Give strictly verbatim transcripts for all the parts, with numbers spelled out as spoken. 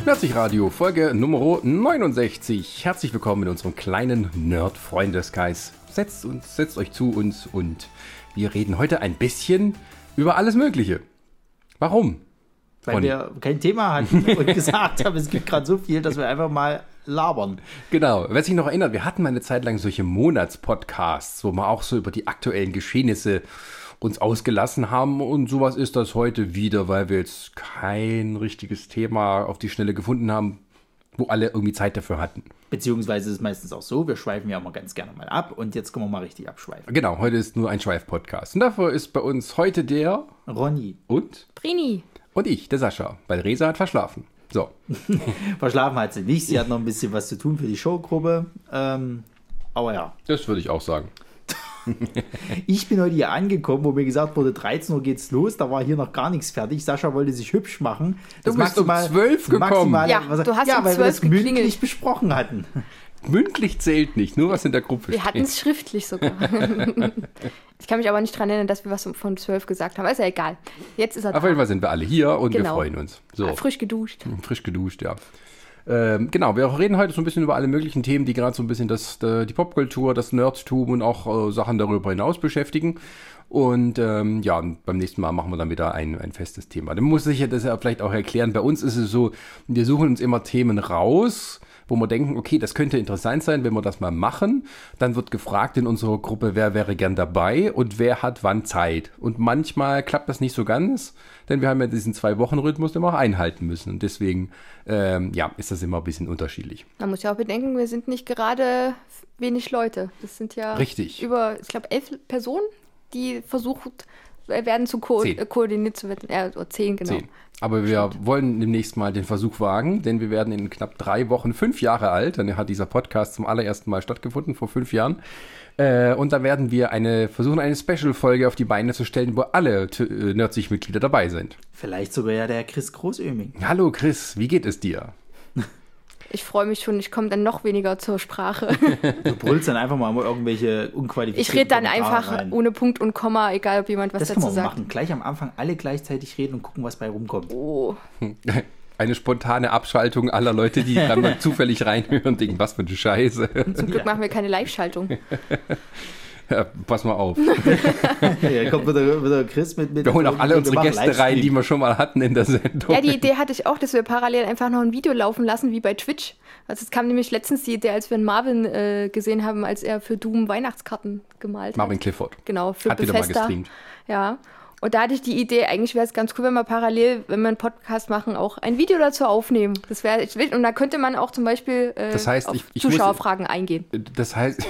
Nerdsich-Radio, Folge Nummer neunundsechzig. Herzlich willkommen in unserem kleinen Nerd-Freundeskreis. Setzt, uns, setzt euch zu uns und wir reden heute ein bisschen über alles Mögliche. Warum? Weil Und wir kein Thema hatten und gesagt haben, es gibt gerade so viel, dass wir einfach mal labern. Genau, wer sich noch erinnert, wir hatten mal eine Zeit lang solche Monatspodcasts, wo wir auch so über die aktuellen Geschehnisse uns ausgelassen haben, und sowas ist das heute wieder, weil wir jetzt kein richtiges Thema auf die Schnelle gefunden haben, wo alle irgendwie Zeit dafür hatten. Beziehungsweise ist es meistens auch so, wir schweifen ja immer ganz gerne mal ab und jetzt können wir mal richtig abschweifen. Genau, heute ist nur ein Schweif-Podcast. Und dafür ist bei uns heute der Ronny. Und? Brini. Und ich, der Sascha, weil Resa hat verschlafen. So. Verschlafen hat sie nicht, sie hat noch ein bisschen was zu tun für die Showgruppe, ähm, aber ja. Das würde ich auch sagen. Ich bin heute hier angekommen, wo mir gesagt wurde, dreizehn Uhr geht's los, da war hier noch gar nichts fertig. Sascha wollte sich hübsch machen. Du bist um zwölf gekommen. Ja, was, du hast ja, um weil wir das zwölf geklingelt. mündlich besprochen hatten. Mündlich zählt nicht, nur was in der Gruppe Wir steht. hatten es schriftlich sogar. Ich kann mich aber nicht dran erinnern, dass wir was von zwölf gesagt haben. Ist ja egal. Jetzt ist er Auf jeden da. Fall sind wir alle hier und wir Genau. freuen uns. So. Ah, frisch geduscht. Frisch geduscht, ja. Ähm, genau, wir reden heute so ein bisschen über alle möglichen Themen, die gerade so ein bisschen das, die Popkultur, das Nerdtum und auch äh, Sachen darüber hinaus beschäftigen. Und ähm, ja, beim nächsten Mal machen wir dann wieder ein, ein festes Thema. Dann muss ich ja das ja vielleicht auch erklären. Bei uns ist es so, wir suchen uns immer Themen raus, wo wir denken, okay, das könnte interessant sein, wenn wir das mal machen. Dann wird gefragt in unserer Gruppe, wer wäre gern dabei und wer hat wann Zeit. Und manchmal klappt das nicht so ganz, denn wir haben ja diesen Zwei-Wochen-Rhythmus, den wir auch einhalten müssen. Und deswegen, ähm, ja, ist das immer ein bisschen unterschiedlich. Man muss ja auch bedenken, wir sind nicht gerade wenig Leute. Das sind ja Richtig. über, ich glaube, elf Personen, die versucht werden zu ko- Zehn. äh, koordiniert zu werden. Ja, oder zehn, genau. Zehn. Aber wir wollen demnächst mal den Versuch wagen, denn wir werden in knapp drei Wochen fünf Jahre alt. Dann hat dieser Podcast zum allerersten Mal stattgefunden, vor fünf Jahren. Äh, und da werden wir eine versuchen, eine Special-Folge auf die Beine zu stellen, wo alle äh, Nerdsich-Mitglieder dabei sind. Vielleicht sogar ja der Chris Großöming. Hallo Chris, wie geht es dir? Ich freue mich schon, ich komme dann noch weniger zur Sprache. Du brüllst dann einfach mal irgendwelche unqualifizierten Ich rede dann Kommentare einfach rein. ohne Punkt und Komma, egal ob jemand was Das können dazu wir auch sagt. machen. Gleich am Anfang alle gleichzeitig reden und gucken, was bei rumkommt. Oh. Eine spontane Abschaltung aller Leute, die dann mal zufällig reinhören und denken, was für eine Scheiße. Zum Glück machen wir keine Live-Schaltung. Ja, pass mal auf. Ja, kommt wieder, wieder Chris mit, mit Wir holen auch alle wir unsere machen Gäste rein, Livestream. die wir schon mal hatten in der Sendung. Ja, die Idee hatte ich auch, dass wir parallel einfach noch ein Video laufen lassen, wie bei Twitch. Also es kam nämlich letztens die Idee, als wir einen Marvin äh, gesehen haben, als er für Doom Weihnachtskarten gemalt Marvin hat. Clifford. Genau, für Hat wieder mal Bethesda. gestreamt. Ja. Und da hatte ich die Idee, eigentlich wäre es ganz cool, wenn wir parallel, wenn wir einen Podcast machen, auch ein Video dazu aufnehmen. Das wäre, ich will, und da könnte man auch zum Beispiel äh, Das heißt, auf ich- ich muss- Zuschauerfragen eingehen, Das heißt,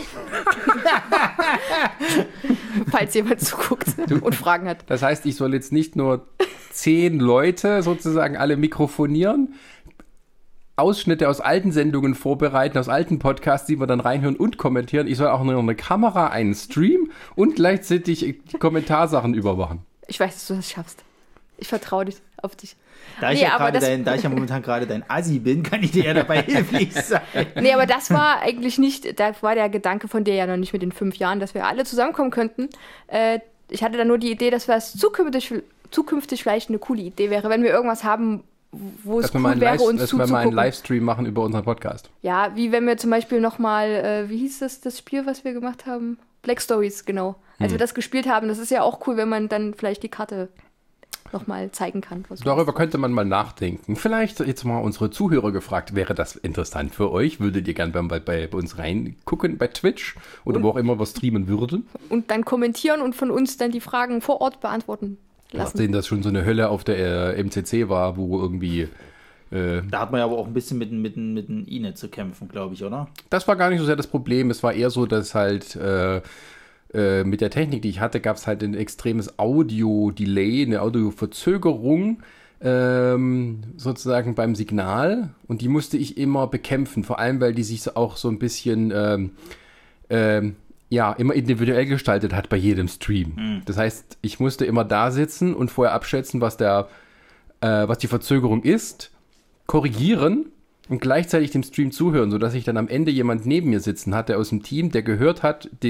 falls jemand zuguckt und Fragen hat. das heißt, ich soll jetzt nicht nur zehn Leute sozusagen alle mikrofonieren, Ausschnitte aus alten Sendungen vorbereiten, aus alten Podcasts, die wir dann reinhören und kommentieren. Ich soll auch noch eine Kamera, einen Stream und gleichzeitig die Kommentarsachen überwachen. Ich weiß, dass du das schaffst. Ich vertraue dich auf dich. Da ich, Nee, ja aber gerade das- dein, da ich ja momentan gerade dein Assi bin, kann ich dir ja dabei hilflich sein. Nee, aber das war eigentlich nicht, da war der Gedanke von dir ja noch nicht mit den fünf Jahren, dass wir alle zusammenkommen könnten. Äh, ich hatte dann nur die Idee, dass es zukünftig, zukünftig vielleicht eine coole Idee wäre, wenn wir irgendwas haben, wo es Dass wir cool mal einen, wäre, Live, uns dass wir mal einen zuzugucken. Livestream machen über unseren Podcast. Ja, wie wenn wir zum Beispiel nochmal, äh, wie hieß das, das Spiel, was wir gemacht haben? Black Stories, genau. Als Hm. wir das gespielt haben, das ist ja auch cool, wenn man dann vielleicht die Karte nochmal zeigen kann. Was Darüber könnte man mal nachdenken. Vielleicht jetzt mal unsere Zuhörer gefragt, wäre das interessant für euch? Würdet ihr gerne bei, bei, bei uns reingucken bei Twitch oder wo auch immer wir streamen würden? Und dann kommentieren und von uns dann die Fragen vor Ort beantworten lassen. Nachdem das schon so eine Hölle auf der äh, M C C war, wo irgendwie... Äh, Da hat man ja aber auch ein bisschen mit, mit, mit dem I N E T zu kämpfen, glaube ich, oder? das war gar nicht so sehr das Problem. Es war eher so, dass halt äh, äh, mit der Technik, die ich hatte, gab es halt ein extremes Audio-Delay, eine Audio-Verzögerung ähm, sozusagen beim Signal. Und die musste ich immer bekämpfen, vor allem, weil die sich so auch so ein bisschen... Ähm, ähm, ja, immer individuell gestaltet hat bei jedem Stream. Mhm. Das heißt, ich musste immer da sitzen und vorher abschätzen, was der, äh, was die Verzögerung ist, korrigieren und gleichzeitig dem Stream zuhören, sodass ich dann am Ende jemand neben mir sitzen hatte aus dem Team, der gehört hat, den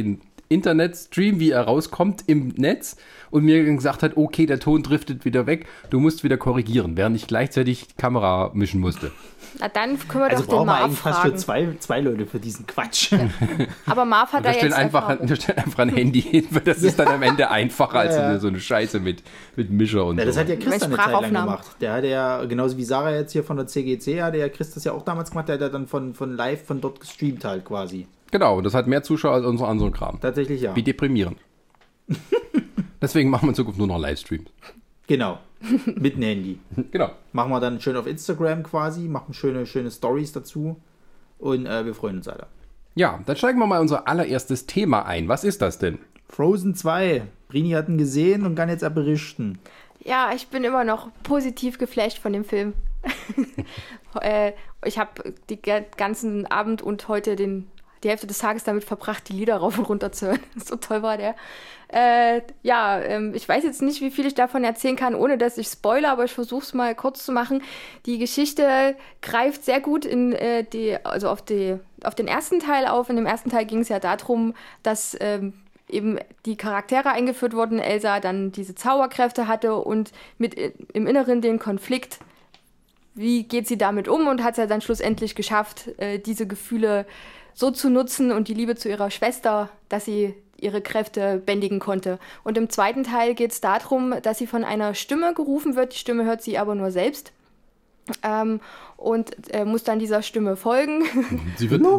Internetstream, wie er rauskommt im Netz und mir gesagt hat, okay, der Ton driftet wieder weg, du musst wieder korrigieren, während ich gleichzeitig die Kamera mischen musste. Na dann können wir Also doch den brauchen wir Marv eigentlich fast fragen. für zwei, zwei Leute für diesen Quatsch. Ja. Aber Marv hat Und da wir stellen, jetzt einfach, Erfahrung. wir stellen einfach ein Handy hin, weil das ist dann am Ende einfacher als Ja, ja. so eine Scheiße mit, mit Mischer und Ja, das so. hat ja Chris Mit dann eine Zeit lang Sprachaufnahmen. gemacht. Der hat ja, genauso wie Sarah jetzt hier von der C G C, hat ja Chris das ja auch damals gemacht, der hat ja dann von, von live von dort gestreamt halt quasi. Genau, das hat mehr Zuschauer als unser anderer Kram. Tatsächlich ja. Wie deprimierend. Deswegen machen wir in Zukunft nur noch Livestreams. Genau. Mit dem Handy. Genau. Machen wir dann schön auf Instagram quasi, machen schöne, schöne Stories dazu und äh, wir freuen uns alle. Ja, dann steigen wir mal in unser allererstes Thema ein. Was ist das denn? Frozen zwei. Brini hat ihn gesehen und kann jetzt auch berichten. Ja, ich bin immer noch positiv geflasht von dem Film. äh, ich habe den ganzen Abend und heute den, die Hälfte des Tages damit verbracht, die Lieder rauf und runter zu hören. So toll war der. Äh, ja, ähm, ich weiß jetzt nicht, wie viel ich davon erzählen kann, ohne dass ich spoilere, aber ich versuche es mal kurz zu machen. Die Geschichte greift sehr gut in äh, die, also auf die, auf den ersten Teil auf. In dem ersten Teil ging es ja darum, dass ähm, eben die Charaktere eingeführt wurden, Elsa dann diese Zauberkräfte hatte und mit im Inneren den Konflikt, wie geht sie damit um, und hat es ja dann schlussendlich geschafft, äh, diese Gefühle so zu nutzen und die Liebe zu ihrer Schwester, dass sie ihre Kräfte bändigen konnte. Und im zweiten Teil geht es darum, dass sie von einer Stimme gerufen wird, die Stimme hört sie aber nur selbst. Ähm, und äh, muss dann dieser Stimme folgen. Sie wird,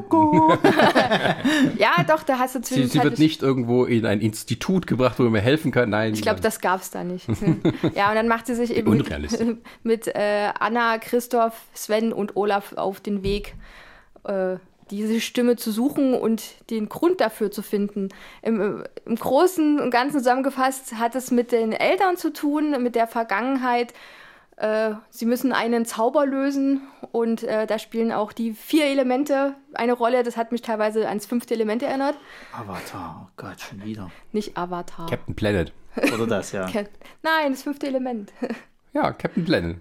Ja, doch, da hast du sie, zwischenzeitlich... sie wird nicht irgendwo in ein Institut gebracht, wo man mir helfen kann. Nein. Ich glaube, das gab es da nicht. Ja, und dann macht sie sich eben mit, Unrealistisch. mit äh, Anna, Christoph, Sven und Olaf auf den Weg, äh, diese Stimme zu suchen und den Grund dafür zu finden. Im, Im Großen und Ganzen zusammengefasst hat es mit den Eltern zu tun, mit der Vergangenheit. Äh, sie müssen einen Zauber lösen und äh, da spielen auch die vier Elemente eine Rolle. Das hat mich teilweise ans fünfte Element erinnert. Avatar, oh Gott, schon wieder. Nicht Avatar. Captain Planet. Oder das, ja. Cap- Nein, das fünfte Element. Ja, Captain Planet.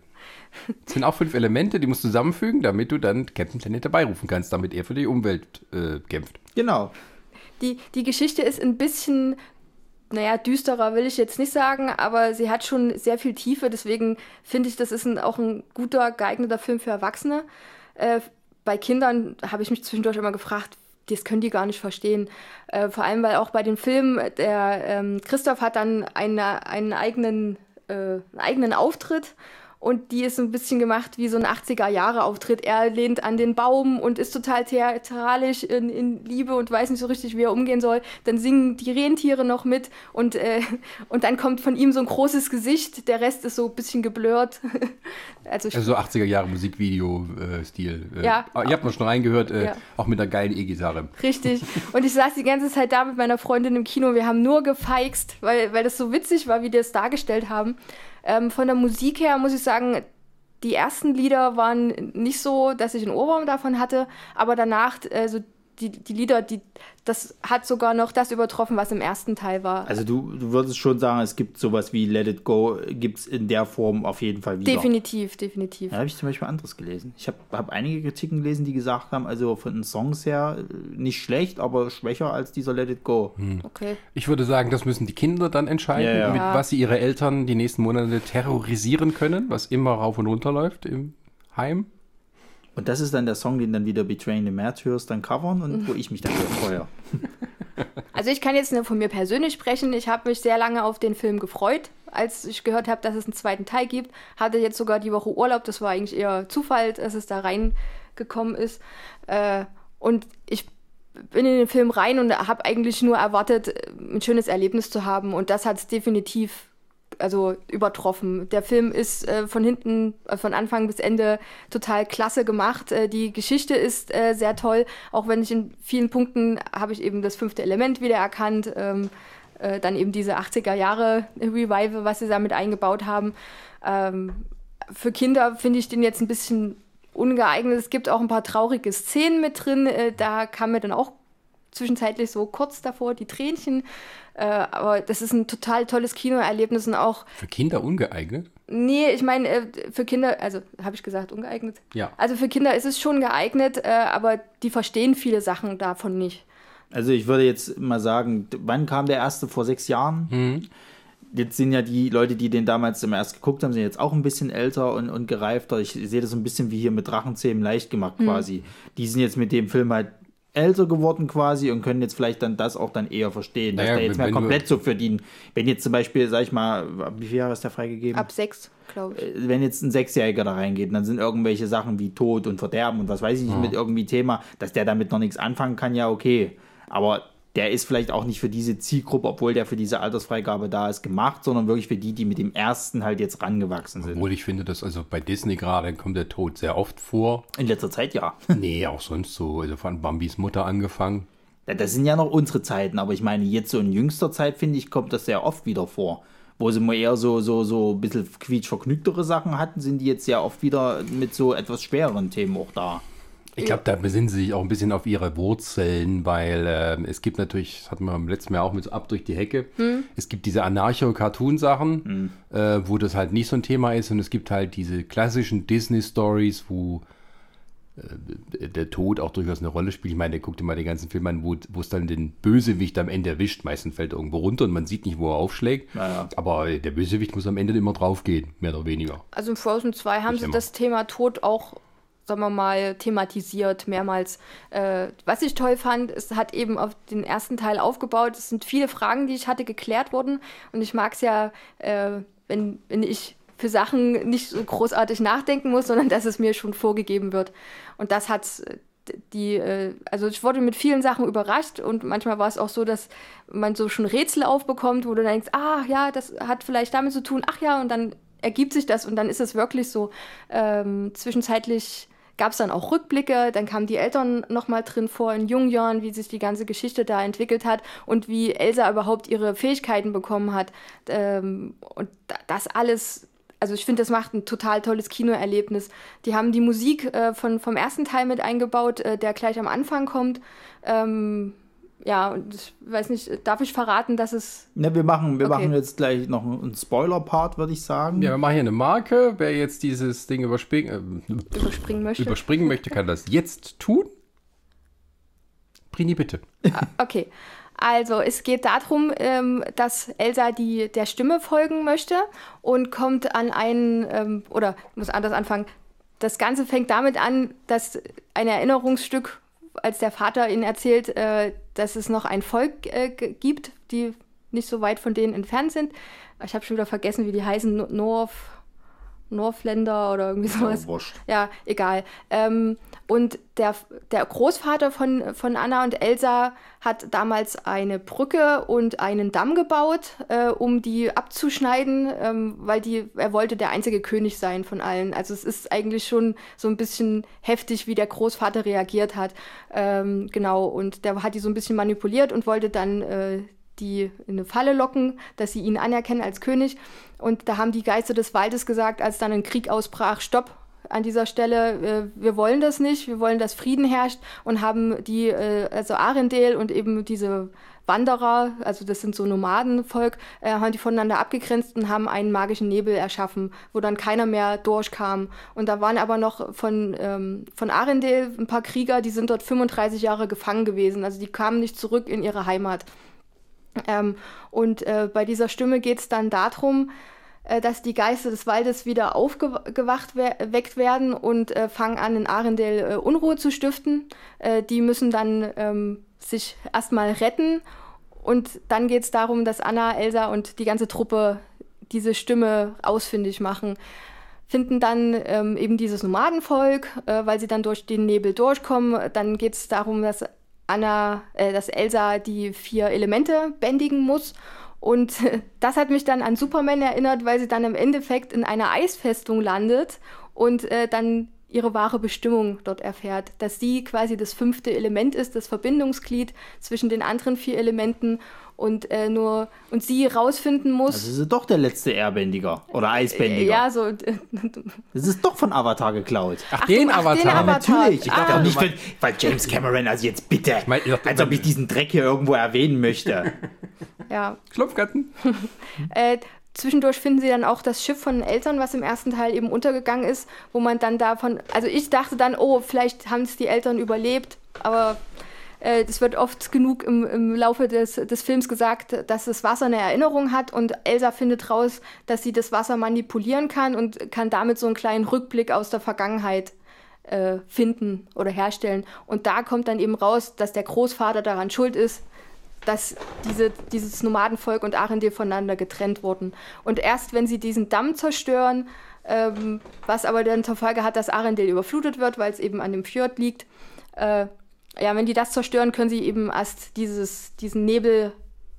Es sind auch fünf Elemente, die musst du zusammenfügen, damit du dann Captain Planet dabei rufen kannst, damit er für die Umwelt äh, kämpft. Genau. Die, die Geschichte ist ein bisschen, naja, düsterer will ich jetzt nicht sagen, aber sie hat schon sehr viel Tiefe, deswegen finde ich, das ist ein, auch ein guter, geeigneter Film für Erwachsene. Äh, bei Kindern habe ich mich zwischendurch immer gefragt, das können die gar nicht verstehen. Äh, vor allem, weil auch bei den Filmen, der ähm, Christoph hat dann eine, einen, eigenen, äh, einen eigenen Auftritt. Und die ist so ein bisschen gemacht wie so ein achtziger-Jahre-Auftritt. Er lehnt an den Baum und ist total theatralisch in, in Liebe und weiß nicht so richtig, wie er umgehen soll. Dann singen die Rentiere noch mit und, äh, und dann kommt von ihm so ein großes Gesicht. Der Rest ist so ein bisschen geblurrt. Also, ich, Also so achtziger Jahre Musikvideo-Stil. Äh, Ja. Ihr habt noch schon reingehört, äh, Ja. auch mit einer geilen E-Gitarre. richtig. Und ich saß die ganze Zeit da mit meiner Freundin im Kino. Wir haben nur gefeixt, weil, weil das so witzig war, wie die es dargestellt haben. Ähm, von der Musik her muss ich sagen, die ersten Lieder waren nicht so, dass ich einen Ohrwurm davon hatte, aber danach, also die, die Lieder, die, das hat sogar noch das übertroffen, was im ersten Teil war. Also du, du würdest schon sagen, es gibt sowas wie Let It Go, gibt es in der Form auf jeden Fall wieder. Definitiv, definitiv. Da habe ich zum Beispiel anderes gelesen. Ich habe hab einige Kritiken gelesen, die gesagt haben, also von den Songs her nicht schlecht, aber schwächer als dieser Let It Go. Okay. Ich würde sagen, das müssen die Kinder dann entscheiden, Ja, ja. mit Ja. was sie ihre Eltern die nächsten Monate terrorisieren können, was immer rauf und runter läuft im Heim. Und das ist dann der Song, den dann wieder Betraying the Martyrs dann covern und wo ich mich dann wieder freue. Also ich kann jetzt nur von mir persönlich sprechen. Ich habe mich sehr lange auf den Film gefreut, als ich gehört habe, dass es einen zweiten Teil gibt. Hatte jetzt sogar die Woche Urlaub. Das war eigentlich eher Zufall, dass es da reingekommen ist. Äh, und ich bin in den Film rein und habe eigentlich nur erwartet, ein schönes Erlebnis zu haben. Und das hat es definitiv also übertroffen. Der Film ist äh, von hinten, äh, von Anfang bis Ende total klasse gemacht. Äh, die Geschichte ist äh, sehr toll, auch wenn ich in vielen Punkten habe ich eben das fünfte Element wiedererkannt. Ähm, äh, dann eben diese achtziger-Jahre-Revival, was sie damit eingebaut haben. Ähm, für Kinder finde ich den jetzt ein bisschen ungeeignet. Es gibt auch ein paar traurige Szenen mit drin. Äh, da kam mir dann auch zwischenzeitlich so kurz davor die Tränchen. Äh, aber das ist ein total tolles Kinoerlebnis und auch, Für Kinder ungeeignet? nee, ich meine, äh, für Kinder, also habe ich gesagt, ungeeignet? Ja. Also für Kinder ist es schon geeignet, äh, aber die verstehen viele Sachen davon nicht. Also ich würde jetzt mal sagen, wann kam der erste? Vor sechs Jahren? Mhm. Jetzt sind ja die Leute, die den damals zum ersten geguckt haben, sind jetzt auch ein bisschen älter und, und gereifter. Ich sehe das so ein bisschen wie hier mit Drachenzähmen leicht gemacht quasi. Mhm. Die sind jetzt mit dem Film halt älter geworden quasi und können jetzt vielleicht dann das auch dann eher verstehen, dass naja, der jetzt mehr komplett so für die, wenn jetzt zum Beispiel, sag ich mal, wie viele Jahre ist der freigegeben? Ab sechs, glaube ich. Wenn jetzt ein Sechsjähriger da reingeht, dann sind irgendwelche Sachen wie Tod und Verderben und was weiß ich nicht, ja. mit irgendwie Thema, dass der damit noch nichts anfangen kann, ja okay, aber der ist vielleicht auch nicht für diese Zielgruppe, obwohl der für diese Altersfreigabe da ist, gemacht, sondern wirklich für die, die mit dem ersten halt jetzt rangewachsen sind. Obwohl ich finde, dass also bei Disney gerade kommt der Tod sehr oft vor. In letzter Zeit ja. Nee, auch sonst so. Also von Bambis Mutter angefangen. Ja, das sind ja noch unsere Zeiten, aber ich meine, jetzt so in jüngster Zeit, finde ich, kommt das sehr oft wieder vor. Wo sie mal eher so, so, so ein bisschen quietschvergnügtere Sachen hatten, sind die jetzt sehr oft wieder mit so etwas schwereren Themen auch da. Ich glaube, da besinnen sie sich auch ein bisschen auf ihre Wurzeln, weil äh, es gibt natürlich, das hatten wir im letzten Jahr auch mit so Ab durch die Hecke, hm. es gibt diese Anarcho-Cartoon-Sachen, hm. äh, wo das halt nicht so ein Thema ist, und es gibt halt diese klassischen Disney-Stories, wo äh, der Tod auch durchaus eine Rolle spielt. Ich meine, guck dir mal den ganzen Film an, wo es dann den Bösewicht am Ende erwischt. Meistens fällt er irgendwo runter und man sieht nicht, wo er aufschlägt. Naja. Aber der Bösewicht muss am Ende immer draufgehen, mehr oder weniger. Also in Frozen zwei haben nicht sie immer. Das Thema Tod auch, sagen wir mal, thematisiert, mehrmals. Äh, was ich toll fand, es hat eben auf den ersten Teil aufgebaut. Es sind viele Fragen, die ich hatte, geklärt worden. Und ich mag es ja, äh, wenn, wenn ich für Sachen nicht so großartig nachdenken muss, sondern dass es mir schon vorgegeben wird. Und das hat die, äh, also ich wurde mit vielen Sachen überrascht, und manchmal war es auch so, dass man so schon Rätsel aufbekommt, wo du dann denkst, ah ja, das hat vielleicht damit zu tun, ach ja, und dann ergibt sich das, und dann ist es wirklich so. Ähm, zwischenzeitlich gab es dann auch Rückblicke, dann kamen die Eltern nochmal drin vor in jungen Jahren, wie sich die ganze Geschichte da entwickelt hat und wie Elsa überhaupt ihre Fähigkeiten bekommen hat. Ähm, und das alles, also ich finde, das macht ein total tolles Kinoerlebnis. Die haben die Musik äh, von, vom ersten Teil mit eingebaut, äh, der gleich am Anfang kommt. Ähm, ja, und ich weiß nicht, darf ich verraten, dass es... Ne, wir machen, wir okay. machen jetzt gleich noch einen Spoiler-Part, würde ich sagen. Ja, wir machen hier eine Marke. Wer jetzt dieses Ding überspringen, äh, überspringen möchte, überspringen möchte, kann das jetzt tun. Prini, bitte. Ah, okay. Also es geht darum, ähm, dass Elsa die, der Stimme folgen möchte und kommt an einen, ähm, oder ich muss anders anfangen, das Ganze fängt damit an, dass ein Erinnerungsstück, als der Vater ihnen erzählt, äh, dass es noch ein Volk äh, g- gibt, die nicht so weit von denen entfernt sind. Ich habe schon wieder vergessen, wie die heißen, no- North... Northländer oder irgendwie sowas. Ja, wurscht. Ja, egal. Ähm, und der, der Großvater von, von Anna und Elsa hat damals eine Brücke und einen Damm gebaut, äh, um die abzuschneiden, ähm, weil die, er wollte der einzige König sein von allen. Also es ist eigentlich schon so ein bisschen heftig, wie der Großvater reagiert hat. Ähm, genau, und der hat die so ein bisschen manipuliert und wollte dann äh, die in eine Falle locken, dass sie ihn anerkennen als König. Und da haben die Geister des Waldes gesagt, als dann ein Krieg ausbrach, stopp an dieser Stelle, äh, wir wollen das nicht, wir wollen, dass Frieden herrscht, und haben die, äh, also Arendelle und eben diese Wanderer, also das sind so Nomadenvolk, äh, haben die voneinander abgegrenzt und haben einen magischen Nebel erschaffen, wo dann keiner mehr durchkam. Und da waren aber noch von, ähm, von Arendelle ein paar Krieger, die sind dort fünfunddreißig Jahre gefangen gewesen, also die kamen nicht zurück in ihre Heimat. Ähm, und äh, bei dieser Stimme geht es dann darum, äh, dass die Geister des Waldes wieder aufgeweckt we- werden und äh, fangen an, in Arendelle äh, Unruhe zu stiften. Äh, die müssen dann ähm, sich erstmal retten, und dann geht es darum, dass Anna, Elsa und die ganze Truppe diese Stimme ausfindig machen. Finden dann ähm, eben dieses Nomadenvolk, äh, weil sie dann durch den Nebel durchkommen. Dann geht es darum, dass Anna, äh, dass Elsa die vier Elemente bändigen muss. Und äh, das hat mich dann an Superman erinnert, weil sie dann im Endeffekt in einer Eisfestung landet und äh, dann ihre wahre Bestimmung dort erfährt. Dass sie quasi das fünfte Element ist, das Verbindungsglied zwischen den anderen vier Elementen, und äh, nur und sie rausfinden muss. Das ist doch der letzte Airbändiger oder Eisbändiger. Ja, so. Das ist doch von Avatar geklaut. Ach, ach den, ach, Avatar. den Avatar. Natürlich. Ich dachte ah. auch nicht, weil, weil James Cameron, also jetzt bitte, ich mein, ich dachte, als ob ich diesen Dreck hier irgendwo erwähnen möchte. Ja. Schlupfgatten. äh, Zwischendurch finden sie dann auch das Schiff von den Eltern, was im ersten Teil eben untergegangen ist, wo man dann davon, also ich dachte dann, oh, vielleicht haben es die Eltern überlebt, aber Es wird oft genug im, im Laufe des, des Films gesagt, dass das Wasser eine Erinnerung hat und Elsa findet raus, dass sie das Wasser manipulieren kann und kann damit so einen kleinen Rückblick aus der Vergangenheit äh, finden oder herstellen. Und da kommt dann eben raus, dass der Großvater daran schuld ist, dass diese, dieses Nomadenvolk und Arendelle voneinander getrennt wurden. Und erst wenn sie diesen Damm zerstören, ähm, was aber dann zur Folge hat, dass Arendelle überflutet wird, weil es eben an dem Fjord liegt, äh, ja, wenn die das zerstören, können sie eben erst dieses, diesen Nebel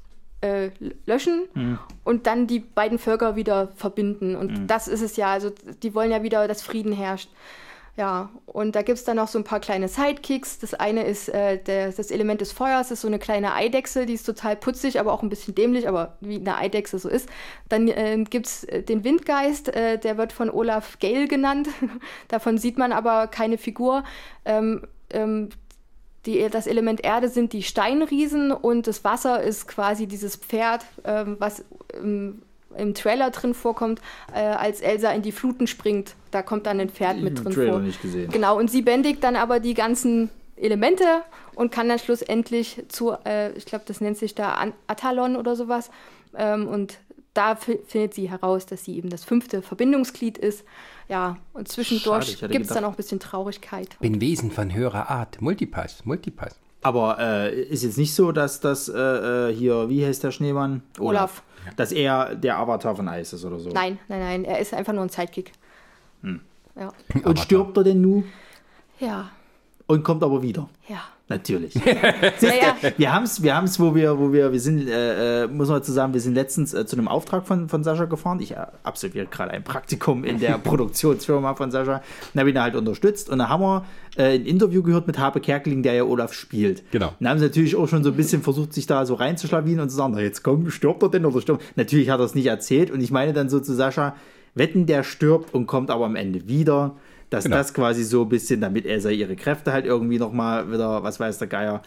äh, löschen mhm. und dann die beiden Völker wieder verbinden. Und mhm. das ist es ja, also die wollen ja wieder, dass Frieden herrscht. Ja, und da gibt es dann noch so ein paar kleine Sidekicks. Das eine ist äh, der, das Element des Feuers, das ist so eine kleine Eidechse, die ist total putzig, aber auch ein bisschen dämlich, aber wie eine Eidechse so ist. Dann äh, gibt es den Windgeist, äh, der wird von Olaf Gale genannt. Davon sieht man aber keine Figur. Ähm, ähm, die, das Element Erde sind die Steinriesen und das Wasser ist quasi dieses Pferd, ähm, was ähm, im Trailer drin vorkommt, äh, als Elsa in die Fluten springt. Da kommt dann ein Pferd mit drin Trailer vor. Nicht gesehen. Genau, und sie bändigt dann aber die ganzen Elemente und kann dann schlussendlich zu, äh, ich glaube, das nennt sich da An- Atalon oder sowas. Ähm, und da f- findet sie heraus, dass sie eben das fünfte Verbindungsglied ist. Ja, und zwischendurch gibt es dann auch ein bisschen Traurigkeit. Bin Wesen von höherer Art. Multipass, Multipass. Aber äh, ist jetzt nicht so, dass das äh, hier, wie heißt der Schneemann? Olaf. Olaf. Dass er der Avatar von Eis ist oder so? Nein, nein, nein, er ist einfach nur ein Sidekick. Hm. Ja. Und stirbt er denn nun? Ja. Und kommt aber wieder? Ja. Natürlich. Ja, ja. Wir haben es, wir haben es, wo wir, wo wir, wir sind, äh, muss man dazu sagen, wir sind letztens äh, zu einem Auftrag von, von Sascha gefahren. Ich äh, absolviere gerade ein Praktikum in der Produktionsfirma von Sascha. Da habe ich ihn halt unterstützt und da haben wir äh, ein Interview gehört mit Habe Kerkeling, der ja Olaf spielt. Genau. Und da haben sie natürlich auch schon so ein bisschen versucht, sich da so reinzuschlawinen und zu sagen, na, jetzt komm, stirbt er denn oder stirbt? Natürlich hat er es nicht erzählt und ich meine dann so zu Sascha, wetten, der stirbt und kommt aber am Ende wieder. Dass genau. das quasi so ein bisschen, damit Elsa ihre Kräfte halt irgendwie nochmal wieder, was weiß der Geier.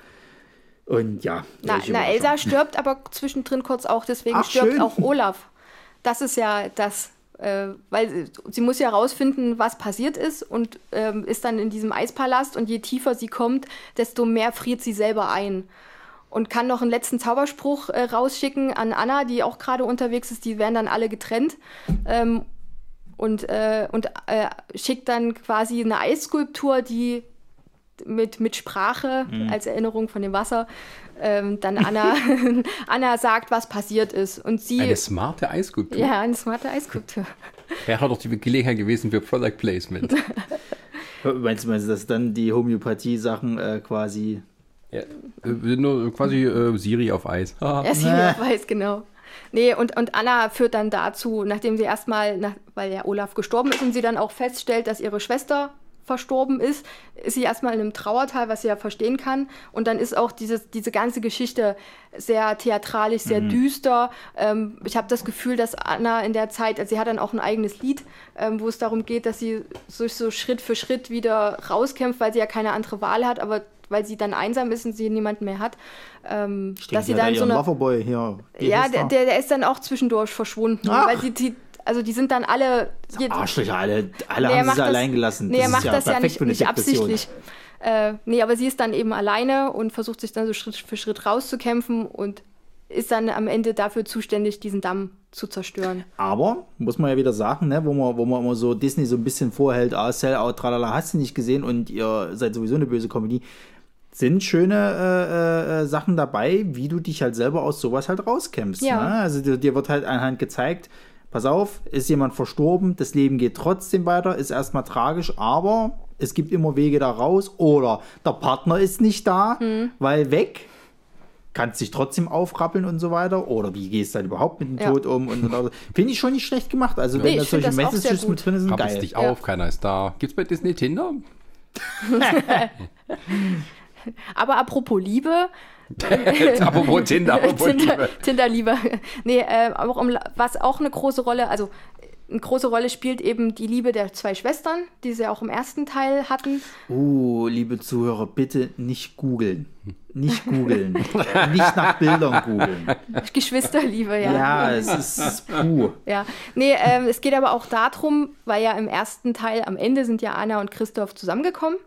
Und ja. Na, na Elsa stirbt aber zwischendrin kurz auch, deswegen Ach, stirbt schön. auch Olaf. Das ist ja das, äh, weil sie, sie muss ja rausfinden, was passiert ist und ähm, ist dann in diesem Eispalast und je tiefer sie kommt, desto mehr friert sie selber ein. Und kann noch einen letzten Zauberspruch äh, rausschicken an Anna, die auch gerade unterwegs ist, die werden dann alle getrennt. Ähm, Und, äh, und äh, schickt dann quasi eine Eisskulptur, die mit, mit Sprache mhm. als Erinnerung von dem Wasser ähm, dann Anna, Anna sagt, was passiert ist. Und sie, eine smarte Eisskulptur? Ja, eine smarte Eisskulptur. Er hat doch die Gelegenheit gewesen für Product Placement. Meinst du, meinst du, dass dann die Homöopathie-Sachen äh, quasi... Ja, äh, nur quasi äh, Siri auf Eis. Ja, Siri auf Eis, genau. Nee, und, und Anna führt dann dazu, nachdem sie erstmal, nach, weil der Olaf gestorben ist und sie dann auch feststellt, dass ihre Schwester verstorben ist, ist sie erstmal in einem Trauertal, was sie ja verstehen kann. Und dann ist auch dieses, diese ganze Geschichte sehr theatralisch, sehr mhm. düster. Ähm, ich habe das Gefühl, dass Anna in der Zeit, also sie hat dann auch ein eigenes Lied, ähm, wo es darum geht, dass sie sich so Schritt für Schritt wieder rauskämpft, weil sie ja keine andere Wahl hat, aber weil sie dann einsam ist und sie niemanden mehr hat. Ähm, ich dass denke, sie dann so eine Loverboy hier. Ja, der, der ist dann auch zwischendurch verschwunden. Ach. Weil sie, die, also die sind dann alle... Arschlöcher, alle, alle nee, haben sie das, allein gelassen. Nee, er macht ja das ja nicht, nicht Depression. absichtlich. Äh, nee, aber sie ist dann eben alleine und versucht sich dann so Schritt für Schritt rauszukämpfen und ist dann am Ende dafür zuständig, diesen Damm zu zerstören. Aber, muss man ja wieder sagen, ne, wo man, wo man immer so Disney so ein bisschen vorhält, ah, Sellout, tralala, hast du nicht gesehen und ihr seid sowieso eine böse Comedy, sind schöne äh, äh, Sachen dabei, wie du dich halt selber aus sowas halt rauskämpfst. Ja. Ne? Also dir, dir wird halt anhand gezeigt, pass auf, ist jemand verstorben, das Leben geht trotzdem weiter, ist erstmal tragisch, aber es gibt immer Wege da raus oder der Partner ist nicht da, hm. weil weg, kannst dich trotzdem aufrappeln und so weiter oder wie gehst du halt überhaupt mit dem ja. Tod um und, und finde ich schon nicht schlecht gemacht. Also nee, wenn da solche Messages mit drin sind, geil. geil. Dich auf, ja. Keiner ist da. Gibt's bei Disney Tinder? Aber apropos Liebe. apropos Tinder, apropos Tinder, Liebe. Tinder-Liebe. Nee, äh, auch um, was auch eine große Rolle, also eine große Rolle spielt eben die Liebe der zwei Schwestern, die sie auch im ersten Teil hatten. Uh, liebe Zuhörer, bitte nicht googeln. Nicht googeln. Nicht nach Bildern googeln. Geschwisterliebe, ja. Ja, es ist puh. Ja, nee, ähm, es geht aber auch darum, weil ja im ersten Teil am Ende sind ja Anna und Christoph zusammengekommen.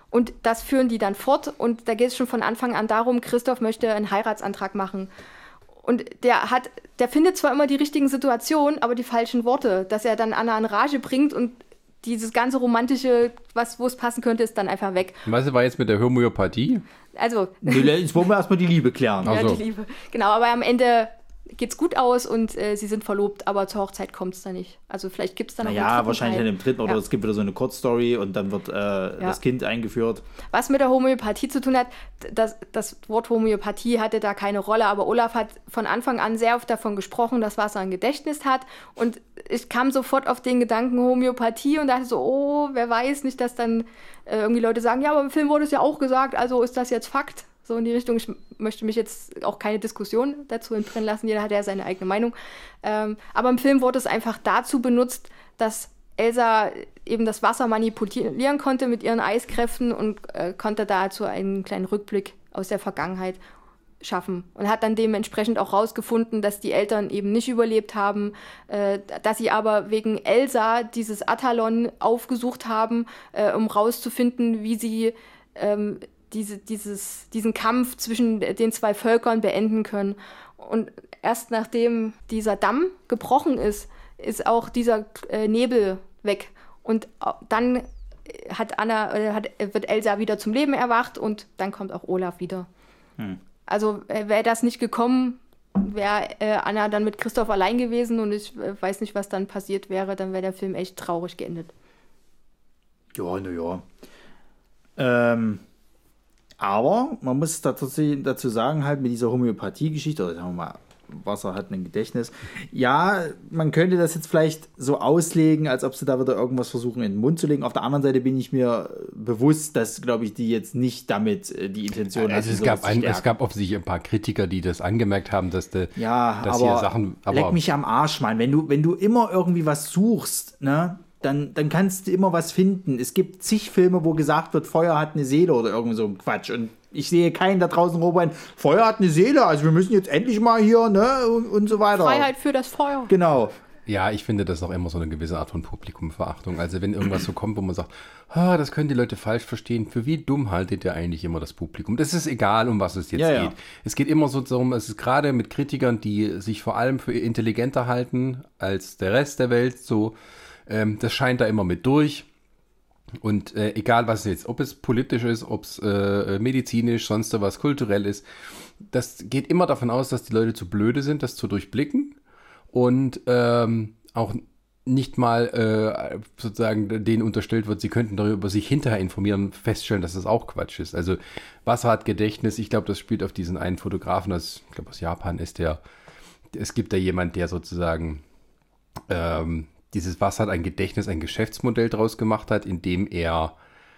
Und das führen die dann fort. Und da geht es schon von Anfang an darum, Christoph möchte einen Heiratsantrag machen. Und der hat, der findet zwar immer die richtigen Situationen, aber die falschen Worte, dass er dann Anna in Rage bringt und dieses ganze romantische, was, wo es passen könnte, ist dann einfach weg. Was war jetzt mit der Homöopathie? Also. Jetzt wollen wir erstmal die Liebe klären. Ja, so. die Liebe. Genau, aber am Ende geht's gut aus und äh, sie sind verlobt, aber zur Hochzeit kommt es da nicht. Also vielleicht gibt es dann noch Ja, wahrscheinlich in dem dritten oder ja. es gibt wieder so eine Kurzstory und dann wird äh, ja. das Kind eingeführt. Was mit der Homöopathie zu tun hat, das, das Wort Homöopathie hatte da keine Rolle, aber Olaf hat von Anfang an sehr oft davon gesprochen, dass Wasser ein Gedächtnis hat und ich kam sofort auf den Gedanken Homöopathie und dachte so, oh, wer weiß nicht, dass dann äh, irgendwie Leute sagen, ja, aber im Film wurde es ja auch gesagt, also ist das jetzt Fakt? So in die Richtung, ich möchte mich jetzt auch keine Diskussion dazu entbrennen lassen, jeder hat ja seine eigene Meinung. Ähm, aber im Film wurde es einfach dazu benutzt, dass Elsa eben das Wasser manipulieren konnte mit ihren Eiskräften und äh, konnte dazu einen kleinen Rückblick aus der Vergangenheit schaffen. Und hat dann dementsprechend auch rausgefunden, dass die Eltern eben nicht überlebt haben, äh, dass sie aber wegen Elsa dieses Atalon aufgesucht haben, äh, um rauszufinden, wie sie ähm, Diese, dieses, diesen Kampf zwischen den zwei Völkern beenden können. Und erst nachdem dieser Damm gebrochen ist, ist auch dieser äh, Nebel weg. Und dann hat Anna, äh, hat, wird Elsa wieder zum Leben erwacht und dann kommt auch Olaf wieder. Hm. Also äh, wäre das nicht gekommen, wäre äh, Anna dann mit Christoph allein gewesen und ich äh, weiß nicht, was dann passiert wäre, dann wäre der Film echt traurig geendet. Ja, na ja. Ähm... Aber man muss tatsächlich dazu sagen, halt mit dieser Homöopathie-Geschichte, oder sagen wir mal, Wasser hat ein Gedächtnis. Ja, man könnte das jetzt vielleicht so auslegen, als ob sie da wieder irgendwas versuchen in den Mund zu legen. Auf der anderen Seite bin ich mir bewusst, dass, glaube ich, die jetzt nicht damit die Intention also hat. Es gab, ein, es gab offensichtlich ein paar Kritiker, die das angemerkt haben, dass, de, ja, dass aber hier Sachen... Aber leck mich am Arsch, Mann. Wenn du, wenn du immer irgendwie was suchst, ne? Dann, dann kannst du immer was finden. Es gibt zig Filme, wo gesagt wird, Feuer hat eine Seele oder irgend so ein Quatsch. Und ich sehe keinen da draußen rumrennen, Feuer hat eine Seele, also wir müssen jetzt endlich mal hier, ne, und, und so weiter. Freiheit für das Feuer. Genau. Ja, ich finde das auch immer so eine gewisse Art von Publikumverachtung. Also wenn irgendwas so kommt, wo man sagt, ah, das können die Leute falsch verstehen, für wie dumm haltet ihr eigentlich immer das Publikum? Das ist egal, um was es jetzt ja, geht. Ja. Es geht immer so darum, es ist gerade mit Kritikern, die sich vor allem für intelligenter halten als der Rest der Welt, so, ähm, das scheint da immer mit durch. Und äh, egal was es jetzt, ob es politisch ist, ob es äh, medizinisch, sonst was kulturell ist, das geht immer davon aus, dass die Leute zu blöde sind, das zu durchblicken und ähm, auch nicht mal äh, sozusagen denen unterstellt wird, sie könnten darüber sich hinterher informieren und feststellen, dass das auch Quatsch ist. Also Wasser hat Gedächtnis, ich glaube, das spielt auf diesen einen Fotografen, das, ich glaube aus Japan ist der, es gibt da jemand, der sozusagen ähm, dieses Wasser hat ein Gedächtnis, ein Geschäftsmodell draus gemacht hat, indem er,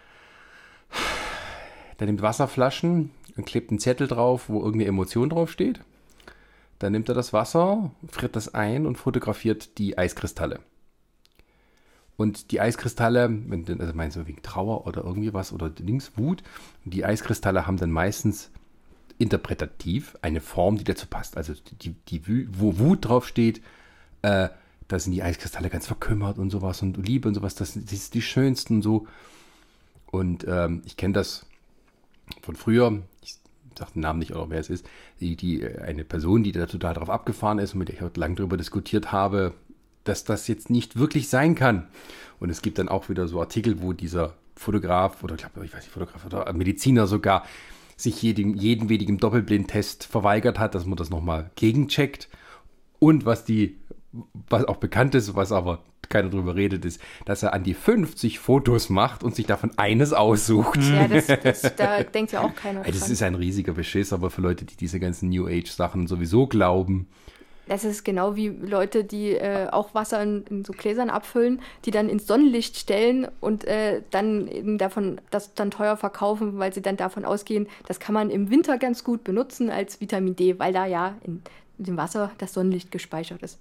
der nimmt Wasserflaschen und klebt einen Zettel drauf, wo irgendeine Emotion draufsteht. Dann nimmt er das Wasser, friert das ein und fotografiert die Eiskristalle. Und die Eiskristalle, wenn du also meinst du wegen Trauer oder irgendwie was oder links Wut, die Eiskristalle haben dann meistens interpretativ eine Form, die dazu passt. Also die, die wo Wut draufsteht, äh, da sind die Eiskristalle ganz verkümmert und sowas und Liebe und sowas, das, das ist die schönsten und so. Und ähm, ich kenne das von früher, ich sage den Namen nicht, oder wer es ist, die, die, eine Person, die da total drauf abgefahren ist und mit der ich heute lange darüber diskutiert habe, dass das jetzt nicht wirklich sein kann. Und es gibt dann auch wieder so Artikel, wo dieser Fotograf oder ich glaube, ich weiß nicht, Fotograf oder Mediziner sogar sich jedem, jedwedigen Doppelblindtest verweigert hat, dass man das nochmal gegencheckt. Und was die was auch bekannt ist, was aber keiner drüber redet, ist, dass er an die fünfzig Fotos macht und sich davon eines aussucht. Ja, das, das, da denkt ja auch keiner dran. Das ist ein riesiger Beschiss, aber für Leute, die diese ganzen New Age-Sachen sowieso glauben. Das ist genau wie Leute, die äh, auch Wasser in, in so Gläsern abfüllen, die dann ins Sonnenlicht stellen und äh, dann eben davon das dann teuer verkaufen, weil sie dann davon ausgehen, das kann man im Winter ganz gut benutzen als Vitamin D, weil da ja in in dem Wasser das Sonnenlicht gespeichert ist.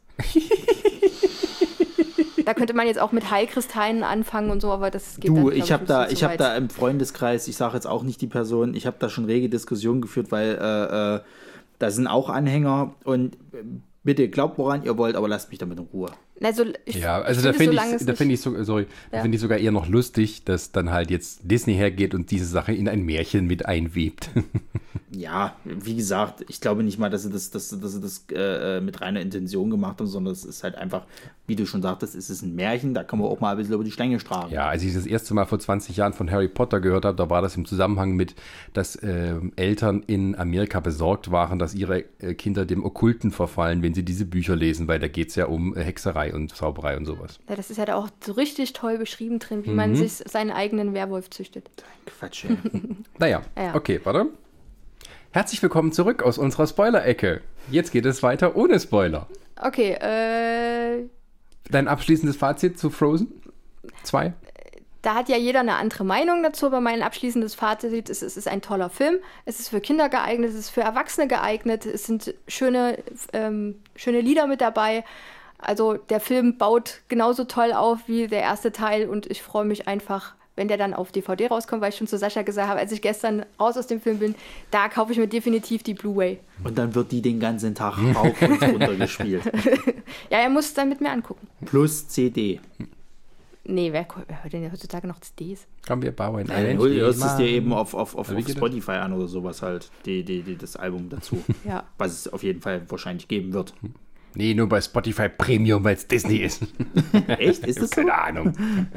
Da könnte man jetzt auch mit Heilkristallen anfangen und so, aber das geht Du, dann, ich habe da, ich so habe da im Freundeskreis, ich sage jetzt auch nicht die Person, ich habe da schon rege Diskussionen geführt, weil äh, äh, da sind auch Anhänger und Bitte glaubt, woran ihr wollt, aber lasst mich damit in Ruhe. Also ich, ja, also ich da finde so ich, da finde ich, so, sorry, Ja. da finde ich sogar eher noch lustig, dass dann halt jetzt Disney hergeht und diese Sache in ein Märchen mit einwebt. Ja, wie gesagt, ich glaube nicht mal, dass sie das, dass, dass sie das äh, mit reiner Intention gemacht haben, sondern es ist halt einfach, wie du schon sagtest, es ist ein Märchen, da kann man auch mal ein bisschen über die Stränge schlagen. Ja, als ich das erste Mal vor zwanzig Jahren von Harry Potter gehört habe, da war das im Zusammenhang mit, dass äh, Eltern in Amerika besorgt waren, dass ihre äh, Kinder dem Okkulten verfallen, wenn sie diese Bücher lesen, weil da geht es ja um äh, Hexerei und Zauberei und sowas. Ja, das ist ja da auch so richtig toll beschrieben drin, wie man sich seinen eigenen Werwolf züchtet. Quatsch, ey. Naja, Ja. okay, warte. Herzlich willkommen zurück aus unserer Spoiler-Ecke. Jetzt geht es weiter ohne Spoiler. Okay, äh, Dein abschließendes Fazit zu Frozen zwei? da hat ja jeder eine andere Meinung dazu, aber mein abschließendes Fazit ist, es ist ein toller Film. Es ist für Kinder geeignet, es ist für Erwachsene geeignet, es sind schöne, ähm, schöne Lieder mit dabei. Also der Film baut genauso toll auf wie der erste Teil und ich freue mich einfach, wenn der dann auf D V D rauskommt, weil ich schon zu Sascha gesagt habe, als ich gestern raus aus dem Film bin, da kaufe ich mir definitiv die Blu-ray. Und dann wird die den ganzen Tag rauf und runter gespielt. Ja, er muss es dann mit mir angucken. Plus C D. Nee, wer, wer hört denn ja heutzutage noch C Ds? Haben wir Bauern Du hörst es dir eben auf, auf, auf, Wie auf geht das? Spotify an oder sowas halt, die, die, die, das Album dazu. Ja. Was es auf jeden Fall wahrscheinlich geben wird. Nee, nur bei Spotify Premium, weil es Disney ist. Echt? Ist das so? Keine Ahnung.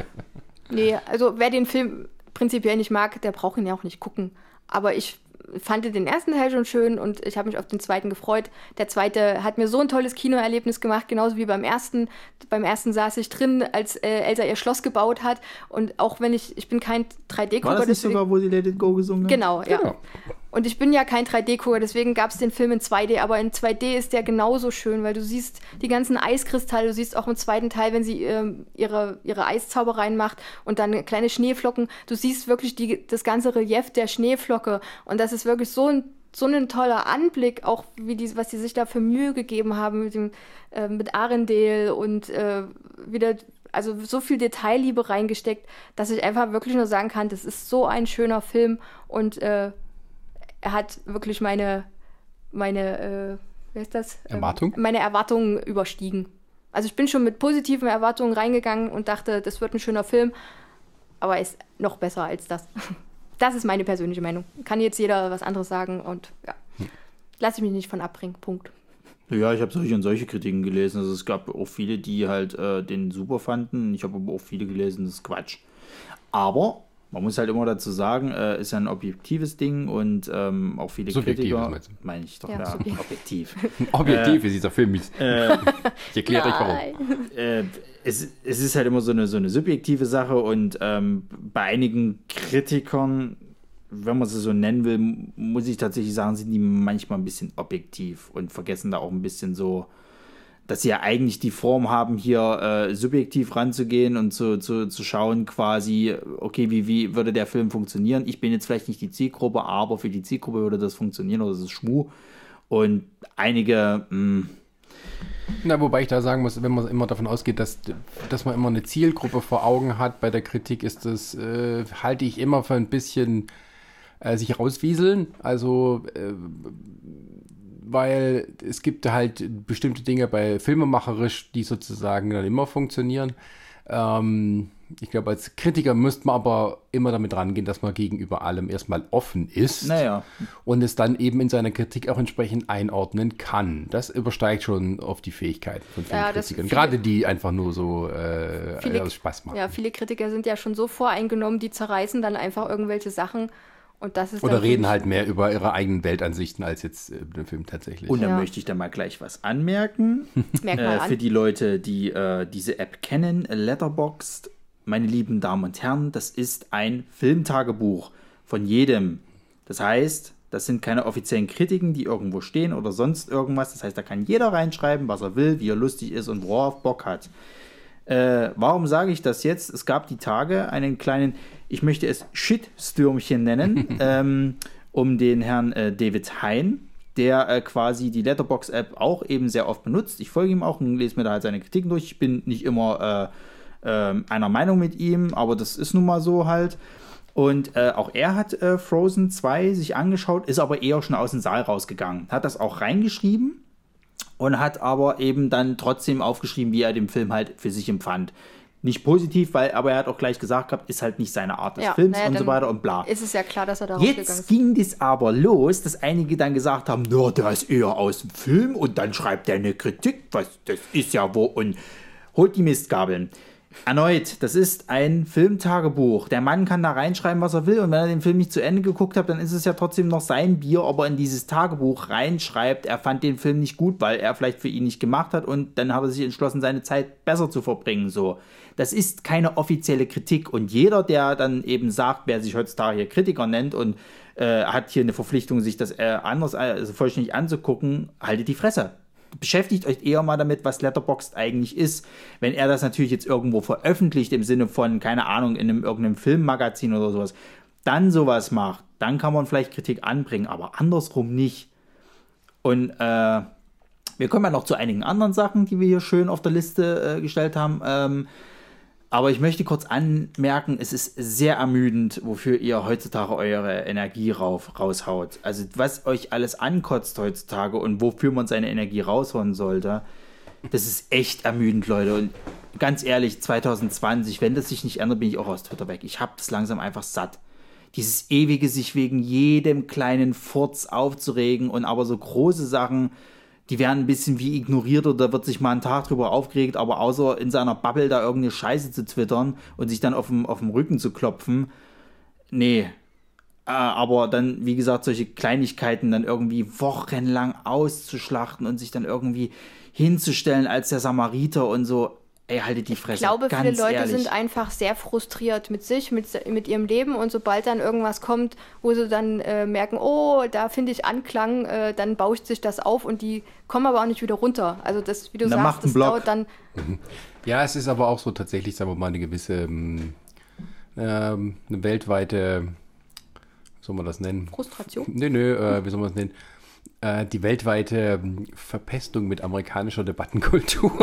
Nee, also wer den Film prinzipiell nicht mag, der braucht ihn ja auch nicht gucken. Aber ich fand den ersten Teil schon schön und ich habe mich auf den zweiten gefreut. Der zweite hat mir so ein tolles Kinoerlebnis gemacht, genauso wie beim ersten. Beim ersten saß ich drin, als äh, Elsa ihr Schloss gebaut hat. Und auch wenn ich, ich bin kein drei D-Gucker. War das nicht deswegen- sogar, wo sie Let It Go gesungen hat? Genau, ja. Genau. Und ich bin ja kein drei D-Gucker, deswegen gab es den Film in zwei D, aber in zwei D ist der genauso schön, weil du siehst die ganzen Eiskristalle, du siehst auch im zweiten Teil, wenn sie ähm, ihre, ihre Eiszauber reinmacht und dann kleine Schneeflocken, du siehst wirklich die, das ganze Relief der Schneeflocke und das ist wirklich so ein so ein toller Anblick, auch wie die, was die sich da für Mühe gegeben haben mit dem äh, mit Arendelle und äh, wieder, also so viel Detailliebe reingesteckt, dass ich einfach wirklich nur sagen kann, das ist so ein schöner Film und äh, er hat wirklich meine, meine, äh, wie heißt das? Ähm, Erwartung? Meine Erwartungen überstiegen. Also ich bin schon mit positiven Erwartungen reingegangen und dachte, das wird ein schöner Film, aber er ist noch besser als das. Das ist meine persönliche Meinung. Kann jetzt jeder was anderes sagen und ja, lasse ich mich nicht von abbringen. Punkt. Ja, ich habe solche und solche Kritiken gelesen. Also es gab auch viele, die halt äh, den super fanden. Ich habe aber auch viele gelesen, das ist Quatsch. Aber man muss halt immer dazu sagen, äh, ist ja ein objektives Ding und ähm, auch viele Subjektives, Kritiker, meinst du? meine ich doch, Ja, ja, subjektiv. objektiv. Objektiv ist dieser Film. Ich erkläre euch warum. Nein. äh, es, es ist halt immer so eine, so eine subjektive Sache und ähm, bei einigen Kritikern, wenn man sie so nennen will, muss ich tatsächlich sagen, sind die manchmal ein bisschen objektiv und vergessen da auch ein bisschen so, dass sie ja eigentlich die Form haben, hier äh, subjektiv ranzugehen und zu, zu, zu schauen quasi, okay, wie, wie würde der Film funktionieren? Ich bin jetzt vielleicht nicht die Zielgruppe, aber für die Zielgruppe würde das funktionieren oder das ist Schmuh. Und einige, mh, Na, wobei ich da sagen muss, wenn man immer davon ausgeht, dass, dass man immer eine Zielgruppe vor Augen hat, bei der Kritik ist das, äh, halte ich immer für ein bisschen äh, sich rauswieseln. Also, äh, weil es gibt halt bestimmte Dinge bei filmemacherisch, die sozusagen dann immer funktionieren. Ähm, ich glaube, als Kritiker müsste man aber immer damit rangehen, dass man gegenüber allem erstmal offen ist. naja, Und es dann eben in seiner Kritik auch entsprechend einordnen kann. Das übersteigt schon auf die Fähigkeiten von vielen Ja, das Kritikern. viele- Gerade die einfach nur so äh, Viele- aus Spaß machen. Ja, viele Kritiker sind ja schon so voreingenommen, die zerreißen dann einfach irgendwelche Sachen und das ist Oder dann reden wirklich- halt mehr über ihre eigenen Weltansichten als jetzt äh, den Film tatsächlich. und dann Ja. möchte ich da mal gleich was anmerken. Merkt mal Äh, an. für die Leute, die äh, diese App kennen, Letterboxd, meine lieben Damen und Herren, das ist ein Filmtagebuch von jedem. Das heißt, das sind keine offiziellen Kritiken, die irgendwo stehen oder sonst irgendwas. Das heißt, da kann jeder reinschreiben, was er will, wie er lustig ist und wo er auf Bock hat. Äh, warum sage ich das jetzt? Es gab die Tage einen kleinen, ich möchte es Shitstürmchen nennen, ähm, um den Herrn äh, David Hein, der äh, quasi die Letterboxd-App auch eben sehr oft benutzt. Ich folge ihm auch und lese mir da halt seine Kritiken durch. Ich bin nicht immer äh, äh, einer Meinung mit ihm, aber das ist nun mal so halt. Und äh, auch er hat äh, Frozen zwei sich angeschaut, ist aber eher schon aus dem Saal rausgegangen. Hat das auch reingeschrieben. und hat aber eben dann trotzdem aufgeschrieben, wie er den Film halt für sich empfand. Nicht positiv, weil, aber er hat auch gleich gesagt gehabt, ist halt nicht seine Art des ja, Films naja, und so weiter und bla. Ist es ja klar, dass er darauf gegangen ist. Jetzt ging das aber los, dass einige dann gesagt haben, na, der ist eher aus dem Film und dann schreibt er eine Kritik, was, das ist ja wo, und holt die Mistgabeln. Erneut, das ist ein Filmtagebuch. Der Mann kann da reinschreiben, was er will, und wenn er den Film nicht zu Ende geguckt hat, dann ist es ja trotzdem noch sein Bier, ob er in dieses Tagebuch reinschreibt, er fand den Film nicht gut, weil er vielleicht für ihn nicht gemacht hat, und dann hat er sich entschlossen, seine Zeit besser zu verbringen, so. Das ist keine offizielle Kritik, und jeder, der dann eben sagt, wer sich heutzutage hier Kritiker nennt und äh, hat hier eine Verpflichtung, sich das äh, anders, also vollständig anzugucken, haltet die Fresse. Beschäftigt euch eher mal damit, was Letterboxd eigentlich ist. Wenn er das natürlich jetzt irgendwo veröffentlicht, im Sinne von, keine Ahnung, in einem irgendeinem Filmmagazin oder sowas, dann sowas macht, dann kann man vielleicht Kritik anbringen, aber andersrum nicht. Und äh, wir kommen ja noch zu einigen anderen Sachen, die wir hier schön auf der Liste äh, gestellt haben. Ähm, aber ich möchte kurz anmerken, es ist sehr ermüdend, wofür ihr heutzutage eure Energie rauf, raushaut. Also was euch alles ankotzt heutzutage und wofür man seine Energie raushauen sollte, das ist echt ermüdend, Leute. Und ganz ehrlich, zwanzig zwanzig, wenn das sich nicht ändert, bin ich auch aus Twitter weg. Ich habe das langsam einfach satt. Dieses ewige, sich wegen jedem kleinen Furz aufzuregen, und aber so große Sachen, die werden ein bisschen wie ignoriert, oder wird sich mal einen Tag drüber aufgeregt, aber außer in seiner Bubble da irgendeine Scheiße zu twittern und sich dann auf dem, auf dem Rücken zu klopfen, nee. Äh, aber dann, wie gesagt, solche Kleinigkeiten dann irgendwie wochenlang auszuschlachten und sich dann irgendwie hinzustellen als der Samariter und so, ey, haltet die Fresse. Ich glaube, ganz viele Leute ehrlich. sind einfach sehr frustriert mit sich, mit, mit ihrem Leben, und sobald dann irgendwas kommt, wo sie dann äh, merken, oh, da finde ich Anklang, äh, dann bauscht sich das auf, und die kommen aber auch nicht wieder runter. Also das, wie du Dann macht sagst, einen das Block. dauert dann... Ja, es ist aber auch so tatsächlich, sagen wir mal, eine gewisse, ähm, ähm, eine weltweite, wie soll man das nennen? Frustration? Nö, nö, äh, wie soll man das nennen? Äh, die weltweite ähm, Verpestung mit amerikanischer Debattenkultur.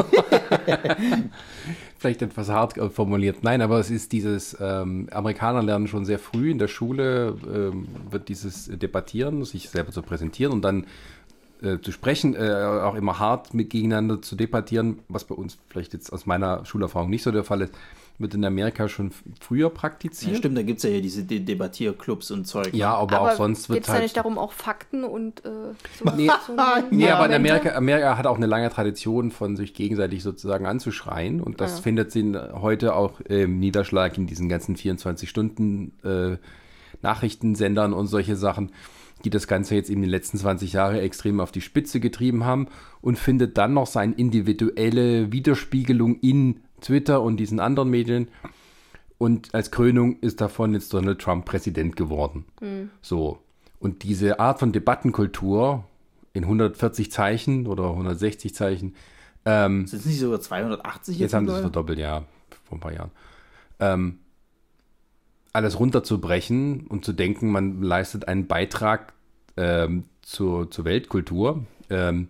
Vielleicht etwas hart äh, formuliert. Nein, aber es ist dieses, ähm, Amerikaner lernen schon sehr früh in der Schule, ähm, wird dieses Debattieren, sich selber zu präsentieren und dann äh, zu sprechen, äh, auch immer hart mit gegeneinander zu debattieren, was bei uns vielleicht jetzt aus meiner Schulerfahrung nicht so der Fall ist, wird in Amerika schon f- früher praktiziert. Ja, stimmt, da gibt es ja hier diese De- Debattierclubs und Zeug. Ja, aber, Aber auch sonst wird geht es da halt... nicht darum, auch Fakten und äh, so, Nee, so nee ja, aber in Argumente? Amerika, Amerika hat auch eine lange Tradition von sich gegenseitig sozusagen anzuschreien, und das Ja. findet sie heute auch im Niederschlag in diesen ganzen vierundzwanzig Stunden äh, Nachrichtensendern und solche Sachen, die das Ganze jetzt in den letzten zwanzig Jahren extrem auf die Spitze getrieben haben, und findet dann noch seine individuelle Widerspiegelung in Twitter und diesen anderen Medien. Und als Krönung ist davon jetzt Donald Trump Präsident geworden. Mhm. So. Und diese Art von Debattenkultur in hundertvierzig Zeichen oder hundertsechzig Zeichen. Ähm, Sind es nicht sogar zweihundertachtzig jetzt? jetzt haben sie es mittlerweile? verdoppelt, ja, vor ein paar Jahren. Ähm, alles runterzubrechen und zu denken, man leistet einen Beitrag ähm, zur, zur Weltkultur, ähm,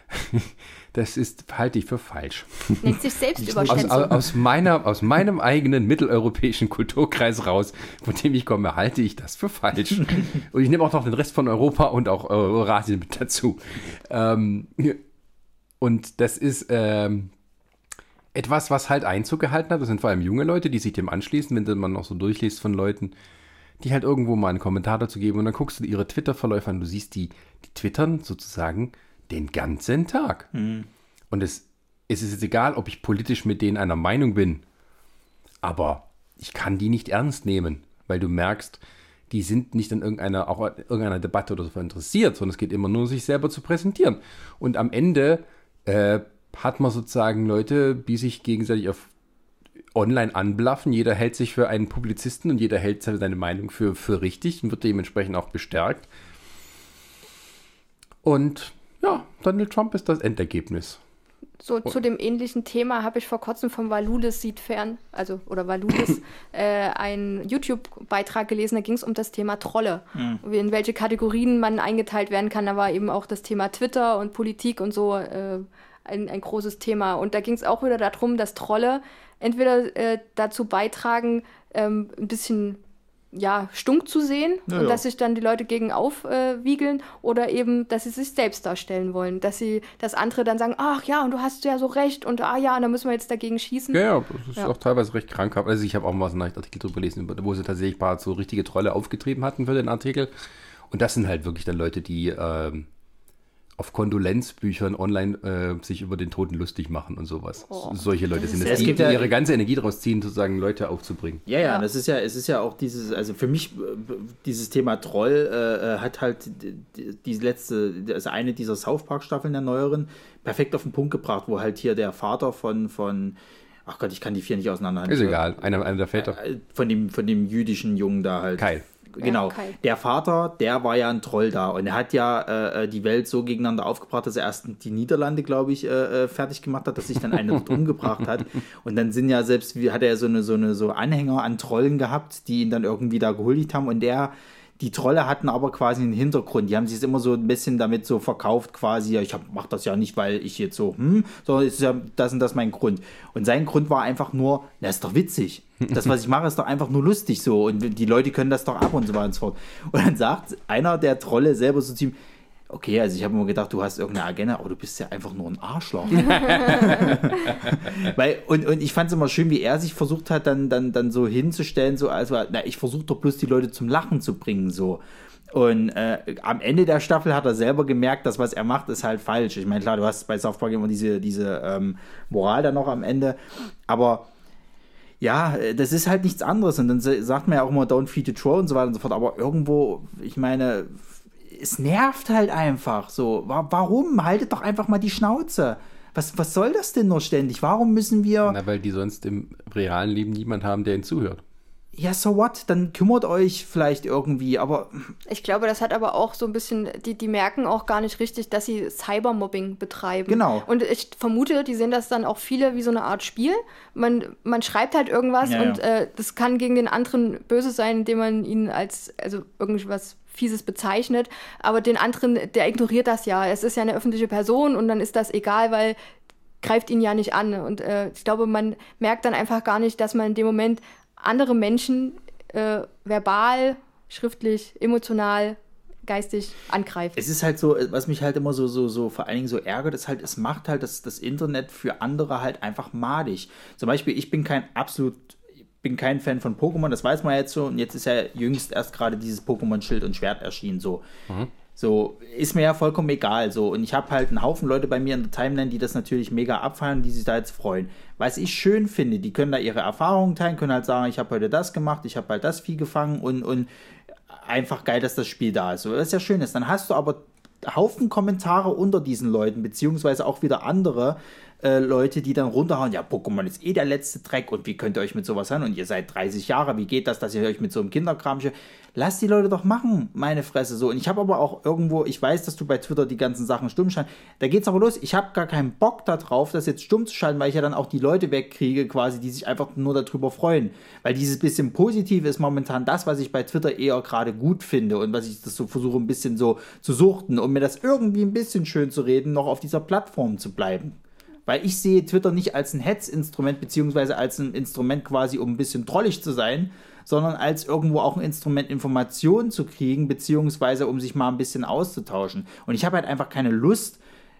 das ist, halte ich für falsch. Nennt sich Aus, Selbstüberschätzung. aus, aus, meiner, aus meinem eigenen mitteleuropäischen Kulturkreis raus, von dem ich komme, halte ich das für falsch. Und ich nehme auch noch den Rest von Europa und auch Eurasien mit dazu. Ähm, und das ist ähm, etwas, was halt Einzug gehalten hat. Das sind vor allem junge Leute, die sich dem anschließen, wenn man noch so durchliest von Leuten, die halt irgendwo mal einen Kommentar dazu geben, und dann guckst du ihre Twitter-Verläufe an, du siehst, die, die twittern sozusagen den ganzen Tag. Mhm. Und es, es ist jetzt egal, ob ich politisch mit denen einer Meinung bin, aber ich kann die nicht ernst nehmen, weil du merkst, die sind nicht an irgendeiner, auch an irgendeiner Debatte oder so interessiert, sondern es geht immer nur, sich selber zu präsentieren. Und am Ende äh, hat man sozusagen Leute, die sich gegenseitig auf online anblaffen. Jeder hält sich für einen Publizisten und jeder hält seine Meinung für, für richtig und wird dementsprechend auch bestärkt. Und ja, Donald Trump ist das Endergebnis. So, oh. Zu dem ähnlichen Thema habe ich vor kurzem vom Valulis sieht fern, also oder Valulis, äh, einen YouTube-Beitrag gelesen, da ging es um das Thema Trolle. Mhm. In welche Kategorien man eingeteilt werden kann. Da war eben auch das Thema Twitter und Politik und so äh, ein, ein großes Thema. Und da ging es auch wieder darum, dass Trolle entweder äh, dazu beitragen, ähm, ein bisschen ja, stunk zu sehen ja, und ja. dass sich dann die Leute gegen aufwiegeln äh, oder eben, dass sie sich selbst darstellen wollen. Dass sie, dass andere dann sagen, ach ja, und du hast ja so recht und ah ja, und da müssen wir jetzt dagegen schießen. Ja, ja, das ist Ja. auch teilweise recht krankhaft. Also ich habe auch mal so einen Artikel drüber gelesen, wo sie tatsächlich ein paar so richtige Trolle aufgetrieben hatten für den Artikel. Und das sind halt wirklich dann Leute, die ähm, auf Kondolenzbüchern online äh, sich über den Toten lustig machen und sowas. Oh. Solche Leute sind Es es, die, gibt die ja- ihre ganze Energie daraus ziehen, sozusagen Leute aufzubringen. Ja, ja, Ja. das ist ja, es ist ja auch dieses, also für mich, äh, dieses Thema Troll äh, hat halt die, die, die letzte, also eine dieser South Park-Staffeln der neueren, perfekt auf den Punkt gebracht, wo halt hier der Vater von, von ach Gott, ich kann die vier nicht auseinanderhalten. Ist egal, einer, einer der Väter. Äh, Von dem, von dem jüdischen Jungen da halt. Kai. Genau. Ja, Kai. Der Vater, der war ja ein Troll da und er hat ja äh, die Welt so gegeneinander aufgebracht, dass er erst die Niederlande, glaube ich, äh, fertig gemacht hat, dass sich dann einer dort umgebracht hat. Und dann sind ja selbst, wie hat er so eine, so eine so Anhänger an Trollen gehabt, die ihn dann irgendwie da gehuldigt haben und der die Trolle hatten aber quasi einen Hintergrund. Die haben sich immer so ein bisschen damit so verkauft, quasi, ja, ich hab, mach das ja nicht, weil ich jetzt so, hm, sondern es ist ja das und das mein Grund. Und sein Grund war einfach nur, na, ist doch witzig. Das, was ich mache, ist doch einfach nur lustig so. Und die Leute können das doch ab und so weiter und so fort. Und dann sagt einer der Trolle selber so zu ihm, okay, also ich habe immer gedacht, du hast irgendeine Agenda, aber du bist ja einfach nur ein Arschloch. Weil, und, und ich fand es immer schön, wie er sich versucht hat, dann, dann, dann so hinzustellen, so, also, na, ich versuche doch bloß die Leute zum Lachen zu bringen, so. Und äh, am Ende der Staffel hat er selber gemerkt, dass was er macht, ist halt falsch. Ich meine, klar, du hast bei South Park immer diese, diese ähm, Moral dann noch am Ende, aber ja, das ist halt nichts anderes. Und dann sagt man ja auch immer, don't feed the troll und so weiter und so fort, aber irgendwo, ich meine, es nervt halt einfach so. Warum? Haltet doch einfach mal die Schnauze. Was, was soll das denn nur ständig? Warum müssen wir... Na, weil die sonst im realen Leben niemand haben, der ihnen zuhört. Ja, so what? Dann kümmert euch vielleicht irgendwie, aber... Ich glaube, das hat aber auch so ein bisschen, die, die merken auch gar nicht richtig, dass sie Cybermobbing betreiben. Genau. Und ich vermute, die sehen das dann auch viele wie so eine Art Spiel. Man, man schreibt halt irgendwas Ja, und ja. Äh, das kann gegen den anderen böse sein, indem man ihn als, also irgendwas Fieses bezeichnet, aber den anderen, der ignoriert das ja. Es ist ja eine öffentliche Person und dann ist das egal, weil greift ihn ja nicht an. Und äh, ich glaube, man merkt dann einfach gar nicht, dass man in dem Moment andere Menschen äh, verbal, schriftlich, emotional, geistig angreift. Es ist halt so, was mich halt immer so, so, so vor allen Dingen so ärgert, ist halt, es macht halt das, das Internet für andere halt einfach madig. Zum Beispiel, ich bin kein absolut, bin kein Fan von Pokémon, das weiß man jetzt so, und jetzt ist ja jüngst erst gerade dieses Pokémon Schild und Schwert erschienen, so. Mhm. So, ist mir ja vollkommen egal, so. Und ich habe halt einen Haufen Leute bei mir in der Timeline, die das natürlich mega abfeiern, die sich da jetzt freuen. Was ich schön finde, die können da ihre Erfahrungen teilen, können halt sagen, ich habe heute das gemacht, ich habe halt das Vieh gefangen und, und einfach geil, dass das Spiel da ist. So, das ist ja schön ist. Dann hast du aber Haufen Kommentare unter diesen Leuten, beziehungsweise auch wieder andere äh, Leute, die dann runterhauen, ja, Pokémon ist eh der letzte Dreck und wie könnt ihr euch mit sowas an und ihr seid dreißig Jahre, wie geht das, dass ihr euch mit so einem Kinderkram... Lasst die Leute doch machen, meine Fresse, so. Und ich habe aber auch irgendwo, ich weiß, dass du bei Twitter die ganzen Sachen stumm schalten, da geht's aber los, ich habe gar keinen Bock darauf, das jetzt stumm zu schalten, weil ich ja dann auch die Leute wegkriege, quasi, die sich einfach nur darüber freuen. Weil dieses bisschen Positive ist momentan das, was ich bei Twitter eher gerade gut finde und was ich das so versuche, ein bisschen so zu suchten, um mir das irgendwie ein bisschen schön zu reden, noch auf dieser Plattform zu bleiben. Weil ich sehe Twitter nicht als ein Hetzinstrument, beziehungsweise als ein Instrument quasi, um ein bisschen trollig zu sein, sondern als irgendwo auch ein Instrument, Informationen zu kriegen, beziehungsweise um sich mal ein bisschen auszutauschen. Und ich habe halt einfach keine Lust,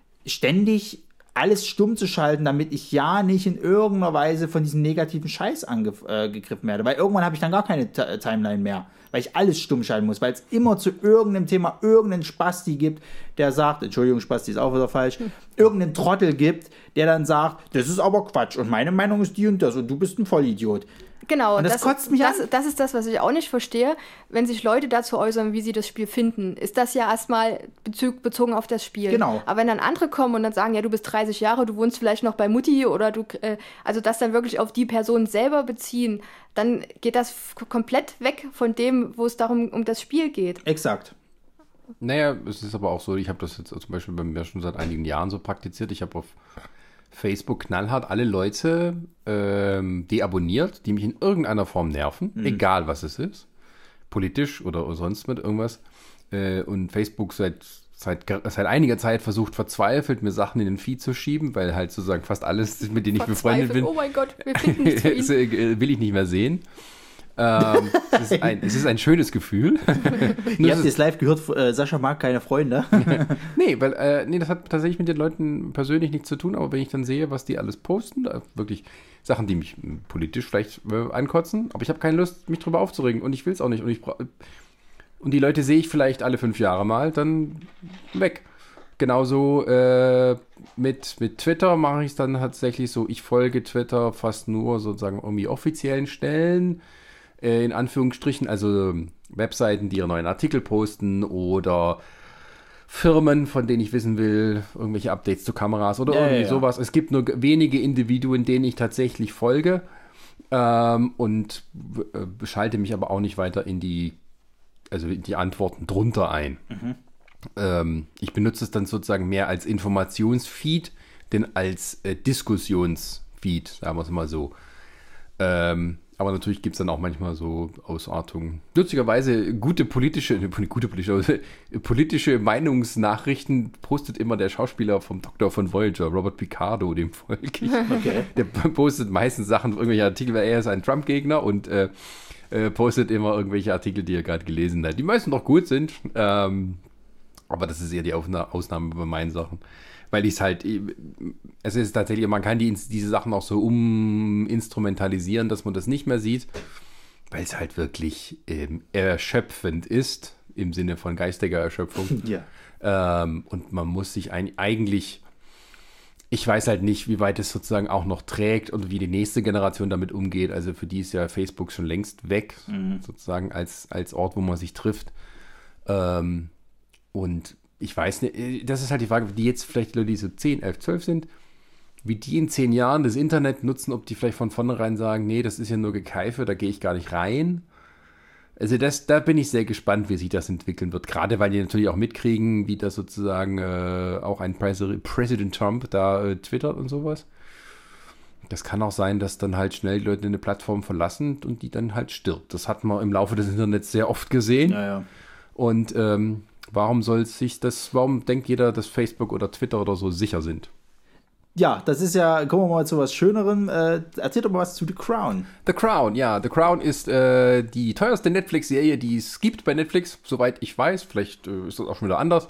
ständig alles stumm zu schalten, damit ich ja nicht in irgendeiner Weise von diesem negativen Scheiß angegriffen werde. Weil irgendwann habe ich dann gar keine T- Timeline mehr, weil ich alles stumm schalten muss, weil es immer zu irgendeinem Thema irgendeinen Spasti gibt, der sagt, Entschuldigung, Spasti ist auch wieder falsch, hm. irgendeinen Trottel gibt, der dann sagt, das ist aber Quatsch und meine Meinung ist die und das und du bist ein Vollidiot. Genau, und das, das kotzt mich das, an. Das ist das, was ich auch nicht verstehe. Wenn sich Leute dazu äußern, wie sie das Spiel finden, ist das ja erstmal bezug, bezogen auf das Spiel. Genau. Aber wenn dann andere kommen und dann sagen, ja, du bist dreißig Jahre, du wohnst vielleicht noch bei Mutti oder du, äh, also das dann wirklich auf die Person selber beziehen, dann geht das f- komplett weg von dem, wo es darum um das Spiel geht. Exakt. Naja, es ist aber auch so, ich habe das jetzt zum Beispiel bei mir schon seit einigen Jahren so praktiziert. Ich habe auf Facebook knallhart alle Leute ähm, deabonniert, die mich in irgendeiner Form nerven, mhm. egal was es ist, politisch oder, oder sonst mit irgendwas. Äh, und Facebook seit, seit, seit einiger Zeit versucht verzweifelt, mir Sachen in den Feed zu schieben, weil halt sozusagen fast alles, mit denen ich befreundet bin, oh mein Gott, wir finden nichts für ihn. will ich nicht mehr sehen. Ähm, es, ist ein, es ist ein schönes Gefühl. Ihr habt es live gehört, äh, Sascha mag keine Freunde. nee, weil äh, nee, das hat tatsächlich mit den Leuten persönlich nichts zu tun, aber wenn ich dann sehe, was die alles posten, da wirklich Sachen, die mich politisch vielleicht äh, ankotzen, aber ich habe keine Lust, mich drüber aufzuregen und ich will es auch nicht. Und, ich bra- und die Leute sehe ich vielleicht alle fünf Jahre mal, dann weg. Genauso äh, mit, mit Twitter mache ich es dann tatsächlich so, ich folge Twitter fast nur sozusagen irgendwie offiziellen Stellen, äh, in Anführungsstrichen, also Webseiten, die ihre neuen Artikel posten oder Firmen, von denen ich wissen will, irgendwelche Updates zu Kameras oder ja, irgendwie ja. sowas. Es gibt nur wenige Individuen, denen ich tatsächlich folge ähm, und äh, schalte mich aber auch nicht weiter in die, also in die Antworten drunter ein. Mhm. Ähm, ich benutze es dann sozusagen mehr als Informationsfeed, denn als äh, Diskussionsfeed, sagen wir es mal so. Ähm, aber natürlich gibt es dann auch manchmal so Ausartungen. Lustigerweise gute politische, ne, gute politische, politische Meinungsnachrichten postet immer der Schauspieler vom Doktor von Voyager, Robert Picardo, dem folge ich. Okay. Der postet meistens Sachen, irgendwelche Artikel, weil er ist ein Trump-Gegner und äh, äh, postet immer irgendwelche Artikel, die er gerade gelesen hat. Die meisten noch gut sind, ähm, aber das ist eher die Ausnahme bei meinen Sachen. Weil ich es halt, es ist tatsächlich, man kann die, diese Sachen auch so uminstrumentalisieren, dass man das nicht mehr sieht, weil es halt wirklich ähm, erschöpfend ist, im Sinne von geistiger Erschöpfung. Ja. Ähm, und man muss sich ein, eigentlich, ich weiß halt nicht, wie weit es sozusagen auch noch trägt und wie die nächste Generation damit umgeht. Also für die ist ja Facebook schon längst weg, mhm. sozusagen als, als Ort, wo man sich trifft. Ähm, und ich weiß nicht, das ist halt die Frage, die jetzt vielleicht Leute, die so zehn, elf, zwölf sind, wie die in zehn Jahren das Internet nutzen, ob die vielleicht von vornherein sagen, nee, das ist ja nur Gekeife, da gehe ich gar nicht rein. Also das, da bin ich sehr gespannt, wie sich das entwickeln wird. Gerade weil die natürlich auch mitkriegen, wie das sozusagen äh, auch ein Präsident, Präsident Trump da äh, twittert und sowas. Das kann auch sein, dass dann halt schnell die Leute eine Plattform verlassen und die dann halt stirbt. Das hat man im Laufe des Internets sehr oft gesehen. Ja, ja. Und ähm, warum soll sich das, warum denkt jeder, dass Facebook oder Twitter oder so sicher sind? Ja, das ist ja, kommen wir mal zu was Schönerem. Äh, erzähl doch mal was zu The Crown. The Crown, ja. The Crown ist äh, die teuerste Netflix-Serie, die es gibt bei Netflix, soweit ich weiß. Vielleicht äh, ist das auch schon wieder anders.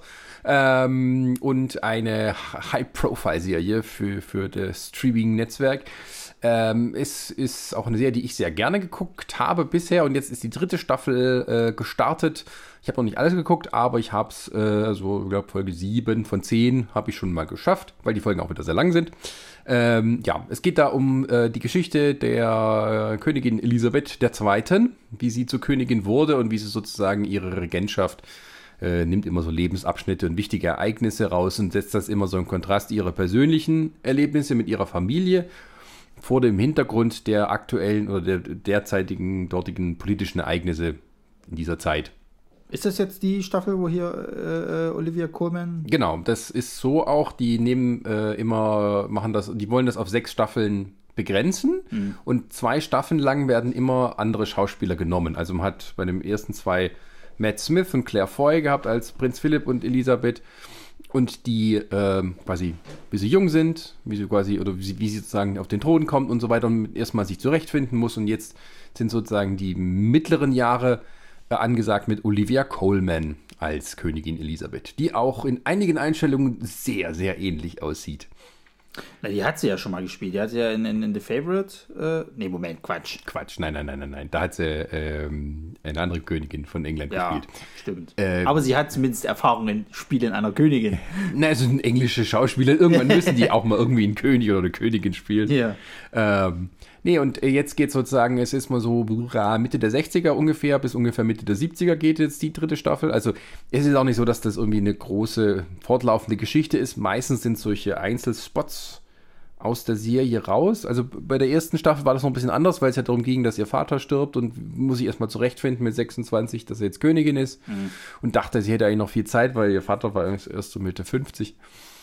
Ähm, und eine High-Profile-Serie für, für das Streaming-Netzwerk. Ähm, es ist auch eine Serie, die ich sehr gerne geguckt habe bisher. Und jetzt ist die dritte Staffel äh, gestartet. Ich habe noch nicht alles geguckt, aber ich habe es, äh, also ich glaube Folge sieben von zehn habe ich schon mal geschafft, weil die Folgen auch wieder sehr lang sind. Ähm, ja, es geht da um äh, die Geschichte der äh, Königin Elisabeth der Zweite., wie sie zur Königin wurde und wie sie sozusagen ihre Regentschaft äh, nimmt immer so Lebensabschnitte und wichtige Ereignisse raus und setzt das immer so im Kontrast ihrer persönlichen Erlebnisse mit ihrer Familie vor dem Hintergrund der aktuellen oder der derzeitigen dortigen politischen Ereignisse in dieser Zeit. Ist das jetzt die Staffel, wo hier äh, Olivia Colman... Genau, das ist so auch, die nehmen äh, immer, machen das, die wollen das auf sechs Staffeln begrenzen mhm. und zwei Staffeln lang werden immer andere Schauspieler genommen. Also man hat bei den ersten zwei Matt Smith und Claire Foy gehabt als Prinz Philipp und Elisabeth und die äh, quasi, wie sie jung sind, wie sie quasi, oder wie sie, wie sie sozusagen auf den Thron kommt und so weiter und erstmal sich zurechtfinden muss und jetzt sind sozusagen die mittleren Jahre angesagt mit Olivia Colman als Königin Elisabeth, die auch in einigen Einstellungen sehr, sehr ähnlich aussieht. Na, die hat sie ja schon mal gespielt. Die hat sie ja in, in, in The Favourite. Äh, nee, Moment, Quatsch. Quatsch, nein, nein, nein, nein, nein. Da hat sie ähm, eine andere Königin von England ja, gespielt. Stimmt. Äh, Aber sie hat zumindest Erfahrung in Spielen einer Königin. Na, also ein englische Schauspieler. Irgendwann müssen die auch mal irgendwie einen König oder eine Königin spielen. Ja. Ähm, nee, und jetzt geht sozusagen, es ist mal so Mitte der sechziger ungefähr, bis ungefähr Mitte der siebziger geht jetzt die dritte Staffel. Also es ist auch nicht so, dass das irgendwie eine große, fortlaufende Geschichte ist. Meistens sind solche Einzelspots aus der Serie raus. Also bei der ersten Staffel war das noch ein bisschen anders, weil es ja darum ging, dass ihr Vater stirbt und muss sich erstmal zurechtfinden mit sechsundzwanzig, dass er jetzt Königin ist. Mhm. Und dachte, sie hätte eigentlich noch viel Zeit, weil ihr Vater war erst so Mitte fünfzig.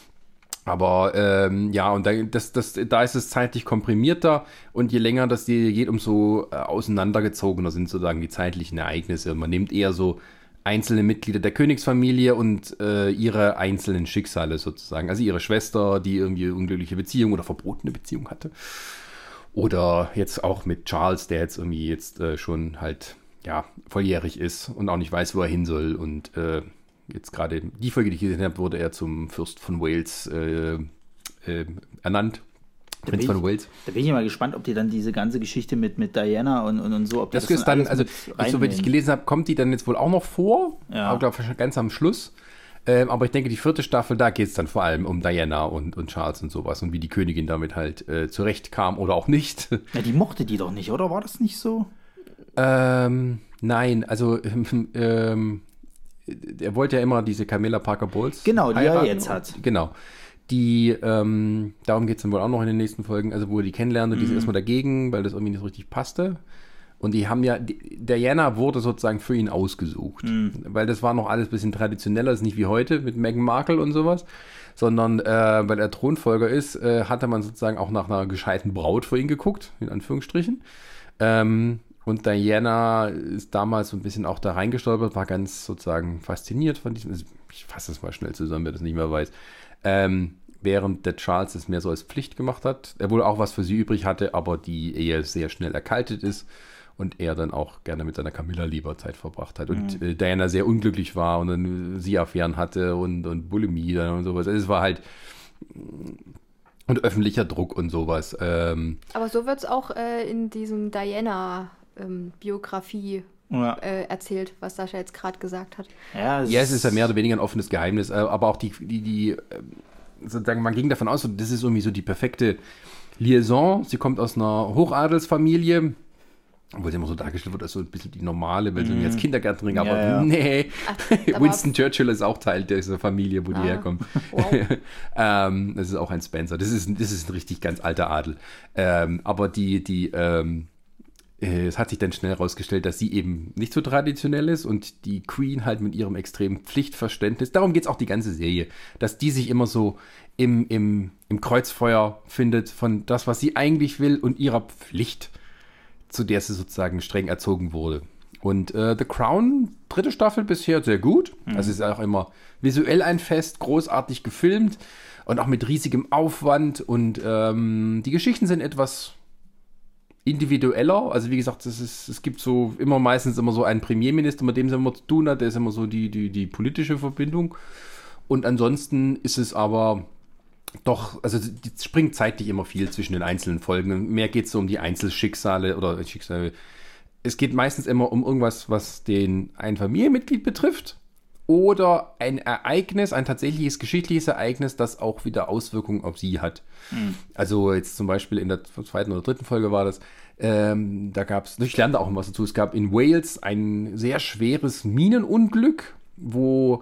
Aber ähm, ja, und da, das, das, da ist es zeitlich komprimierter und je länger das Serie geht, umso äh, auseinandergezogener sind sozusagen die zeitlichen Ereignisse. Und man nimmt eher so einzelne Mitglieder der Königsfamilie und äh, ihre einzelnen Schicksale sozusagen. Also ihre Schwester, die irgendwie unglückliche Beziehung oder verbotene Beziehung hatte. Oder jetzt auch mit Charles, der jetzt irgendwie jetzt äh, schon halt, ja, volljährig ist und auch nicht weiß, wo er hin soll. Und äh, jetzt gerade die Folge, die ich gesehen habe, wurde er zum Fürst von Wales äh, äh, ernannt. Da Prinz bin, von Wales. Ich, da bin ich mal gespannt, ob die dann diese ganze Geschichte mit, mit Diana und, und, und so, ob die Das, das ist dann, alles also, mit so wie ich gelesen habe, kommt die dann jetzt wohl auch noch vor. Ja. Aber glaube ich ganz am Schluss. Ähm, aber ich denke, die vierte Staffel, da geht es dann vor allem um Diana und, und Charles und sowas und wie die Königin damit halt äh, zurechtkam oder auch nicht. Ja, die mochte die doch nicht, oder? War das nicht so? ähm, nein, also ähm, ähm, er wollte ja immer diese Camilla Parker Bowles Genau, die heiraten. er jetzt hat. Genau. Die, ähm, darum geht es dann wohl auch noch in den nächsten Folgen, also wo er die kennenlernte, die ist erstmal dagegen, weil das irgendwie nicht so richtig passte. Und die haben ja, die, Diana wurde sozusagen für ihn ausgesucht. Mhm. Weil das war noch alles ein bisschen traditioneller, ist nicht wie heute mit Meghan Markle und sowas, sondern äh, weil er Thronfolger ist, äh, hatte man sozusagen auch nach einer gescheiten Braut für ihn geguckt, in Anführungsstrichen. Ähm, und Diana ist damals so ein bisschen auch da reingestolpert, war ganz sozusagen fasziniert von diesem, ich fasse das mal schnell zusammen, wer das nicht mehr weiß. Ähm, während der Charles es mehr so als Pflicht gemacht hat. Er wohl auch was für sie übrig hatte, aber die Ehe sehr schnell erkaltet ist und er dann auch gerne mit seiner Camilla lieber Zeit verbracht hat. Und mhm. äh, Diana sehr unglücklich war und dann sie Affären hatte und, und Bulimie dann und sowas. Also es war halt und öffentlicher Druck und sowas. Ähm, aber so wird es auch äh, in diesem Diana-Biografie ähm, Ja. Äh, erzählt, was Sascha jetzt gerade gesagt hat. Ja es, ja, es ist ja mehr oder weniger ein offenes Geheimnis, äh, aber auch die, die, die äh, sozusagen, man ging davon aus, das ist irgendwie so die perfekte Liaison. Sie kommt aus einer Hochadelsfamilie, obwohl sie immer so dargestellt wird als so ein bisschen die normale, weil sie mm. jetzt Kindergärtnerin, aber ja, ja. nee, Ach, Winston Churchill ist auch Teil dieser Familie, wo ah. die herkommen. Wow. ähm, das ist auch ein Spencer, das ist, das ist ein richtig ganz alter Adel. Ähm, aber die, die, ähm, es hat sich dann schnell herausgestellt, dass sie eben nicht so traditionell ist und die Queen halt mit ihrem extremen Pflichtverständnis, darum geht es auch die ganze Serie, dass die sich immer so im, im, im Kreuzfeuer findet von das, was sie eigentlich will und ihrer Pflicht, zu der sie sozusagen streng erzogen wurde. Und äh, The Crown, dritte Staffel bisher sehr gut. Mhm. Also es ist auch immer visuell ein Fest, großartig gefilmt und auch mit riesigem Aufwand und ähm, die Geschichten sind etwas individueller, also wie gesagt, es, ist, es gibt so immer meistens immer so einen Premierminister, mit dem sie immer zu tun hat, der ist immer so die, die, die politische Verbindung und ansonsten ist es aber doch, also die springt zeitlich immer viel zwischen den einzelnen Folgen und mehr geht es so um die Einzelschicksale oder Schicksale. Es geht meistens immer um irgendwas, was den ein Familienmitglied betrifft oder ein Ereignis, ein tatsächliches geschichtliches Ereignis, das auch wieder Auswirkungen auf sie hat. Mhm. Also jetzt zum Beispiel in der zweiten oder dritten Folge war das, ähm, da gab es, ich lerne da auch was dazu, es gab in Wales ein sehr schweres Minenunglück, wo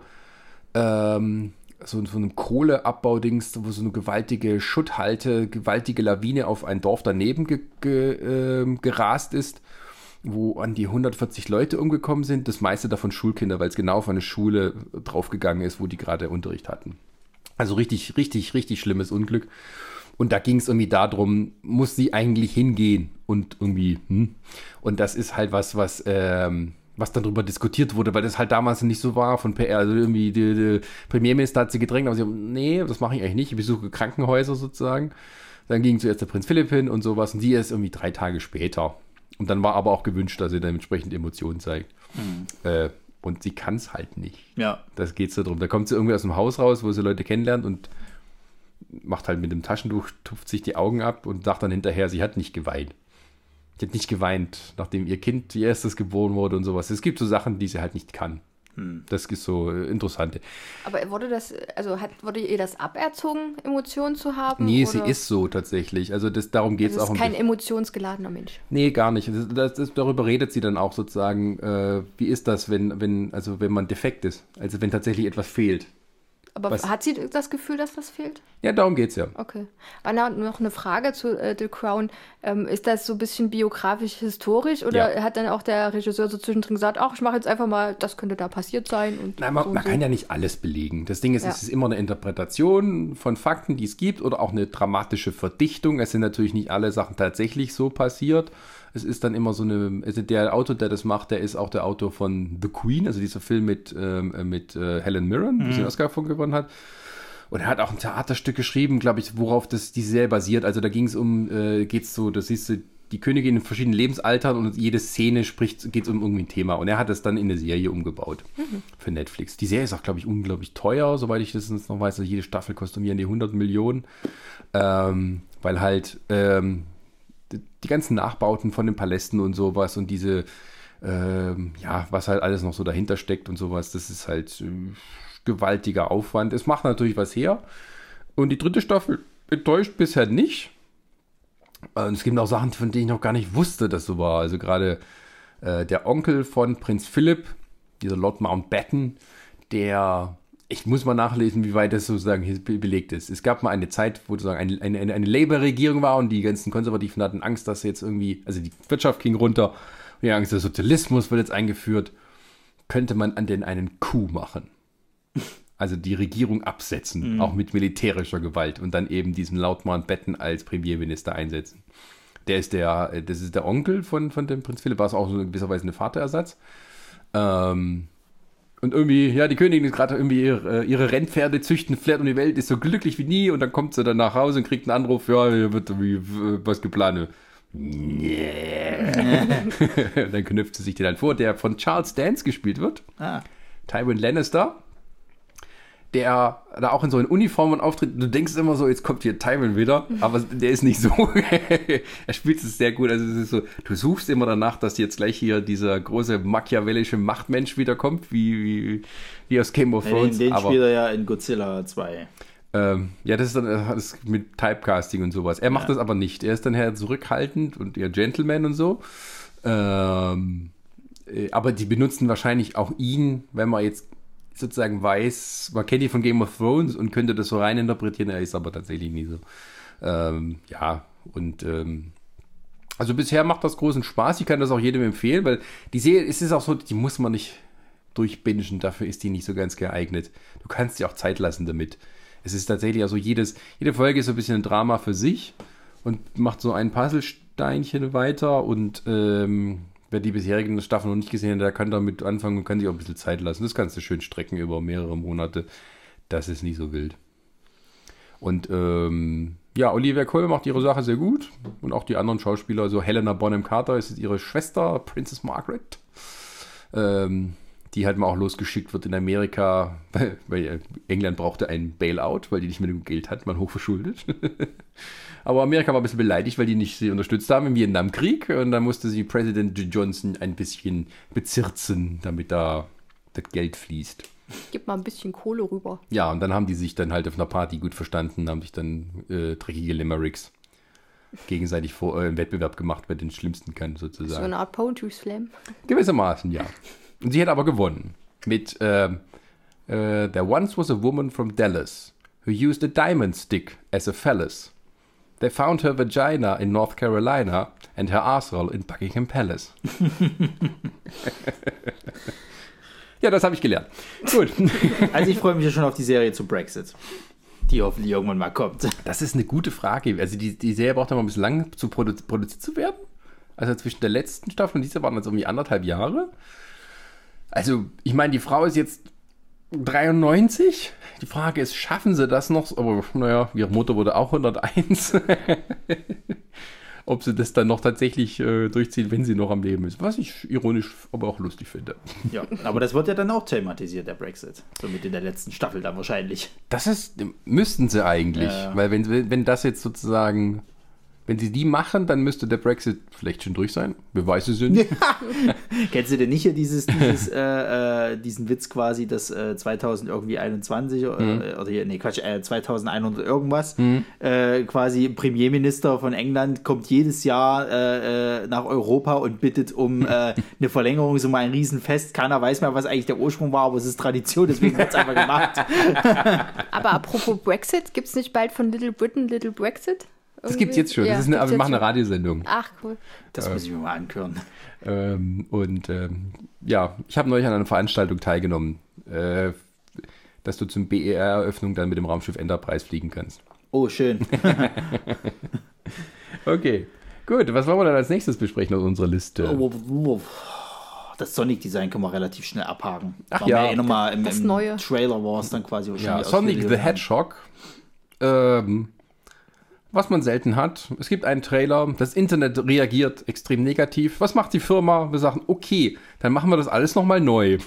ähm, so von einem Kohleabbaudings, wo so eine gewaltige Schutthalte, gewaltige Lawine auf ein Dorf daneben ge, ge, äh, gerast ist, wo an die hundertvierzig Leute umgekommen sind, das meiste davon Schulkinder, weil es genau auf eine Schule draufgegangen ist, wo die gerade Unterricht hatten. Also richtig, richtig, richtig schlimmes Unglück. Und da ging es irgendwie darum, muss sie eigentlich hingehen und irgendwie, hm? Und das ist halt was, was, ähm, was dann darüber diskutiert wurde, weil das halt damals nicht so war von P R. Also irgendwie der, der Premierminister hat sie gedrängt, aber sie haben, nee, das mache ich eigentlich nicht, ich besuche Krankenhäuser sozusagen. Dann ging zuerst der Prinz Philipp hin und sowas und sie ist irgendwie drei Tage später. Und dann war aber auch gewünscht, dass sie dann entsprechend Emotionen zeigt. Mhm. Äh, und sie kann es halt nicht. Ja. Das geht so drum. Da kommt sie irgendwie aus dem Haus raus, wo sie Leute kennenlernt und macht halt mit dem Taschentuch, tupft sich die Augen ab und sagt dann hinterher, sie hat nicht geweint. Sie hat nicht geweint, nachdem ihr Kind ihr erstes geboren wurde und sowas. Es gibt so Sachen, die sie halt nicht kann. Hm. Das ist so äh, interessante. Aber wurde das, also hat, wurde ihr das aberzogen, Emotionen zu haben? Nee, oder? Sie ist so tatsächlich. Also das, darum geht es also auch. Ist kein emotionsgeladener Mensch. Nee, gar nicht. Das, das, das, darüber redet sie dann auch sozusagen, äh, wie ist das, wenn, wenn, also wenn man defekt ist, also wenn tatsächlich etwas fehlt. Aber was? Hat sie das Gefühl, dass das fehlt? Ja, darum geht's ja. Okay. Anna, noch eine Frage zu äh, The Crown. Ähm, ist das so ein bisschen biografisch, historisch? Oder ja. hat dann auch der Regisseur so zwischendrin gesagt, ach, ich mache jetzt einfach mal, das könnte da passiert sein? Und Nein, man, so man so. kann ja nicht alles belegen. Das Ding ist, ja. es ist immer eine Interpretation von Fakten, die es gibt oder auch eine dramatische Verdichtung. Es sind natürlich nicht alle Sachen tatsächlich so passiert. Es ist dann immer so eine, also der Autor, der das macht, der ist auch der Autor von The Queen, also dieser Film mit, ähm, mit äh, Helen Mirren, mhm. die den Oscar von gewonnen hat. Und er hat auch ein Theaterstück geschrieben, glaube ich, worauf das die Serie basiert. Also da ging es um, äh, geht's so, das siehst du, die Königin in verschiedenen Lebensaltern und jede Szene spricht, geht es um irgendwie ein Thema. Und er hat das dann in eine Serie umgebaut mhm. für Netflix. Die Serie ist auch, glaube ich, unglaublich teuer, soweit ich das noch weiß. Also jede Staffel kostet mir an die hundert Millionen. Ähm, weil halt ähm, die, die ganzen Nachbauten von den Palästen und sowas und diese, ähm, ja, was halt alles noch so dahinter steckt und sowas, das ist halt äh, gewaltiger Aufwand. Es macht natürlich was her. Und die dritte Staffel enttäuscht bisher nicht. Und es gibt auch Sachen, von denen ich noch gar nicht wusste, dass so war. Also gerade äh, der Onkel von Prinz Philipp, dieser Lord Mountbatten, der, ich muss mal nachlesen, wie weit das sozusagen hier belegt ist. Es gab mal eine Zeit, wo sozusagen eine, eine, eine Labour-Regierung war und die ganzen Konservativen hatten Angst, dass jetzt irgendwie, also die Wirtschaft ging runter und die Angst, der Sozialismus wird jetzt eingeführt. Könnte man an den einen Coup machen? Also die Regierung absetzen, mhm. auch mit militärischer Gewalt und dann eben diesen Lord Mountbatten als Premierminister einsetzen. Der ist der, das ist der Onkel von, von dem Prinz Philipp, war es auch so in gewisser Weise ein Vaterersatz. Ähm, und irgendwie, ja, die Königin ist gerade irgendwie ihre, ihre Rennpferde züchten, fährt um die Welt, ist so glücklich wie nie und dann kommt sie dann nach Hause und kriegt einen Anruf, ja, hier wird irgendwie was geplant. Yeah. Dann knüpft sie sich den dann vor, der von Charles Dance gespielt wird. Ah. Tywin Lannister. Der da auch in so in Uniformen auftritt. Du denkst immer so, jetzt kommt hier Tywin wieder, aber der ist nicht so. Er spielt es sehr gut. Also es ist so, du suchst immer danach, dass jetzt gleich hier dieser große machiavellische Machtmensch wiederkommt, wie, wie, wie aus Game of Thrones. Den, den aber, spielt er ja in Godzilla zwei. Ähm, ja, das ist dann das ist mit Typecasting und sowas. Er macht ja. das aber nicht. Er ist dann eher zurückhaltend und eher Gentleman und so. Ähm, aber die benutzen wahrscheinlich auch ihn, wenn man jetzt sozusagen weiß, man kennt ihn von Game of Thrones und könnte das so rein interpretieren, er ist aber tatsächlich nie so. Ähm, ja, und ähm, also bisher macht das großen Spaß, ich kann das auch jedem empfehlen, weil die Serie, es ist auch so, die muss man nicht durchbingen, dafür ist die nicht so ganz geeignet. Du kannst dir auch Zeit lassen damit. Es ist tatsächlich also jedes, jede Folge ist so ein bisschen ein Drama für sich und macht so ein Puzzlesteinchen weiter und ähm, wer die bisherigen Staffeln noch nicht gesehen hat, der kann damit anfangen und kann sich auch ein bisschen Zeit lassen. Das kannst du schön strecken über mehrere Monate. Das ist nicht so wild. Und ähm, ja, Olivia Colman macht ihre Sache sehr gut. Und auch die anderen Schauspieler, also Helena Bonham Carter ist ihre Schwester, Princess Margaret. Ähm, die halt mal auch losgeschickt wird in Amerika, weil, weil England brauchte ein Bailout, weil die nicht mehr genug Geld hat, man hochverschuldet. Aber Amerika war ein bisschen beleidigt, weil die nicht sie unterstützt haben im Vietnamkrieg. Und dann musste sie Präsident Johnson ein bisschen bezirzen, damit da das Geld fließt. Gib mal ein bisschen Kohle rüber. Ja, und dann haben die sich dann halt auf einer Party gut verstanden, haben sich dann äh, dreckige Limericks gegenseitig vor, äh, im Wettbewerb gemacht, wer den schlimmsten kann, sozusagen. So eine Art Poetry Slam. Gewissermaßen, ja. Und sie hat aber gewonnen. Mit äh, äh, There once was a woman from Dallas who used a diamond stick as a phallus. They found her vagina in North Carolina and her arsehole in Buckingham Palace. Ja, das habe ich gelernt. Gut. Also ich freue mich ja schon auf die Serie zu Brexit, die hoffentlich irgendwann mal kommt. Das ist eine gute Frage. Also die, die Serie braucht ja mal ein bisschen lang zu produ- produziert zu werden. Also zwischen der letzten Staffel und dieser waren das irgendwie anderthalb Jahre. Also ich meine, die Frau ist jetzt dreiundneunzig. Die Frage ist, schaffen sie das noch? Aber naja, ihre Mutter wurde auch hunderteins. Ob sie das dann noch tatsächlich äh, durchziehen, wenn sie noch am Leben ist. Was ich ironisch, aber auch lustig finde. Ja, aber das wird ja dann auch thematisiert, der Brexit. Somit in der letzten Staffel dann wahrscheinlich. Das ist, müssten sie eigentlich. Ja, ja. Weil wenn, wenn das jetzt sozusagen... Wenn sie die machen, dann müsste der Brexit vielleicht schon durch sein. Wer weiß es nicht. Kennst du denn nicht hier dieses, dieses, äh, äh, diesen Witz quasi, dass äh, zwanzig irgendwie einundzwanzig mhm. äh, oder hier, nee, Quatsch, äh, zweitausendeinhundert irgendwas, mhm. äh, quasi Premierminister von England kommt jedes Jahr äh, äh, nach Europa und bittet um äh, eine Verlängerung, so mal ein Riesenfest. Keiner weiß mehr, was eigentlich der Ursprung war, aber es ist Tradition, deswegen wird es einfach gemacht. Aber apropos Brexit, gibt es nicht bald von Little Britain Little Brexit? Das gibt es jetzt schon. Ja, das ist eine, aber wir machen eine Radiosendung. Ach, cool. Das äh, muss ich mir mal anhören. Ähm, und ähm, ja, ich habe neulich an einer Veranstaltung teilgenommen, äh, dass du zum B E R-Eröffnung dann mit dem Raumschiff Enterprise fliegen kannst. Oh, schön. Okay, gut. Was wollen wir dann als nächstes besprechen aus unserer Liste? das Sonic-Design können wir relativ schnell abhaken. Ach war ja, ja eh nochmal im, das im Neue. Trailer war es dann quasi Ja, wahrscheinlich. Sonic the Hedgehog. Ähm, was man selten hat. Es gibt einen Trailer, das Internet reagiert extrem negativ. Was macht die Firma? Wir sagen, okay, dann machen wir das alles nochmal neu.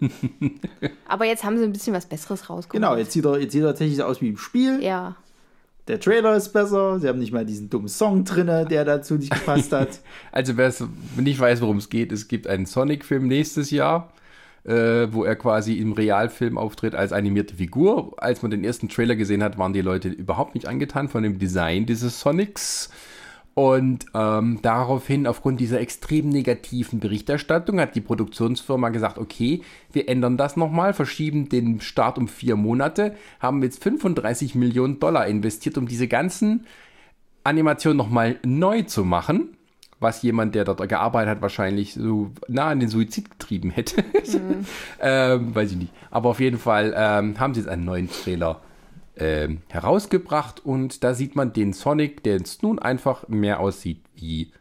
Aber jetzt haben sie ein bisschen was Besseres rausgeholt. Genau, jetzt sieht, er, jetzt sieht er tatsächlich aus wie im Spiel. Ja. Der Trailer ist besser. Sie haben nicht mal diesen dummen Song drin, der dazu nicht gepasst hat. Also wer es nicht weiß, worum es geht, es gibt einen Sonic-Film nächstes Jahr, äh, wo er quasi im Realfilm auftritt als animierte Figur. Als man den ersten Trailer gesehen hat, waren die Leute überhaupt nicht angetan von dem Design dieses Sonics. Und ähm, daraufhin, aufgrund dieser extrem negativen Berichterstattung, hat die Produktionsfirma gesagt, okay, wir ändern das nochmal, verschieben den Start um vier Monate, haben jetzt fünfunddreißig Millionen Dollar investiert, um diese ganzen Animationen nochmal neu zu machen, was jemand, der dort gearbeitet hat, wahrscheinlich so nah an den Suizid getrieben hätte. Mhm. ähm, weiß ich nicht. Aber auf jeden Fall ähm, haben sie jetzt einen neuen Trailer Ähm, herausgebracht und da sieht man den Sonic, der jetzt nun einfach mehr aussieht wie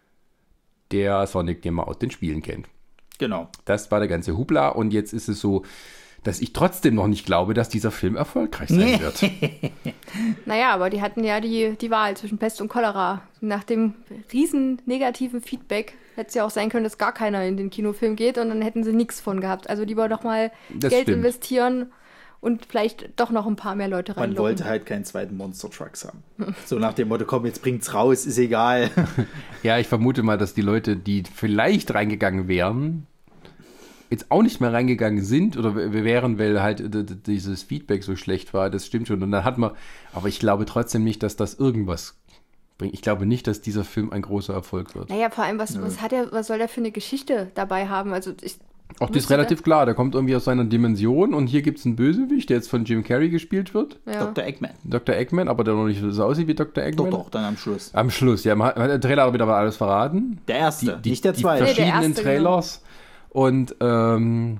der Sonic, den man aus den Spielen kennt. Genau. Das war der ganze Hubla und jetzt ist es so, dass ich trotzdem noch nicht glaube, dass dieser Film erfolgreich sein wird. Naja, aber die hatten ja die, die Wahl zwischen Pest und Cholera. Nach dem riesen negativen Feedback hätte es ja auch sein können, dass gar keiner in den Kinofilm geht und dann hätten sie nichts von gehabt. Also lieber doch mal Das Geld stimmt. investieren und vielleicht doch noch ein paar mehr Leute Man reinlocken. wollte halt keinen zweiten Monster Trucks haben. So nach dem Motto, komm, jetzt bringt's raus, ist egal. Ja, ich vermute mal, dass die Leute, die vielleicht reingegangen wären, jetzt auch nicht mehr reingegangen sind oder w- wären, weil halt d- d- dieses Feedback so schlecht war. Das stimmt schon. Und dann hat man, aber ich glaube trotzdem nicht, dass das irgendwas bringt. Ich glaube nicht, dass dieser Film ein großer Erfolg wird. Naja, vor allem, was, was hat er, was soll der für eine Geschichte dabei haben? Also ich Auch das ist wüsste relativ klar. Der kommt irgendwie aus seiner Dimension und hier gibt es einen Bösewicht, der jetzt von Jim Carrey gespielt wird. da- ja. Doktor Eggman. Doktor Eggman, aber der noch nicht so aussieht wie Doktor Doch, Eggman. doch, dann am Schluss. Am Schluss, ja. Man hat, der Trailer hat aber alles verraten. Der erste, Die, nicht der die zweite. Nee, der verschiedenen erste, Trailers. Und ähm,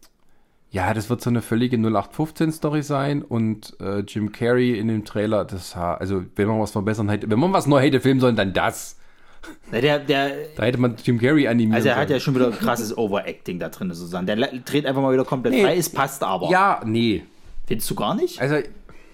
ja, das wird so eine völlige null acht fünfzehn Story sein. Und äh, Jim Carrey in dem Trailer, das ha- also wenn man was verbessern hätte, wenn man was neu hätte filmen sollen, dann das. Na, der, der, Da hätte man Jim Carrey animieren also er hat sollen. ja schon wieder krasses Overacting da drin, sozusagen. Der le- dreht einfach mal wieder komplett Nee. frei, es passt aber. Ja, nee. Findest du gar nicht? Also,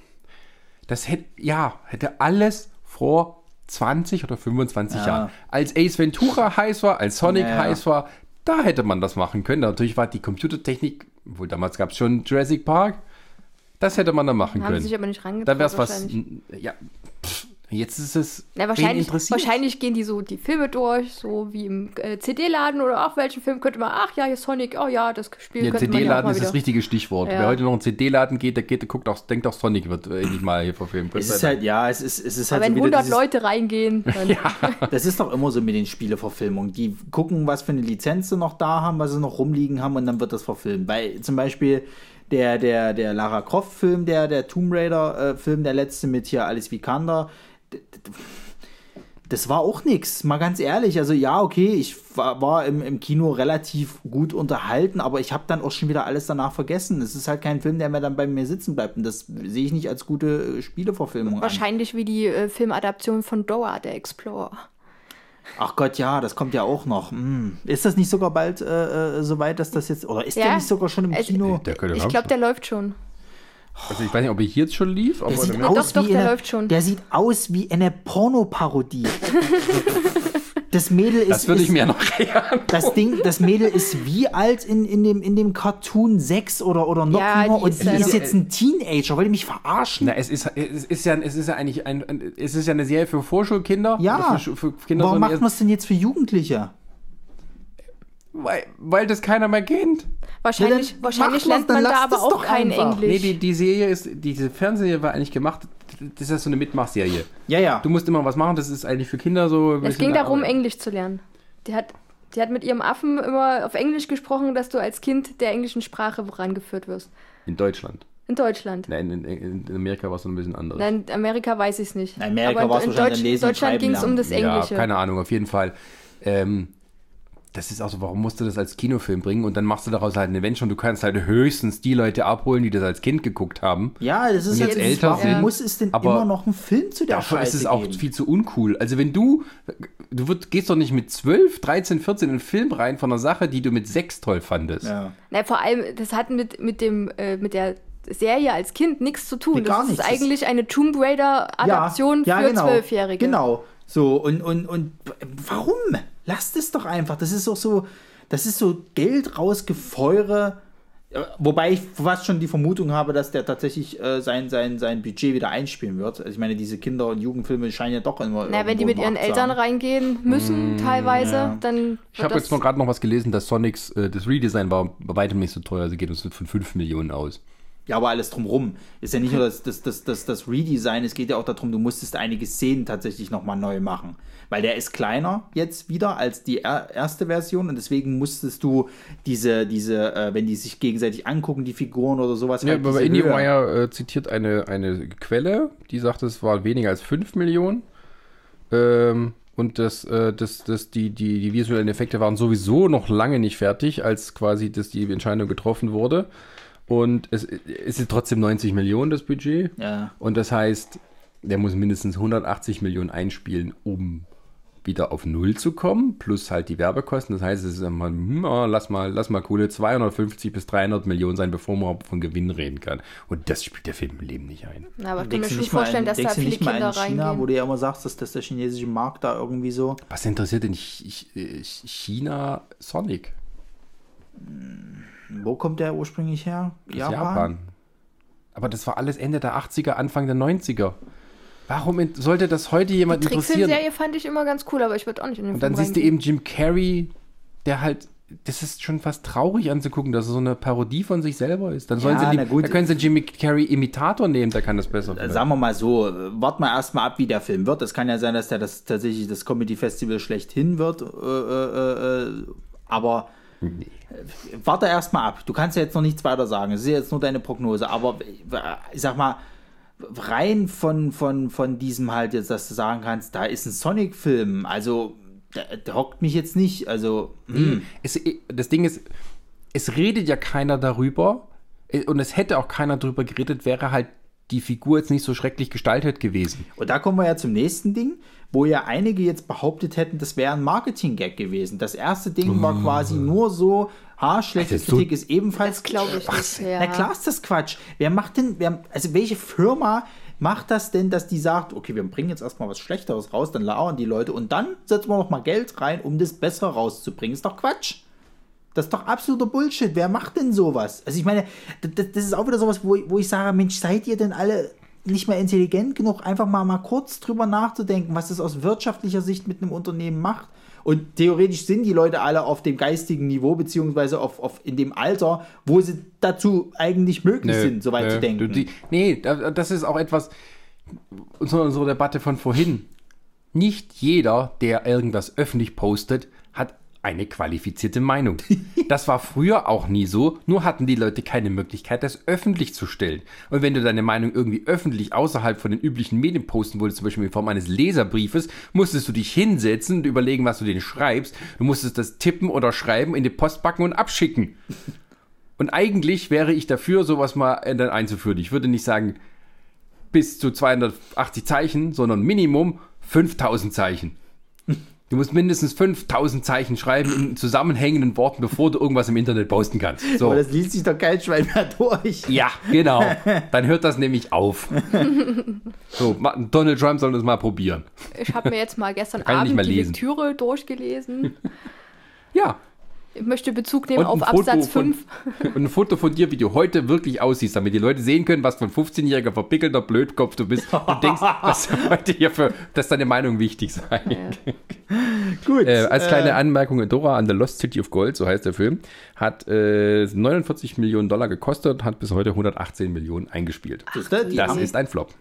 das hätte, ja, hätte alles vor zwanzig oder fünfundzwanzig Ja. Jahren. Als Ace Ventura heiß war, als Sonic Ja, ja. heiß war, da hätte man das machen können. Natürlich war die Computertechnik, wohl damals gab es schon Jurassic Park, das hätte man da machen Haben können. sich aber nicht rangetraut. Da wäre es was, wahrscheinlich. ja, pff, jetzt ist es, Na, wen wahrscheinlich, interessiert? wahrscheinlich gehen die so die Filme durch, so wie im äh, C D-Laden oder auch welchen Film könnte man, ach ja, hier Sonic, oh ja, das Spiel Ja, könnte man ja auch C D-Laden mal ist das wieder. richtige Stichwort. Ja. Wer heute noch in einen C D-Laden geht, der geht, der guckt auch, denkt auch Sonic wird äh, endlich mal hier verfilmt. Es ist halt, ja, es ist, es ist halt Aber wenn so wieder hundert dieses, Leute reingehen, dann das ist doch immer so mit den Spieleverfilmungen. Die gucken, was für eine Lizenz sie noch da haben, was sie noch rumliegen haben und dann wird das verfilmt. Weil zum Beispiel der, der, der Lara Croft-Film, der, der Tomb Raider-Film, der letzte mit hier Alice Vikander, d- d- das war auch nix, mal ganz ehrlich. Also ja, okay, ich war, war im, im Kino relativ gut unterhalten, aber ich habe dann auch schon wieder alles danach vergessen. Es ist halt kein Film, der mir dann bei mir sitzen bleibt und das sehe ich nicht als gute äh, Spieleverfilmung an. wahrscheinlich wie die äh, Filmadaption von Dora, der Explorer. Ach Gott, ja, das kommt ja auch noch. Hm. Ist das nicht sogar bald äh, äh, so weit, dass das jetzt, oder ist Ja. der nicht sogar schon im Es- Kino? Der könnte Ich haben glaube, schon. der läuft schon. Also ich weiß nicht, ob er hier jetzt schon lief, aber Der sieht Doch, aus doch, wie der eine, läuft schon. Der sieht aus wie eine Pornoparodie. Das Mädel ist, das würde ich ist mir noch eher das Ding, das Mädel ist wie alt in, in, dem, in dem Cartoon sechs oder, oder noch Ja, jünger die und ist die ja ist noch- jetzt ein Teenager. Wollt ihr mich verarschen? Na, es ist, es ist ja, es ist ja eigentlich ein, ein, es ist ja eine Serie für Vorschulkinder. Ja, Oder Für, für Kinder warum so macht eine- man es denn jetzt für Jugendliche? weil, weil das keiner mehr kennt. Wahrscheinlich, Ja, dann wahrscheinlich macht man's, lernt man dann da lasst aber es auch doch kein einfach. Nee, Englisch. die, die Serie ist, diese Fernsehserie war eigentlich gemacht, das ist ja so eine Mitmachserie. Ja, ja. Du musst immer was machen, das ist eigentlich für Kinder so. ein es bisschen- ging darum, Englisch zu lernen. Die hat, die hat mit ihrem Affen immer auf Englisch gesprochen, dass du als Kind der englischen Sprache rangeführt wirst. In Deutschland. In Deutschland. Nein, in, in, in Amerika war es so ein bisschen anders. Nein, in Amerika weiß ich es nicht. In Amerika Aber war's in, in wahrscheinlich Deutsch, dann Lesen und Deutschland Schreiben ging es um lernen. das Ja, Englische. keine Ahnung, auf jeden Fall. Ähm, das ist auch so, warum musst du das als Kinofilm bringen und dann machst du daraus halt ein Event schon, du kannst halt höchstens die Leute abholen, die das als Kind geguckt haben. Ja, das ist und jetzt halt, älter warum sind. muss es denn aber immer noch einen Film zu der dafür Scheiße ist es auch geben? viel zu uncool. Also wenn du, du wird, gehst doch nicht mit zwölf, dreizehn, vierzehn in einen Film rein von einer Sache, die du mit sechs toll fandest. Ja. Na, vor allem, das hat mit, mit, dem, äh, mit der Serie als Kind nichts zu tun. Nee, gar das nichts. ist eigentlich eine Tomb Raider-Adaption ja, ja, für genau. Zwölfjährige. Genau. So, und, und, und warum? Lasst es doch einfach. Das ist doch so, das ist so Geld rausgefeure. Wobei ich fast schon die Vermutung habe, dass der tatsächlich äh, sein, sein, sein Budget wieder einspielen wird. Also ich meine, diese Kinder- und Jugendfilme scheinen ja doch immer. Na, wenn die mit ihren Eltern reingehen müssen, Mm, teilweise, ja. dann. Ich habe jetzt noch gerade noch was gelesen, dass Sonics, äh, das Redesign war bei weitem nicht so teuer, also geht uns von fünf Millionen aus. Ja, aber alles drumrum. Ist ja nicht nur das, das, das, das, das Redesign, es geht ja auch darum, du musstest einige Szenen tatsächlich nochmal neu machen. Weil der ist kleiner jetzt wieder als die er- erste Version und deswegen musstest du diese, diese äh, wenn die sich gegenseitig angucken, die Figuren oder sowas. Ja, halt aber bei diese Höhe. IndieWire äh, zitiert eine, eine Quelle, die sagt, es war weniger als fünf Millionen. Ähm, und das, äh, das, das, die, die, die visuellen Effekte waren sowieso noch lange nicht fertig, als quasi das, die Entscheidung getroffen wurde. Und es, es ist trotzdem neunzig Millionen das Budget. Ja. Und das heißt, der muss mindestens hundertachtzig Millionen einspielen, um wieder auf Null zu kommen, plus halt die Werbekosten. Das heißt, es ist immer, hm, oh, lass mal, lass mal coole zweihundertfünfzig bis dreihundert Millionen sein, bevor man überhaupt von Gewinn reden kann. Und das spielt der Film im Leben nicht ein. Na, aber ich kann mir Denkst du schon nicht mal vorstellen, in- dass da denkst du viele nicht mal Kinder in China, reingehen. wo du ja immer sagst, dass, dass der chinesische Markt da irgendwie so. Was interessiert denn Ch- Ch- China Sonic? Wo kommt der ursprünglich her? Aus Japan. Aber das war alles Ende der achtziger, Anfang der neunziger. Warum in- sollte das heute jemand Die interessieren? Trickfilmserie fand ich immer ganz cool, aber ich würde auch nicht in den Und Film dann siehst du reingehen. eben Jim Carrey, der halt, das ist schon fast traurig anzugucken, dass er so eine Parodie von sich selber ist. Dann sollen Ja, sie na die, gut. da können sie Jimmy Carrey Imitator nehmen, der kann das besser. Äh, Sagen wir mal so, äh, warten wir erstmal ab, wie der Film wird. Es kann ja sein, dass der das tatsächlich das Comedy-Festival schlechthin wird. Äh, äh, äh, aber Nee. äh, warte erstmal ab. Du kannst ja jetzt noch nichts weiter sagen. Das ist ja jetzt nur deine Prognose. Aber äh, ich sag mal, rein von, von, von diesem halt jetzt, dass du sagen kannst, da ist ein Sonic-Film. Also, der, der hockt mich jetzt nicht. Also, hm. Es, das Ding ist, es redet ja keiner darüber und es hätte auch keiner darüber geredet, wäre halt die Figur jetzt nicht so schrecklich gestaltet gewesen. Und da kommen wir ja zum nächsten Ding, wo ja einige jetzt behauptet hätten, das wäre ein Marketing-Gag gewesen. Das erste Ding war quasi nur so, ha, schlechte Alter, so- Kritik ist ebenfalls Das glaube ich nicht. Ja. Na klar ist das Quatsch. Wer macht denn, wer, also welche Firma macht das denn, dass die sagt, okay, wir bringen jetzt erstmal was Schlechteres raus, dann lauern die Leute und dann setzen wir noch mal Geld rein, um das besser rauszubringen. Ist doch Quatsch. Das ist doch absoluter Bullshit. Wer macht denn sowas? Also ich meine, das, das ist auch wieder sowas, wo, wo ich sage, Mensch, seid ihr denn alle nicht mehr intelligent genug, einfach mal, mal kurz drüber nachzudenken, was das aus wirtschaftlicher Sicht mit einem Unternehmen macht? Und theoretisch sind die Leute alle auf dem geistigen Niveau, beziehungsweise auf, auf in dem Alter, wo sie dazu eigentlich möglich Nö, sind, soweit nö. zu denken. Du, die, nee, da- das ist auch etwas, unsere, unsere Debatte von vorhin. Nicht jeder, der irgendwas öffentlich postet, hat eine qualifizierte Meinung. Das war früher auch nie so, nur hatten die Leute keine Möglichkeit, das öffentlich zu stellen. Und wenn du deine Meinung irgendwie öffentlich außerhalb von den üblichen Medien posten wolltest, zum Beispiel in Form eines Leserbriefes, musstest du dich hinsetzen und überlegen, was du denen schreibst. Du musstest das tippen oder schreiben, in die Post packen und abschicken. Und eigentlich wäre ich dafür, sowas mal dann einzuführen. Ich würde nicht sagen bis zu zweihundertachtzig Zeichen, sondern Minimum fünftausend Zeichen. Du musst mindestens fünftausend Zeichen schreiben in zusammenhängenden Worten, bevor du irgendwas im Internet posten kannst. So. Aber das liest sich doch kein Schwein mehr durch. Ja, genau. Dann hört das nämlich auf. So, ma- Donald Trump soll das mal probieren. Ich habe mir jetzt mal gestern Kann ich nicht Abend mehr die lesen. Lektüre durchgelesen. Ja. Ich möchte Bezug nehmen Und auf ein Foto Absatz von- fünf. Und ein Foto von dir, wie du heute wirklich aussiehst, damit die Leute sehen können, was für ein fünfzehnjähriger verpickelter Blödkopf du bist und denkst, was heute hier für, dass deine Meinung wichtig sei. Ja. Gut. Äh, als kleine Anmerkung, Dora and the Lost City of Gold, so heißt der Film, hat äh, neunundvierzig Millionen Dollar gekostet und hat bis heute hundertachtzehn Millionen eingespielt. Siehst du, die Das haben- ist ein Flop.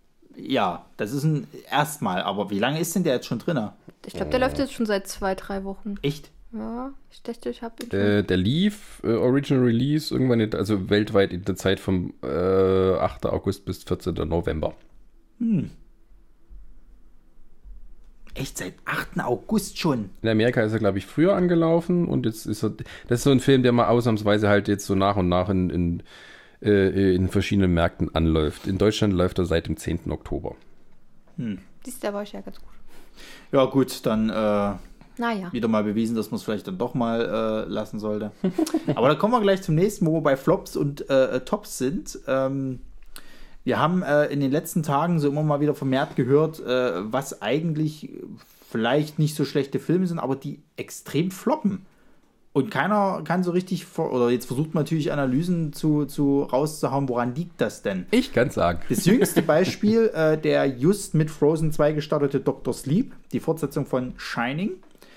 Ja, das ist ein erstmal. Aber wie lange ist denn der jetzt schon drin? Ich glaube, der läuft jetzt schon seit zwei, drei Wochen. Echt? Ja, ich dachte, ich habe ihn schon. Äh, der lief, äh, Original Release, irgendwann, in, also weltweit in der Zeit vom äh, achten August bis vierzehnten November. Echt, seit achten August schon? In Amerika ist er, glaube ich, früher angelaufen und jetzt ist er, das ist so ein Film, der mal ausnahmsweise halt jetzt so nach und nach in, in, äh, in verschiedenen Märkten anläuft. In Deutschland läuft er seit dem zehnten Oktober. Hm. Dies, da war ich ja ganz gut. Ja gut, dann äh, naja. wieder mal bewiesen, dass man es vielleicht dann doch mal äh, lassen sollte. Aber da kommen wir gleich zum nächsten, wo wir bei Flops und äh, Tops sind. Ähm, wir haben äh, in den letzten Tagen so immer mal wieder vermehrt gehört, äh, was eigentlich vielleicht nicht so schlechte Filme sind, aber die extrem floppen. Und keiner kann so richtig, vor, oder jetzt versucht man natürlich Analysen zu, zu rauszuhauen, woran liegt das denn? Ich kann sagen. Das jüngste Beispiel, äh, der just mit Frozen zwei gestartete Doctor Sleep, die Fortsetzung von Shining.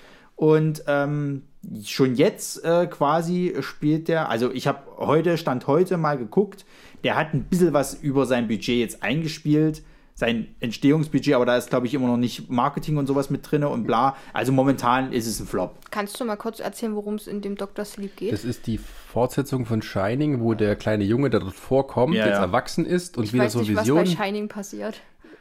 Und ähm, schon jetzt äh, quasi spielt der, also ich habe heute, Stand heute mal geguckt, der hat ein bisschen was über sein Budget jetzt eingespielt, sein Entstehungsbudget, aber da ist, glaube ich, immer noch nicht Marketing und sowas mit drin und bla. Also momentan ist es ein Flop. Kannst du mal kurz erzählen, worum es in dem Doctor Sleep geht? Das ist die Fortsetzung von Shining, wo der kleine Junge, der dort vorkommt, ja, jetzt ja. erwachsen ist und ich wieder weiß so nicht, Visionen. Was bei Shining passiert.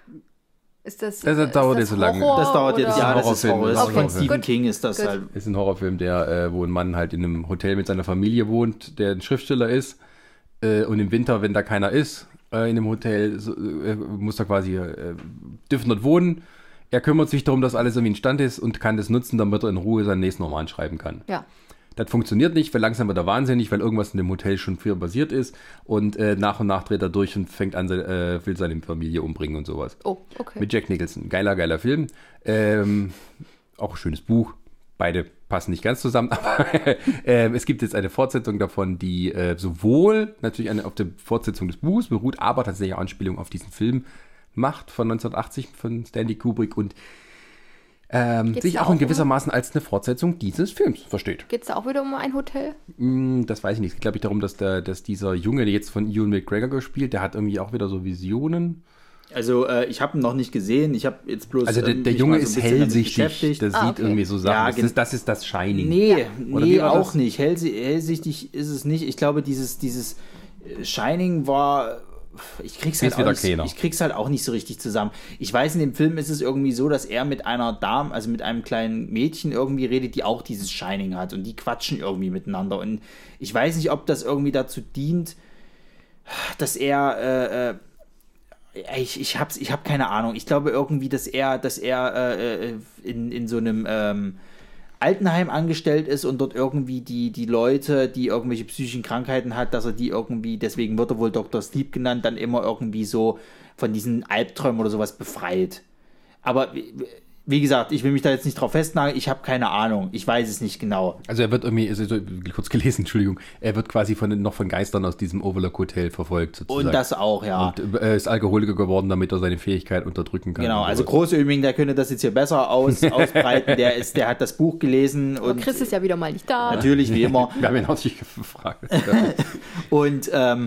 Ist das, Das ist dauert das jetzt so lange. Horror, Das dauert oder? jetzt, ja, das ist Horrorfilm. Horror. Das ist Okay, von Stephen gut. King ist das Gut. halt. Ist ein Horrorfilm, der, äh, wo ein Mann halt in einem Hotel mit seiner Familie wohnt, der ein Schriftsteller ist. Äh, und im Winter, wenn da keiner ist, äh, in dem Hotel, so, äh, muss er quasi, äh, dürfen dort wohnen. Er kümmert sich darum, dass alles irgendwie in Stand ist und kann das nutzen, damit er in Ruhe seinen nächsten Roman schreiben kann. Ja. Das funktioniert nicht, weil langsam wird er wahnsinnig, weil irgendwas in dem Hotel schon früher passiert ist. Und äh, nach und nach dreht er durch und fängt an, äh, will seine Familie umbringen und sowas. Oh, okay. Mit Jack Nicholson. Geiler, geiler Film. Ähm, auch ein schönes Buch. Beide passen nicht ganz zusammen, aber äh, es gibt jetzt eine Fortsetzung davon, die äh, sowohl natürlich eine, auf der Fortsetzung des Buchs beruht, aber tatsächlich auch Anspielung auf diesen Film macht von neunzehnhundertachtzig von Stanley Kubrick und ähm, sich da auch in auch gewissermaßen als eine Fortsetzung dieses Films versteht. Geht es da auch wieder um ein Hotel? Mm, das weiß ich nicht. Es geht, glaube ich, darum, dass, der, dass dieser Junge, der jetzt von Ewan McGregor gespielt, der hat irgendwie auch wieder so Visionen. Also äh, ich habe ihn noch nicht gesehen, ich habe jetzt bloß... Also der, ähm, der mich Junge mal so ein ist bisschen damit hellsichtig, beschäftigt. das Ah, sieht okay. irgendwie so Sachen. Ja, das, gen- ist, das ist das Shining. Nee, Oder nee, wie war auch das? nicht. Hellsi- hellsichtig ist es nicht. Ich glaube, dieses, dieses äh, Shining war... Ich krieg's, halt Ist auch wieder nicht, keiner. ich krieg's halt auch nicht so richtig zusammen. Ich weiß, in dem Film ist es irgendwie so, dass er mit einer Dame, also mit einem kleinen Mädchen irgendwie redet, die auch dieses Shining hat. Und die quatschen irgendwie miteinander. Und ich weiß nicht, ob das irgendwie dazu dient, dass er... Äh, äh, Ich, ich hab's, ich hab keine Ahnung. Ich glaube irgendwie, dass er, dass er äh, in, in so einem ähm, Altenheim angestellt ist und dort irgendwie die, die Leute, die irgendwelche psychischen Krankheiten hat, dass er die irgendwie, deswegen wird er wohl Doktor Sleep genannt, dann immer irgendwie so von diesen Albträumen oder sowas befreit. Aber wie, wie gesagt, ich will mich da jetzt nicht drauf festnageln, ich habe keine Ahnung, ich weiß es nicht genau. Also er wird irgendwie, also kurz gelesen, Entschuldigung, er wird quasi von, noch von Geistern aus diesem Overlook Hotel verfolgt sozusagen. Und das auch, ja. Und er ist Alkoholiker geworden, damit er seine Fähigkeit unterdrücken kann. Genau, und also sowas. Großöming, der könnte das jetzt hier besser aus, ausbreiten, der, ist, der hat das Buch gelesen. Aber Und Chris ist ja wieder mal nicht da. natürlich, wie immer. Wir haben ihn auch nicht gefragt. Und ähm,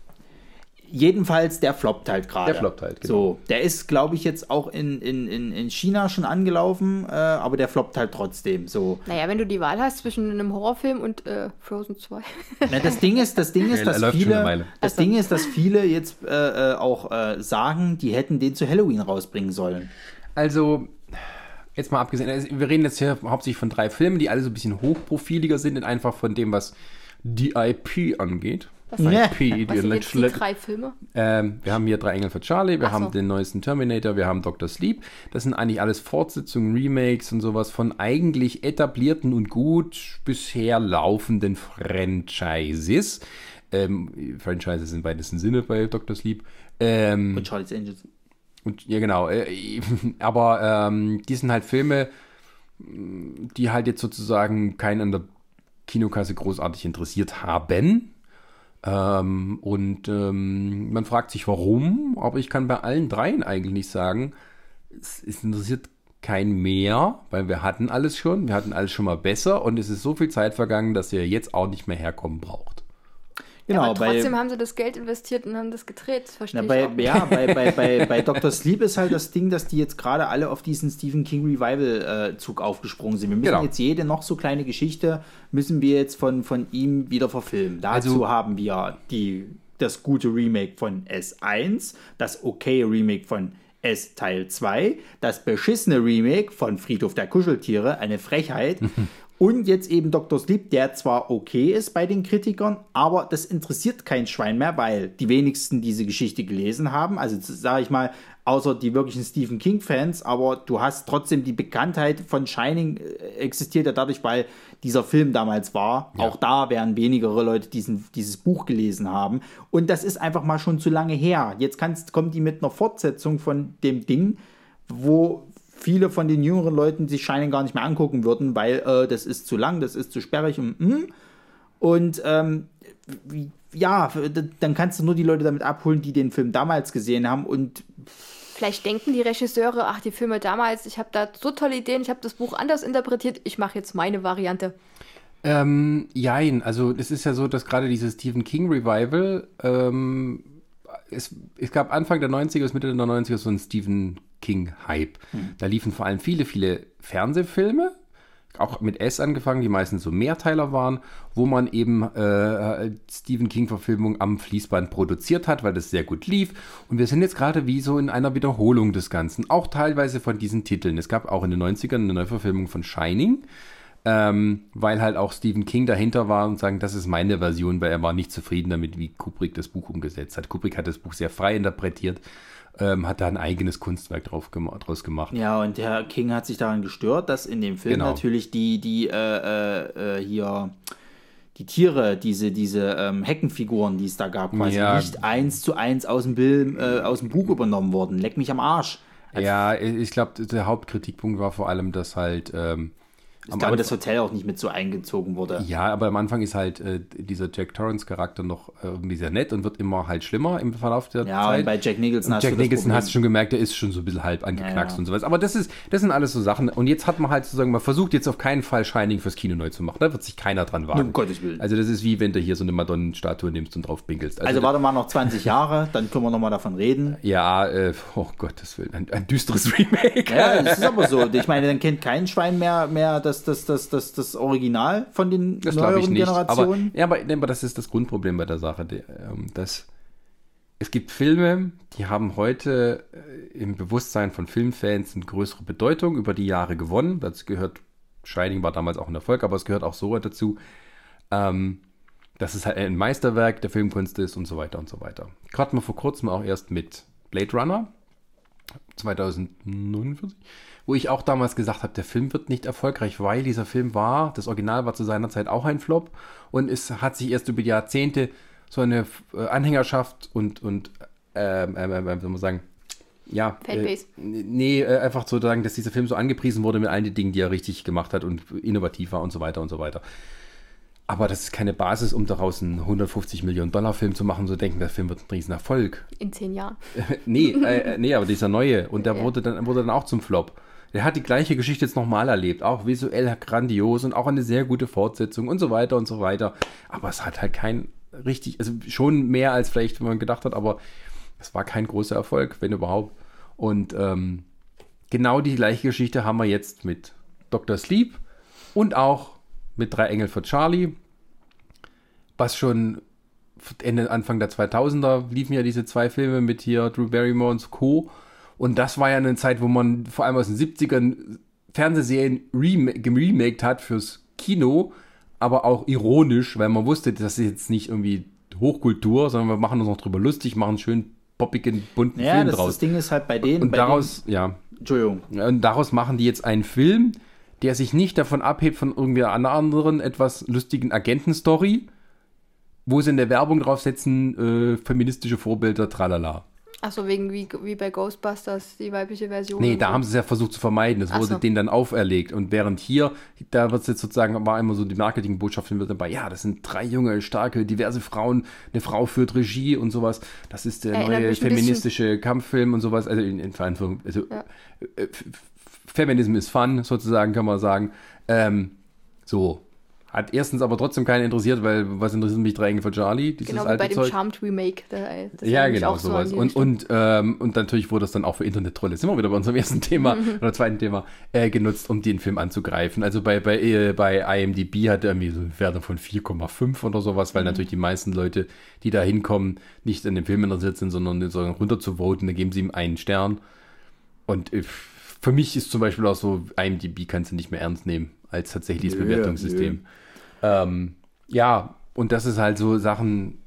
jedenfalls, der floppt halt gerade. Der floppt halt, genau. So, der ist, glaube ich, jetzt auch in, in, in in China schon angelaufen, äh, aber der floppt halt trotzdem. So. Naja, wenn du die Wahl hast zwischen einem Horrorfilm und äh, Frozen zwei. Na, das Ding ist, das Ding ist, Er dass läuft schon eine viele, Weile. das Also- Ding ist, dass viele jetzt äh, äh, auch äh, sagen, die hätten den zu Halloween rausbringen sollen. Also, jetzt mal abgesehen, also wir reden jetzt hier hauptsächlich von drei Filmen, die alle so ein bisschen hochprofiliger sind und einfach von dem, was die I P angeht. Was, Ja. I P, was die sind jetzt die Let- drei Filme? Ähm, wir haben hier Drei Engel für Charlie, wir Ach so. haben den neuesten Terminator, wir haben Doctor Sleep. Das sind eigentlich alles Fortsetzungen, Remakes und sowas von eigentlich etablierten und gut bisher laufenden Franchises. Ähm, Franchises im weitesten Sinne bei Doctor Sleep. Ähm, Und Charlie's Angels. und ja, genau. Äh, aber ähm, die sind halt Filme, die halt jetzt sozusagen keinen an der Kinokasse großartig interessiert haben. Ähm, und ähm, man fragt sich, warum. Aber ich kann bei allen dreien eigentlich nicht sagen, es, es interessiert kein mehr, weil wir hatten alles schon. Wir hatten alles schon mal besser. Und es ist so viel Zeit vergangen, dass ihr jetzt auch nicht mehr herkommen braucht. Genau, Aber trotzdem bei, haben sie das Geld investiert und haben das gedreht. Das verstehe na, ich bei, auch nicht. ja, bei, bei, bei, bei Doctor Sleep ist halt das Ding, dass die jetzt gerade alle auf diesen Stephen King Revival-Zug aufgesprungen sind. Wir müssen Genau. jetzt jede noch so kleine Geschichte, müssen wir jetzt von, von ihm wieder verfilmen. Dazu Also- haben wir die, das gute Remake von S eins, das okay Remake von S Teil zwei, das beschissene Remake von Friedhof der Kuscheltiere, eine Frechheit. Und jetzt eben Doktor Sleep, der zwar okay ist bei den Kritikern, aber das interessiert kein Schwein mehr, weil die wenigsten diese Geschichte gelesen haben. Also sage ich mal, außer die wirklichen Stephen King-Fans, aber du hast trotzdem die Bekanntheit von Shining existiert ja dadurch, weil dieser Film damals war. Ja. Auch da werden weniger Leute diesen, dieses Buch gelesen haben. Und das ist einfach mal schon zu lange her. Jetzt kannst, kommen die mit einer Fortsetzung von dem Ding, wo viele von den jüngeren Leuten sich Shining gar nicht mehr angucken würden, weil äh, das ist zu lang, das ist zu sperrig und mm. und ähm, wie, ja, dann kannst du nur die Leute damit abholen, die den Film damals gesehen haben und vielleicht denken die Regisseure, ach, die Filme damals, ich habe da so tolle Ideen, ich habe das Buch anders interpretiert, ich mache jetzt meine Variante. Ähm, jein, also es ist ja so, dass gerade dieses Stephen King Revival, ähm, es, es gab Anfang der neunziger bis Mitte der neunziger so einen Stephen King-Hype. Hm. Da liefen vor allem viele, viele Fernsehfilme, auch mit S angefangen, die meistens so Mehrteiler waren, wo man eben äh, Stephen King-Verfilmung am Fließband produziert hat, weil das sehr gut lief. Und wir sind jetzt gerade wie so in einer Wiederholung des Ganzen, auch teilweise von diesen Titeln. Es gab auch in den neunzigern eine Neuverfilmung von Shining, ähm, weil halt auch Stephen King dahinter war und sagen, das ist meine Version, weil er war nicht zufrieden damit, wie Kubrick das Buch umgesetzt hat. Kubrick hat das Buch sehr frei interpretiert, Ähm, hat da ein eigenes Kunstwerk drauf gem- draus gemacht. Ja, und der King hat sich daran gestört, dass in dem Film genau. natürlich die, die äh, äh, hier die Tiere, diese, diese ähm, Heckenfiguren, die es da gab, quasi ja. nicht eins zu eins aus dem, Bild, äh, aus dem Buch übernommen wurden. Leck mich am Arsch. Also, ja, ich glaube, der Hauptkritikpunkt war vor allem, dass halt ähm, ich glaube, Anfang, das Hotel auch nicht mit so eingezogen wurde. Ja, aber am Anfang ist halt äh, dieser Jack Torrance-Charakter noch äh, irgendwie sehr nett und wird immer halt schlimmer im Verlauf der ja, Zeit. Ja, bei Jack Nicholson und hast Jack du Nicholson hast du schon gemerkt, der ist schon so ein bisschen halb angeknackst ja, ja. und sowas. Aber das ist, das sind alles so Sachen. Und jetzt hat man halt sozusagen, man versucht jetzt auf keinen Fall Shining fürs Kino neu zu machen. Da wird sich keiner dran wagen. Um Gottes Willen. Also das ist wie, wenn du hier so eine Madonnenstatue nimmst und drauf pinkelst. Also, also warte mal noch zwanzig Jahre, dann können wir nochmal davon reden. Ja, äh, oh Gottes Willen, ein, ein düsteres Remake. Ja, das ist aber so. Ich meine, dann kennt kein Schwein mehr, mehr das, das, das, das, das Original von den das neueren ich nicht. Generationen. Aber, ja, aber, aber das ist das Grundproblem bei der Sache. Die, ähm, dass es gibt Filme, die haben heute äh, im Bewusstsein von Filmfans eine größere Bedeutung über die Jahre gewonnen. Dazu gehört, Shining war damals auch ein Erfolg, aber es gehört auch so dazu, ähm, dass es halt ein Meisterwerk der Filmkunst ist und so weiter und so weiter. Gerade mal vor kurzem auch erst mit Blade Runner zweitausendneunundvierzig, wo ich auch damals gesagt habe, der Film wird nicht erfolgreich, weil dieser Film war, das Original war zu seiner Zeit auch ein Flop und es hat sich erst über die Jahrzehnte so eine Anhängerschaft und, und ähm, ähm, ähm, soll man sagen, ja, äh, nee, äh, einfach so sagen, dass dieser Film so angepriesen wurde mit allen den Dingen, die er richtig gemacht hat und innovativ war und so weiter und so weiter. Aber das ist keine Basis, um daraus einen hundertfünfzig Millionen Dollar Film zu machen, so denken, der Film wird ein Riesenerfolg. In zehn Jahren. nee, äh, nee, aber dieser neue. Und der ja. wurde, dann, wurde dann auch zum Flop. Der hat die gleiche Geschichte jetzt nochmal erlebt. Auch visuell grandios und auch eine sehr gute Fortsetzung und so weiter und so weiter. Aber es hat halt kein richtig, also schon mehr als vielleicht, wenn man gedacht hat, aber es war kein großer Erfolg, wenn überhaupt. Und ähm, genau die gleiche Geschichte haben wir jetzt mit Doktor Sleep und auch mit Drei Engel für Charlie, was schon Ende, Anfang der zweitausender liefen ja diese zwei Filme mit hier Drew Barrymore und Co. Und das war ja eine Zeit, wo man vor allem aus den siebzigern Fernsehserien remake, geremaked hat fürs Kino, aber auch ironisch, weil man wusste, das ist jetzt nicht irgendwie Hochkultur, sondern wir machen uns noch drüber lustig, machen einen schönen poppigen, bunten ja, Film das, draus. Das Ding ist halt bei denen... Und bei daraus, denen, ja. Entschuldigung. Und daraus machen die jetzt einen Film, der sich nicht davon abhebt von irgendwie einer anderen, etwas lustigen Agentenstory, wo sie in der Werbung draufsetzen, äh, feministische Vorbilder, tralala. Achso, wegen wie, wie bei Ghostbusters, die weibliche Version. Nee, da so. haben sie es ja versucht zu vermeiden. Das Ach wurde so. denen dann auferlegt. Und während hier, da wird es jetzt sozusagen, war immer so die Marketingbotschaft dabei, ja, das sind drei junge, starke, diverse Frauen, eine Frau führt Regie und sowas. Das ist der Erinnert neue feministische Kampffilm und sowas. Also in, in Verantwortung, also ja. äh, Feminism ist fun, sozusagen, kann man sagen. Ähm, so. Hat erstens aber trotzdem keinen interessiert, weil was interessiert mich Drei Engel für Charlie? Dieses genau, wie alte bei dem Zeug. Charmed Remake. Das ja, genau, auch sowas. So und, und, ähm, und natürlich wurde es dann auch für Internet-Trolle, sind wir wieder bei unserem ersten Thema oder zweiten Thema, äh, genutzt, um den Film anzugreifen. Also bei, bei, äh, bei I M D B hat er irgendwie so eine Wertung von vier Komma fünf oder sowas, weil mhm. natürlich die meisten Leute, die da hinkommen, nicht an dem Film interessiert sind, sondern, sondern runter zu voten, dann geben sie ihm einen Stern. Und äh, für mich ist zum Beispiel auch so, IMDb kannst du nicht mehr ernst nehmen als tatsächliches Nö, Bewertungssystem. Ähm, ja, und das ist halt so Sachen,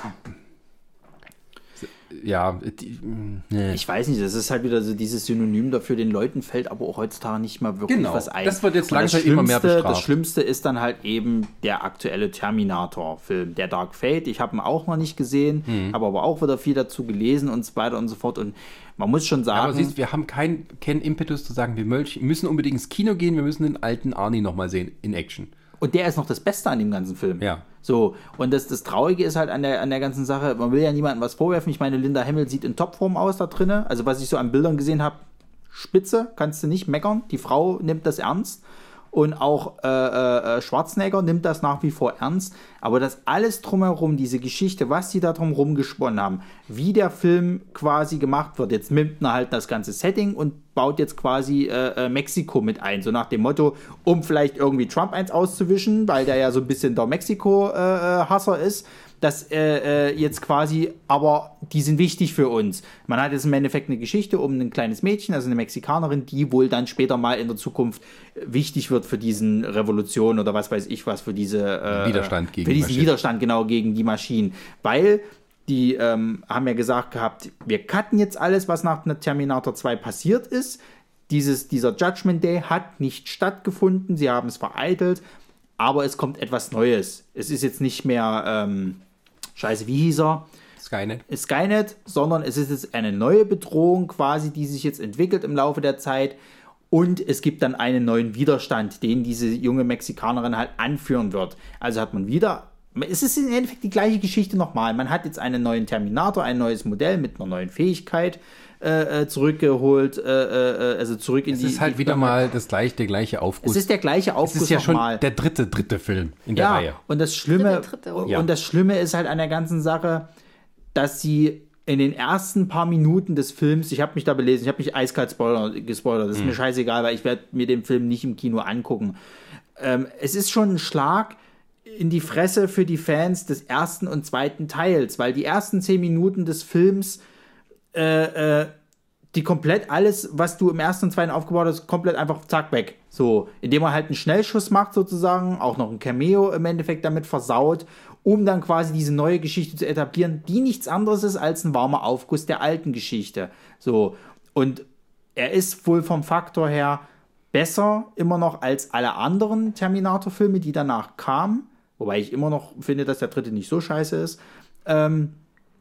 ja, die, nee. Ich weiß nicht, das ist halt wieder so dieses Synonym dafür, den Leuten fällt aber auch heutzutage nicht mal wirklich Genau, was ein. das wird jetzt Und das langsam immer mehr Schlimmste- bestraft. Das Schlimmste ist dann halt eben der aktuelle Terminator-Film, der Dark Fate. Ich habe ihn auch noch nicht gesehen, Mhm. habe aber auch wieder viel dazu gelesen und so weiter und so fort. Und man muss schon sagen, Aber siehst, wir haben keinen kein Impetus zu sagen, wir müssen unbedingt ins Kino gehen, wir müssen den alten Arnie nochmal sehen in Action. und der ist noch das Beste an dem ganzen Film. Ja. So, und das, das Traurige ist halt an der, an der ganzen Sache, man will ja niemandem was vorwerfen. Ich meine, Linda Hamill sieht in Topform aus da drinne. Also was ich so an Bildern gesehen habe, spitze, kannst du nicht meckern. Die Frau nimmt das ernst. Und auch äh, äh, Schwarzenegger nimmt das nach wie vor ernst. Aber das alles drumherum, diese Geschichte, was die da drumherum gesponnen haben, wie der Film quasi gemacht wird, jetzt nimmt man halt das ganze Setting und baut jetzt quasi äh, äh, Mexiko mit ein. So nach dem Motto, um vielleicht irgendwie Trump eins auszuwischen, weil der ja so ein bisschen der Mexiko-Hasser äh, ist. dass äh, äh, jetzt quasi, aber die sind wichtig für uns. Man hat jetzt im Endeffekt eine Geschichte um ein kleines Mädchen, also eine Mexikanerin, die wohl dann später mal in der Zukunft wichtig wird für diesen Revolution oder was weiß ich was, für diese äh, Widerstand gegen für diesen Maschinen. Widerstand, genau, gegen die Maschinen. Weil die ähm, haben ja gesagt gehabt, wir cutten jetzt alles, was nach Terminator zwei passiert ist. Dieses, dieser Judgment Day hat nicht stattgefunden, sie haben es vereitelt, aber es kommt etwas Neues. Es ist jetzt nicht mehr ähm, Scheiße, wie hieß er? Skynet. Skynet, sondern es ist jetzt eine neue Bedrohung quasi, die sich jetzt entwickelt im Laufe der Zeit und es gibt dann einen neuen Widerstand, den diese junge Mexikanerin halt anführen wird. Also hat man wieder, es ist im Endeffekt die gleiche Geschichte nochmal. Man hat jetzt einen neuen Terminator, ein neues Modell mit einer neuen Fähigkeit äh, zurückgeholt, äh, äh, also zurück in Es die... ist halt die wieder mal das gleiche, der gleiche Aufguss. Es ist der gleiche Aufguss Es ist ja schon nochmal. der dritte, dritte Film in der Ja, Reihe. und das Schlimme, Dritte, dritte, oh. und Ja. das Schlimme ist halt an der ganzen Sache, dass sie in den ersten paar Minuten des Films, ich habe mich da belesen, ich habe mich eiskalt spoiler, gespoilert, das ist mir scheißegal, weil ich werde mir den Film nicht im Kino angucken. Ähm, es ist schon ein Schlag in die Fresse für die Fans des ersten und zweiten Teils, weil die ersten zehn Minuten des Films äh, äh, die komplett alles, was du im ersten und zweiten aufgebaut hast, komplett einfach zack weg. So, indem er halt einen Schnellschuss macht sozusagen, auch noch ein Cameo im Endeffekt damit versaut, um dann quasi diese neue Geschichte zu etablieren, die nichts anderes ist als ein warmer Aufguss der alten Geschichte. So, und er ist wohl vom Faktor her besser immer noch als alle anderen Terminator-Filme, die danach kamen, wobei ich immer noch finde, dass der dritte nicht so scheiße ist. Ähm,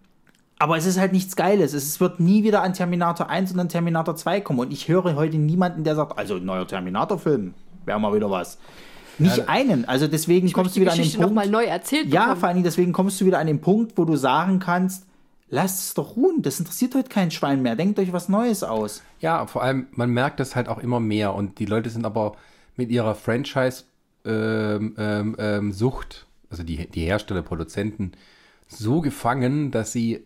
Aber es ist halt nichts Geiles. Es wird nie wieder an Terminator eins und an Terminator zwei kommen. Und ich höre heute niemanden, der sagt, also ein neuer Terminator-Film, wäre mal wieder was. Nicht Ja, einen. Also deswegen kommst du die wieder an den Geschichte Punkt. nochmal neu erzählt Ja, bekommen. vor allen Dingen deswegen kommst du wieder an den Punkt, wo du sagen kannst, lasst es doch ruhen. Das interessiert heute kein Schwein mehr. Denkt euch was Neues aus. Ja, vor allem, man merkt das halt auch immer mehr und die Leute sind aber mit ihrer Franchise-Sucht, ähm, ähm, ähm, Sucht, also die, die Hersteller, Produzenten, so gefangen, dass sie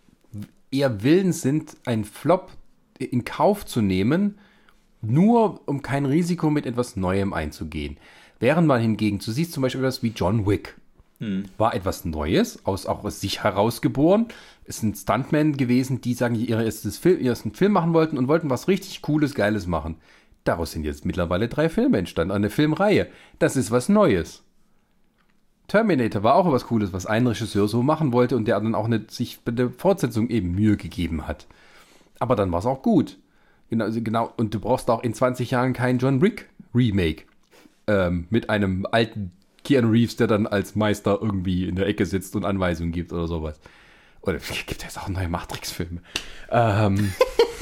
eher willens sind, einen Flop in Kauf zu nehmen, nur um kein Risiko mit etwas Neuem einzugehen. Während man hingegen, du siehst zum Beispiel etwas wie John Wick, war etwas Neues, aus, auch aus sich herausgeboren. Es sind Stuntmen gewesen, die sagen, ihr erstes Film, ihr ersten Film machen wollten und wollten was richtig Cooles, Geiles machen. Daraus sind jetzt mittlerweile drei Filme entstanden, eine Filmreihe. Das ist was Neues. Terminator war auch was Cooles, was ein Regisseur so machen wollte und der dann auch nicht sich bei der Fortsetzung eben Mühe gegeben hat. Aber dann war es auch gut. Genau, also genau, und du brauchst auch in zwanzig Jahren kein John Wick Remake ähm, mit einem alten Keanu Reeves, der dann als Meister irgendwie in der Ecke sitzt und Anweisungen gibt oder sowas. Oder es gibt jetzt auch neue Matrix-Filme. Ähm,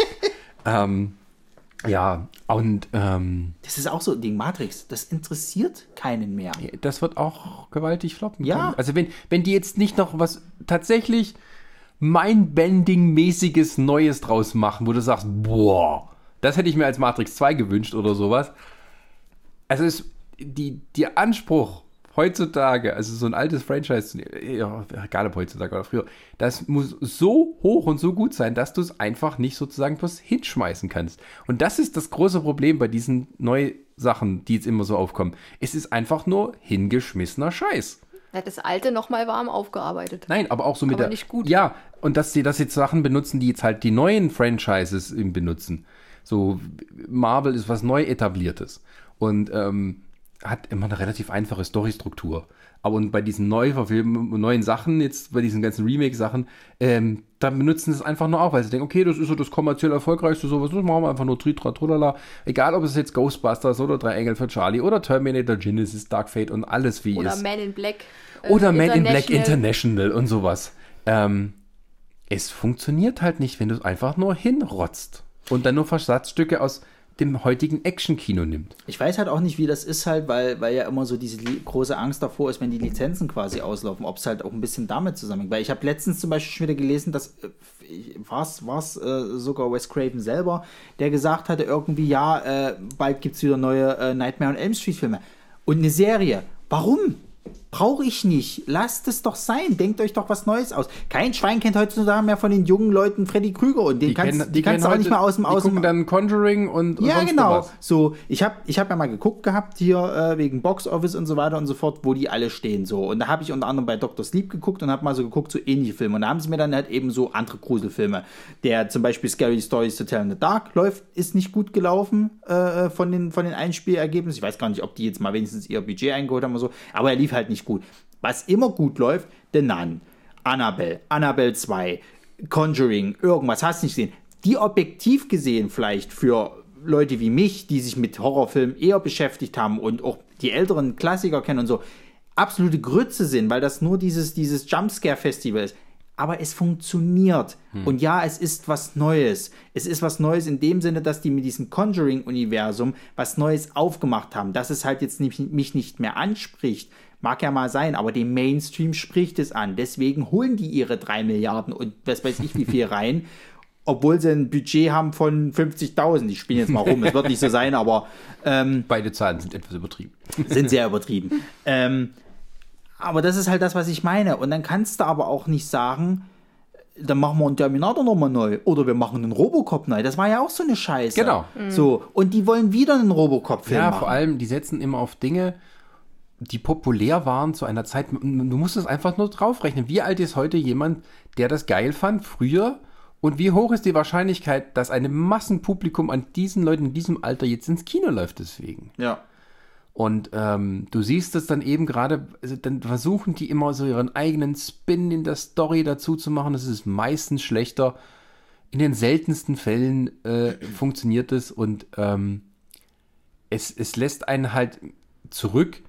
ähm, ja, und ähm, Das ist auch so ein Ding, Matrix. Das interessiert keinen mehr. das wird auch gewaltig floppen. Ja. können. Also wenn, wenn die jetzt nicht noch was tatsächlich Mindbending-mäßiges Neues draus machen, wo du sagst, boah, das hätte ich mir als Matrix zwei gewünscht oder sowas. Also es, die, der Anspruch heutzutage, also so ein altes Franchise, ja, egal ob heutzutage oder früher, das muss so hoch und so gut sein, dass du es einfach nicht sozusagen bloß hinschmeißen kannst. Und das ist das große Problem bei diesen neuen Sachen, die jetzt immer so aufkommen. Es ist einfach nur hingeschmissener Scheiß. Er hat das alte nochmal warm aufgearbeitet. Nein, aber auch so mit Aber der... nicht gut. Ja, und dass sie das jetzt Sachen benutzen, die jetzt halt die neuen Franchises eben benutzen. So, Marvel ist was neu etabliertes und ähm, hat immer eine relativ einfache Storystruktur. Aber und bei diesen Neuverfilmungen, neuen Sachen, jetzt bei diesen ganzen Remake-Sachen, ähm, da benutzen sie es einfach nur auch, weil sie denken, okay, das ist so das kommerziell erfolgreichste, sowas, das machen wir einfach nur Tritra, Trulala. Egal, ob es jetzt Ghostbusters oder Drei Engel für Charlie oder Terminator, Genesis, Dark Fate und alles wie oder ist. Man in Black. Äh, oder Man in Black International und sowas. Ähm, es funktioniert halt nicht, wenn du es einfach nur hinrotzt und dann nur Versatzstücke aus dem heutigen Action-Kino nimmt. Ich weiß halt auch nicht, wie das ist halt, weil, weil ja immer so diese li- große Angst davor ist, wenn die Lizenzen quasi auslaufen, ob es halt auch ein bisschen damit zusammenhängt. Weil ich habe letztens zum Beispiel schon wieder gelesen, dass war es äh, sogar Wes Craven selber, der gesagt hatte irgendwie, ja, äh, bald gibt es wieder neue äh, Nightmare on Elm Street Filme. Und eine Serie. Warum? Brauche ich nicht. Lasst es doch sein. Denkt euch doch was Neues aus. Kein Schwein kennt heutzutage mehr von den jungen Leuten Freddy Krüger und den Die kannst, kennen- die die kannst du kennen auch nicht heute- mal aus dem Die aus dem gucken dann Conjuring und, und ja, sonst genau. was. So, ich habe ich hab ja mal geguckt gehabt hier äh, wegen Box Office und so weiter und so fort, wo die alle stehen. So. Und da habe ich unter anderem bei Doktor Sleep geguckt und habe mal so geguckt, so ähnliche Filme. Und da haben sie mir dann halt eben so andere Gruselfilme. Der zum Beispiel Scary Stories to Tell in the Dark läuft, ist nicht gut gelaufen äh, von, den, von den Einspielergebnissen. Ich weiß gar nicht, ob die jetzt mal wenigstens ihr Budget eingeholt haben oder so, aber er lief halt nicht gut. Was immer gut läuft, The Nun, Annabelle, Annabelle zwei, Conjuring, irgendwas, hast du nicht gesehen. Die objektiv gesehen vielleicht für Leute wie mich, die sich mit Horrorfilmen eher beschäftigt haben und auch die älteren Klassiker kennen und so, absolute Grütze sind, weil das nur dieses, dieses Jumpscare-Festival ist. Aber es funktioniert. Hm. Und ja, es ist was Neues. Es ist was Neues in dem Sinne, dass die mit diesem Conjuring-Universum was Neues aufgemacht haben. Dass es halt jetzt nicht, mich nicht mehr anspricht. Mag ja mal sein, aber den Mainstream spricht es an. Deswegen holen die ihre drei Milliarden und was weiß ich wie viel rein, obwohl sie ein Budget haben von fünfzigtausend. Ich spiele jetzt mal rum, es wird nicht so sein, aber ähm, beide Zahlen sind etwas übertrieben. Sind sehr übertrieben. ähm, aber das ist halt das, was ich meine. Und dann kannst du aber auch nicht sagen, dann machen wir einen Terminator nochmal neu oder wir machen einen Robocop neu. Das war ja auch so eine Scheiße. Genau. So, und die wollen wieder einen Robocop-Film Ja, machen. vor allem, die setzen immer auf Dinge, die populär waren zu einer Zeit. Du musst es einfach nur draufrechnen. Wie alt ist heute jemand, der das geil fand früher? Und wie hoch ist die Wahrscheinlichkeit, dass ein Massenpublikum an diesen Leuten in diesem Alter jetzt ins Kino läuft deswegen? Ja. Und ähm, du siehst es dann eben gerade, also dann versuchen die immer so ihren eigenen Spin in der Story dazu zu machen. Das ist meistens schlechter. In den seltensten Fällen äh, funktioniert es und ähm, es, es lässt einen halt zurück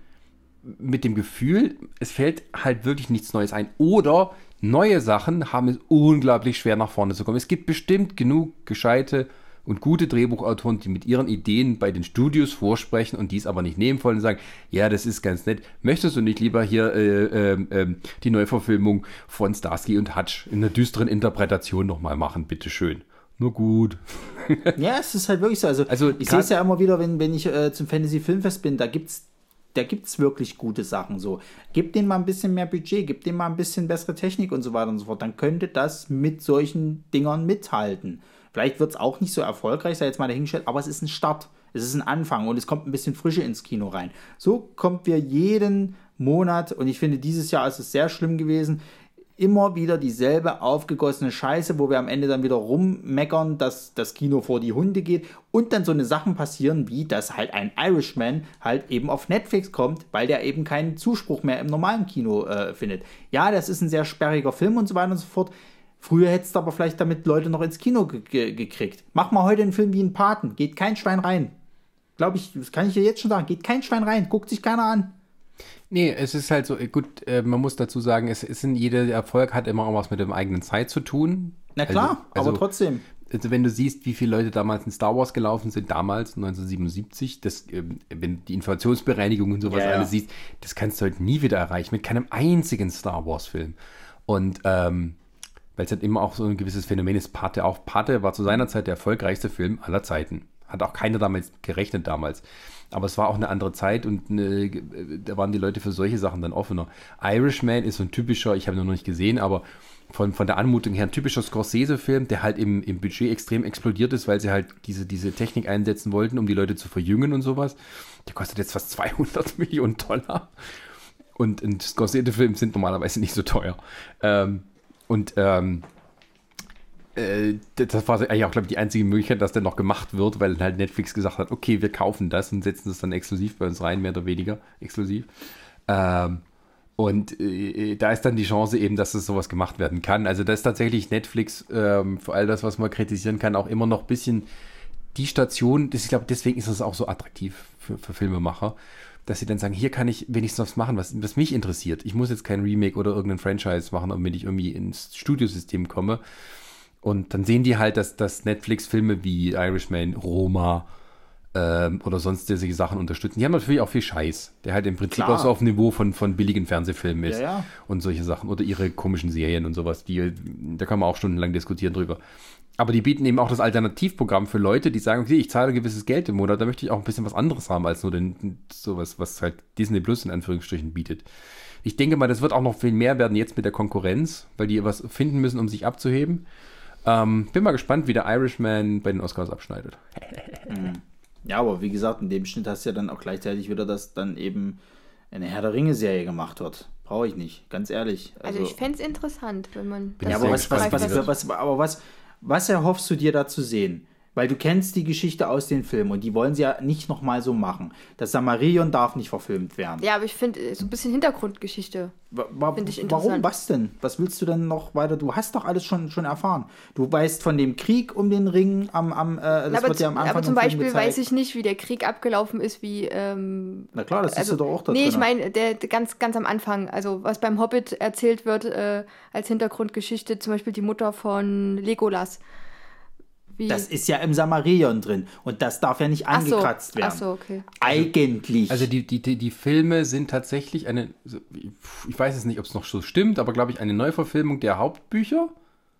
mit dem Gefühl, es fällt halt wirklich nichts Neues ein. Oder neue Sachen haben es unglaublich schwer nach vorne zu kommen. Es gibt bestimmt genug gescheite und gute Drehbuchautoren, die mit ihren Ideen bei den Studios vorsprechen und dies aber nicht nehmen wollen und sagen, ja, das ist ganz nett. Möchtest du nicht lieber hier äh, äh, äh, die Neuverfilmung von Starsky und Hutch in einer düsteren Interpretation nochmal machen? Bitteschön. Nur gut. Ja, es ist halt wirklich so. Also, Also ich sehe es ja immer wieder, wenn, wenn ich äh, zum Fantasy-Filmfest bin, da gibt's da gibt's wirklich gute Sachen so. Gebt denen mal ein bisschen mehr Budget, gebt denen mal ein bisschen bessere Technik und so weiter und so fort. Dann könnte das mit solchen Dingern mithalten. Vielleicht wird es auch nicht so erfolgreich, sei jetzt mal dahingestellt, aber es ist ein Start. Es ist ein Anfang und es kommt ein bisschen Frische ins Kino rein. So kommt wir jeden Monat, und ich finde, dieses Jahr ist es sehr schlimm gewesen, immer wieder dieselbe aufgegossene Scheiße, wo wir am Ende dann wieder rummeckern, dass das Kino vor die Hunde geht und dann so eine Sachen passieren, wie dass halt ein Irishman halt eben auf Netflix kommt, weil der eben keinen Zuspruch mehr im normalen Kino äh, findet. Ja, das ist ein sehr sperriger Film und so weiter und so fort. Früher hättest du aber vielleicht damit Leute noch ins Kino ge- ge- gekriegt. Mach mal heute einen Film wie einen Paten, geht kein Schwein rein. Glaube ich, das kann ich dir jetzt schon sagen, geht kein Schwein rein, guckt sich keiner an. Nee, es ist halt so, gut, äh, man muss dazu sagen, es ist in jeder Erfolg hat immer auch was mit dem eigenen Zeit zu tun. Na klar, also, also, aber trotzdem. Also wenn du siehst, wie viele Leute damals in Star Wars gelaufen sind, damals neunzehnhundertsiebenundsiebzig, das, ähm, wenn die Inflationsbereinigung und sowas Ja, ja. alles siehst, das kannst du heute nie wieder erreichen, mit keinem einzigen Star Wars Film. Und ähm, weil es halt immer auch so ein gewisses Phänomen ist, Pate auch, Pate war zu seiner Zeit der erfolgreichste Film aller Zeiten. Hat auch keiner damals gerechnet damals. Aber es war auch eine andere Zeit und eine, da waren die Leute für solche Sachen dann offener. Irishman ist so ein typischer, ich habe ihn noch nicht gesehen, aber von, von der Anmutung her ein typischer Scorsese-Film, der halt im, im Budget extrem explodiert ist, weil sie halt diese, diese Technik einsetzen wollten, um die Leute zu verjüngen und sowas. Der kostet jetzt fast zweihundert Millionen Dollar. Und, und Scorsese-Filme sind normalerweise nicht so teuer. Ähm, und ähm, äh, das war eigentlich auch, glaube ich, die einzige Möglichkeit, dass der noch gemacht wird, weil halt Netflix gesagt hat, okay, wir kaufen das und setzen das dann exklusiv bei uns rein, mehr oder weniger exklusiv. Ähm, und äh, da ist dann die Chance eben, dass es sowas gemacht werden kann. Also da ist tatsächlich Netflix, ähm, für all das, was man kritisieren kann, auch immer noch ein bisschen die Station, das, ich glaube, deswegen ist das auch so attraktiv für, für Filmemacher, dass sie dann sagen, hier kann ich wenigstens was machen, was, was mich interessiert. Ich muss jetzt kein Remake oder irgendein Franchise machen, damit ich irgendwie ins Studiosystem komme. Und dann sehen die halt, dass, dass Netflix-Filme wie Irishman, Roma ähm, oder sonst solche Sachen unterstützen. Die haben natürlich auch viel Scheiß, der halt im Prinzip Klar. auch so auf dem Niveau von, von billigen Fernsehfilmen ist. Ja, ja. Und solche Sachen. Oder ihre komischen Serien und sowas. Die, da kann man auch stundenlang diskutieren drüber. Aber die bieten eben auch das Alternativprogramm für Leute, die sagen, okay, ich zahle ein gewisses Geld im Monat, da möchte ich auch ein bisschen was anderes haben, als nur den, sowas, was halt Disney Plus in Anführungsstrichen bietet. Ich denke mal, das wird auch noch viel mehr werden jetzt mit der Konkurrenz, weil die was finden müssen, um sich abzuheben. Ähm, bin mal gespannt, wie der Irishman bei den Oscars abschneidet. Ja, aber wie gesagt, in dem Schnitt hast du ja dann auch gleichzeitig wieder, dass dann eben eine Herr der Ringe-Serie gemacht wird. Brauche ich nicht, ganz ehrlich. Also, also ich fände es interessant, wenn man... Bin Ja, ich aber sehr was, was, gespannt, was, wie das was, was, aber was, was erhoffst du dir da zu sehen? Weil du kennst die Geschichte aus den Filmen und die wollen sie ja nicht nochmal so machen. Das Samarion darf nicht verfilmt werden. Ja, aber ich finde, so ein bisschen Hintergrundgeschichte finde ich interessant. Warum? Was denn? Was willst du denn noch weiter? Du hast doch alles schon, schon erfahren. Du weißt von dem Krieg um den Ring am, am äh, das aber, wird ja am Anfang aber zum im Film Beispiel gezeigt. weiß ich nicht, wie der Krieg abgelaufen ist, wie... Ähm, Na klar, das also, siehst du doch auch da Nee, drin. ich meine, der, der ganz, ganz am Anfang, also was beim Hobbit erzählt wird äh, als Hintergrundgeschichte, zum Beispiel die Mutter von Legolas. Wie? Das ist ja im Samarion drin und das darf ja nicht Ach so, angekratzt werden. Ach so, okay. Eigentlich. Also die, die, die, die Filme sind tatsächlich eine, ich weiß jetzt nicht, ob es noch so stimmt, aber glaube ich eine Neuverfilmung der Hauptbücher,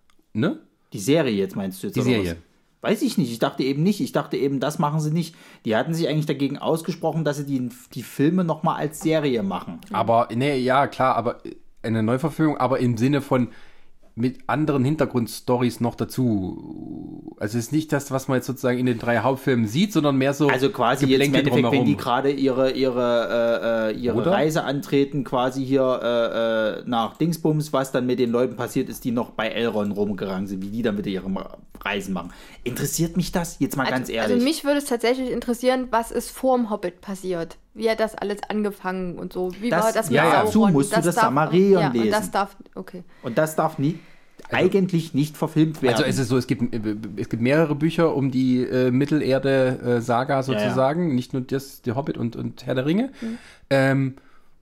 ne? Die Serie jetzt meinst du jetzt? Die oder Serie. Was? Weiß ich nicht. Ich dachte eben nicht. Ich dachte eben, das machen sie nicht. Die hatten sich eigentlich dagegen ausgesprochen, dass sie die, die Filme nochmal als Serie machen. Aber, nee, ja, klar, aber eine Neuverfilmung, aber im Sinne von mit anderen Hintergrundstories noch dazu. Also es ist nicht das, was man jetzt sozusagen in den drei Hauptfilmen sieht, sondern mehr so Also quasi jetzt im Geplänkel Endeffekt, wenn die drumherum. gerade ihre, ihre, äh, ihre Oder? Reise antreten, quasi hier äh, äh, nach Dingsbums, was dann mit den Leuten passiert ist, die noch bei Elrond rumgerannt sind, wie die dann wieder ihre Reisen machen. Interessiert mich das? Jetzt mal Also, ganz ehrlich. also mich würde es tatsächlich interessieren, was ist vorm Hobbit passiert. Wie hat das alles angefangen und so. Wie Das- war das mit ja, ja, Sauron? dazu musst du das Samarion ja, lesen. Und das darf, okay. Und das darf nie, eigentlich nicht verfilmt werden. Also es ist so, es gibt, es gibt mehrere Bücher um die äh, Mittelerde-Saga sozusagen, Ja, ja. nicht nur das, der Hobbit und, und Herr der Ringe. Mhm. Ähm,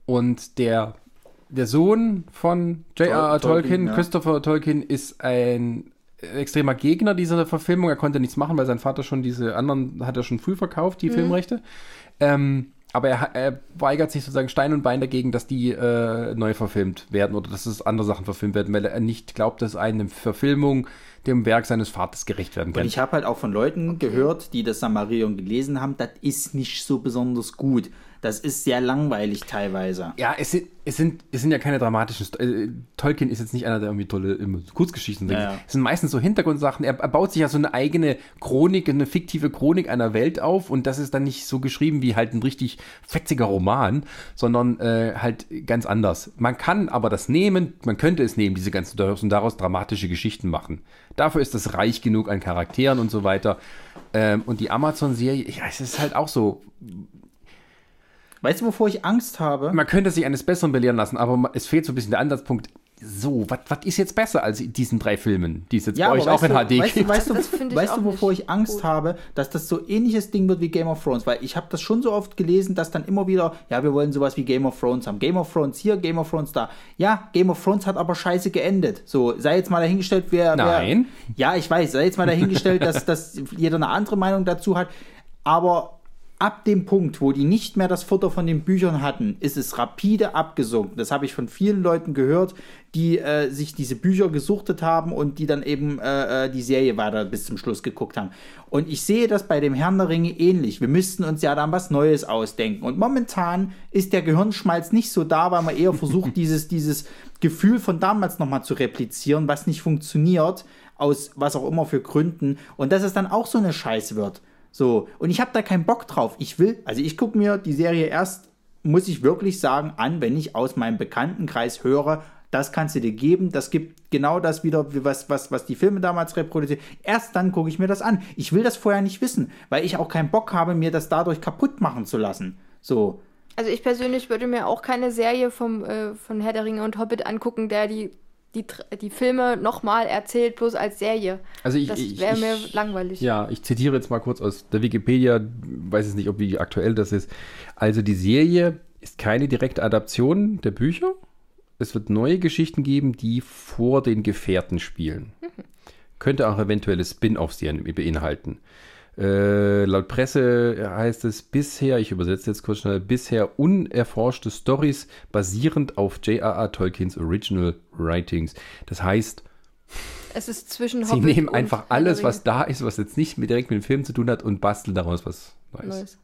und der, der Sohn von J R R. Tol- Tolkien, Tolkien, ja. Christopher Tolkien, ist ein extremer Gegner dieser Verfilmung. Er konnte nichts machen, weil sein Vater schon diese anderen, hat er schon früh verkauft, die mhm. Filmrechte. Ähm, aber er, er weigert sich sozusagen Stein und Bein dagegen, dass die äh, neu verfilmt werden oder dass es andere Sachen verfilmt werden, weil er nicht glaubt, dass eine Verfilmung dem Werk seines Vaters gerecht werden kann. Und ich habe halt auch von Leuten okay. gehört, die das Samarion gelesen haben, das ist nicht so besonders gut. Das ist sehr langweilig teilweise. Ja, es sind, es sind, es sind ja keine dramatischen Sto- äh, Tolkien ist jetzt nicht einer, der irgendwie tolle immer Kurzgeschichten Ja, denkt. ja. Es sind meistens so Hintergrundsachen. Er, er baut sich ja so eine eigene Chronik, eine fiktive Chronik einer Welt auf und das ist dann nicht so geschrieben wie halt ein richtig fetziger Roman, sondern äh, halt ganz anders. Man kann aber das nehmen, man könnte es nehmen, diese ganzen Storys und daraus dramatische Geschichten machen. Dafür ist das reich genug an Charakteren und so weiter. Ähm, und die Amazon-Serie, ja, es ist halt auch so. Weißt du, wovor ich Angst habe? Man könnte sich eines Besseren belehren lassen, aber es fehlt so ein bisschen der Ansatzpunkt. So, was ist jetzt besser als in diesen drei Filmen, die es jetzt bei euch aber auch in weißt H D du, weißt du, gibt? weißt du, Das finde ich weißt auch du, wovor nicht ich Angst gut. habe, dass das so ähnliches Ding wird wie Game of Thrones, weil ich habe das schon so oft gelesen, dass dann immer wieder, ja, wir wollen sowas wie Game of Thrones haben. Game of Thrones hier, Game of Thrones da. Ja, Game of Thrones hat aber scheiße geendet. So, sei jetzt mal dahingestellt, wer... Nein. Wer, ja, ich weiß, sei jetzt mal dahingestellt, dass, dass jeder eine andere Meinung dazu hat, aber... Ab dem Punkt, wo die nicht mehr das Futter von den Büchern hatten, ist es rapide abgesunken. Das habe ich von vielen Leuten gehört, die äh, sich diese Bücher gesuchtet haben und die dann eben äh, die Serie weiter bis zum Schluss geguckt haben. Und ich sehe das bei dem Herrn der Ringe ähnlich. Wir müssten uns ja dann was Neues ausdenken. Und momentan ist der Gehirnschmalz nicht so da, weil man eher versucht, dieses, dieses Gefühl von damals nochmal zu replizieren, was nicht funktioniert, aus was auch immer für Gründen. Und dass es dann auch so eine Scheiße wird. So, und ich habe da keinen Bock drauf. Ich will, also ich gucke mir die Serie erst, muss ich wirklich sagen, an, wenn ich aus meinem Bekanntenkreis höre, das kannst du dir geben, das gibt genau das wieder, was, was, was die Filme damals reproduzieren. Erst dann gucke ich mir das an. Ich will das vorher nicht wissen, weil ich auch keinen Bock habe, mir das dadurch kaputt machen zu lassen. So. Also ich persönlich würde mir auch keine Serie vom, äh, von Herr der Ringe und Hobbit angucken, der die, die, die Filme nochmal erzählt, bloß als Serie. Also ich, das ich, wäre ich, mir langweilig. Ja, ich zitiere jetzt mal kurz aus der Wikipedia, weiß jetzt nicht, ob wie aktuell das ist. Also die Serie ist keine direkte Adaption der Bücher. Es wird neue Geschichten geben, die vor den Gefährten spielen. Mhm. Könnte auch eventuelle Spin-off-Serien beinhalten. Äh, laut Presse heißt es bisher, ich übersetze jetzt kurz schnell, bisher unerforschte Storys basierend auf J R R. Tolkiens Original Writings. Das heißt, es ist zwischen sie Hobbit nehmen und einfach alles, was da ist, was jetzt nicht mit, direkt mit dem Film zu tun hat, und basteln daraus was Neues. Neues.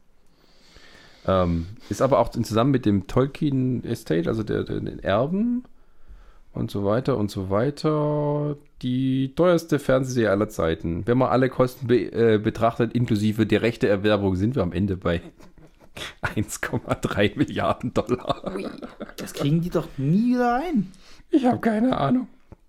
Ähm, ist aber auch zusammen mit dem Tolkien Estate, also der, der, den Erben und so weiter und so weiter, die teuerste Fernsehserie aller Zeiten. Wenn man alle Kosten be, äh, betrachtet, inklusive der Rechteerwerbung, sind wir am Ende bei eins Komma drei Milliarden Dollar. Das kriegen die doch nie wieder ein. Ich habe keine Ahnung.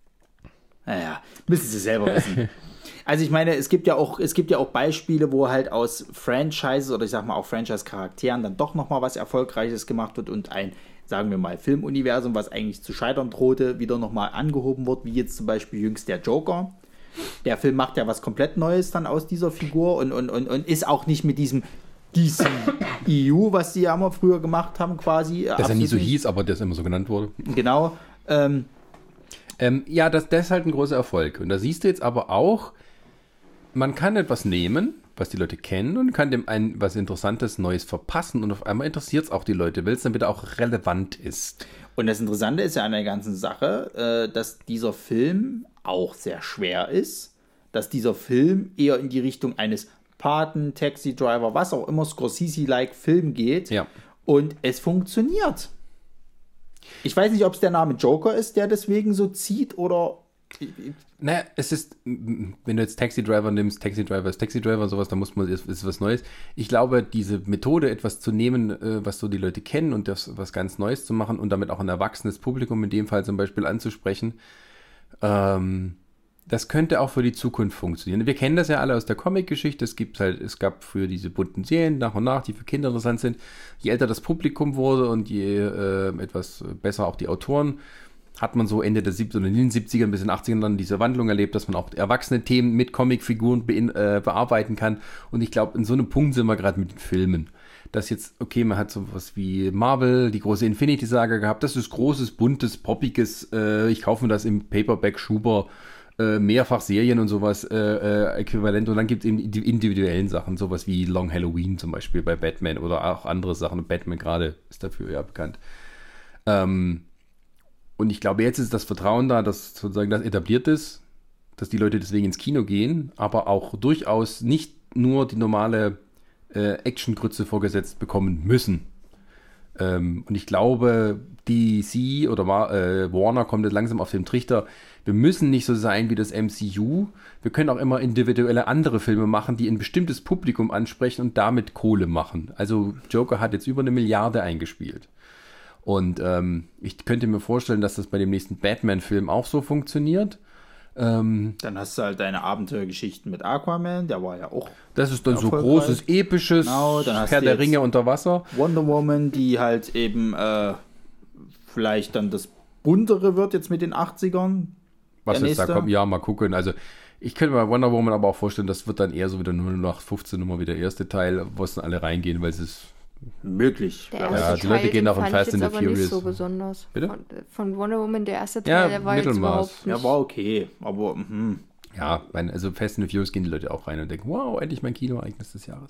Naja, müssen sie selber wissen. Also ich meine, es gibt ja auch, es gibt ja auch Beispiele, wo halt aus Franchises oder ich sag mal auch Franchise-Charakteren dann doch nochmal was Erfolgreiches gemacht wird und ein, sagen wir mal, Filmuniversum, was eigentlich zu scheitern drohte, wieder nochmal angehoben wird, wie jetzt zum Beispiel jüngst der Joker. Der Film macht ja was komplett Neues dann aus dieser Figur und, und, und, und ist auch nicht mit diesem D C E U, was sie ja immer früher gemacht haben, quasi. Dass er nie so hieß, aber das immer so genannt wurde. Genau. Ähm, ähm, ja, das, das ist halt ein großer Erfolg. Und da siehst du jetzt aber auch, man kann etwas nehmen, was die Leute kennen, und kann dem ein was Interessantes, Neues verpassen, und auf einmal interessiert es auch die Leute, weil es dann wieder auch relevant ist. Und das Interessante ist ja an der ganzen Sache, dass dieser Film auch sehr schwer ist, dass dieser Film eher in die Richtung eines Paten, Taxi Driver, was auch immer, Scorsese-like Film geht, ja. Und es funktioniert. Ich weiß nicht, ob es der Name Joker ist, der deswegen so zieht, oder... Naja, es ist, wenn du jetzt Taxi Driver nimmst, Taxi Driver ist Taxi Driver und sowas, da muss man, ist, ist was Neues. Ich glaube, diese Methode, etwas zu nehmen, äh, was so die Leute kennen, und das was ganz Neues zu machen und damit auch ein erwachsenes Publikum in dem Fall zum Beispiel anzusprechen, ähm, das könnte auch für die Zukunft funktionieren. Wir kennen das ja alle aus der Comic-Geschichte. Es gibt halt, es gab für diese bunten Serien nach und nach, die für Kinder interessant sind. Je älter das Publikum wurde und je äh, etwas besser auch die Autoren, hat man so Ende der siebziger oder in den siebzigern bis in den achtzigern dann diese Wandlung erlebt, dass man auch erwachsene Themen mit Comicfiguren bein, äh, bearbeiten kann. Und ich glaube, in so einem Punkt sind wir gerade mit den Filmen. Dass jetzt, okay, man hat sowas wie Marvel, die große Infinity-Saga gehabt. Das ist großes, buntes, poppiges, äh, ich kaufe mir das im Paperback, Schuber, äh, mehrfach Serien und sowas äh, äh, äquivalent. Und dann gibt es eben die individuellen Sachen, sowas wie Long Halloween zum Beispiel bei Batman oder auch andere Sachen. Und Batman gerade ist dafür ja bekannt. Ähm, Und ich glaube, jetzt ist das Vertrauen da, dass sozusagen das etabliert ist, dass die Leute deswegen ins Kino gehen, aber auch durchaus nicht nur die normale äh, Actiongrütze vorgesetzt bekommen müssen. Ähm, und ich glaube, D C oder äh, Warner kommt jetzt langsam auf den Trichter, wir müssen nicht so sein wie das M C U. Wir können auch immer individuelle andere Filme machen, die ein bestimmtes Publikum ansprechen und damit Kohle machen. Also Joker hat jetzt über eine Milliarde eingespielt. Und ähm, ich könnte mir vorstellen, dass das bei dem nächsten Batman-Film auch so funktioniert. Ähm, dann hast du halt deine Abenteuergeschichten mit Aquaman, der war ja auch. Das ist dann so großes, episches, genau, dann Herr der Ringe unter Wasser. Wonder Woman, die halt eben äh, vielleicht dann das buntere wird jetzt mit den achtzigern. Was jetzt da kommt, ja, mal gucken. Also ich könnte mir Wonder Woman aber auch vorstellen, das wird dann eher so wieder null null fünfzehn Nummer wie der erste Teil, wo es dann alle reingehen, weil es ist möglich. Der erste ja, die Leute Teil, gehen auch in fand Fast ich and jetzt the aber Furious. Nicht so besonders. Bitte? Von, von Wonder Woman, der erste Teil, Ja, der war jetzt Mittelmaß. überhaupt nicht. Der war okay, aber mhm. Ja, mein, also Fast and the Furious gehen die Leute auch rein und denken, wow, endlich mein Kinoereignis des Jahres.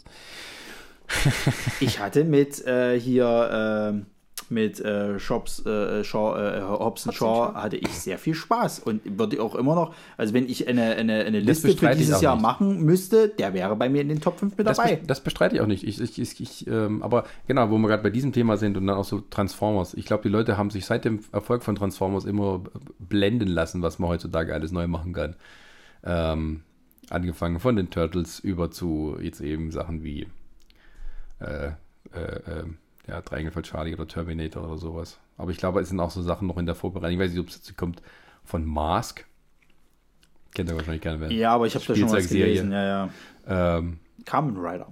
Ich hatte mit äh, hier äh, mit äh, Shops, äh, Shaw, äh, Hobbs and Shaw hatte ich sehr viel Spaß und würde auch immer noch, also wenn ich eine, eine, eine Liste für dieses Jahr nicht. machen müsste, der wäre bei mir in den Top fünf mit das dabei. Be- das bestreite ich auch nicht. Ich, ich, ich, ich, ähm, aber genau, wo wir gerade bei diesem Thema sind und dann auch so Transformers. Ich glaube, die Leute haben sich seit dem Erfolg von Transformers immer blenden lassen, was man heutzutage alles neu machen kann. Ähm, angefangen von den Turtles über zu jetzt eben Sachen wie äh, äh, äh, ja, Triangle for Charlie oder Terminator oder sowas. Aber ich glaube, es sind auch so Sachen noch in der Vorbereitung. Ich weiß nicht, ob es jetzt kommt von Mask. Kennt ihr wahrscheinlich gerne. Ja, aber ich habe da schon was gelesen. Ja, ja. Ähm, Kamen Rider.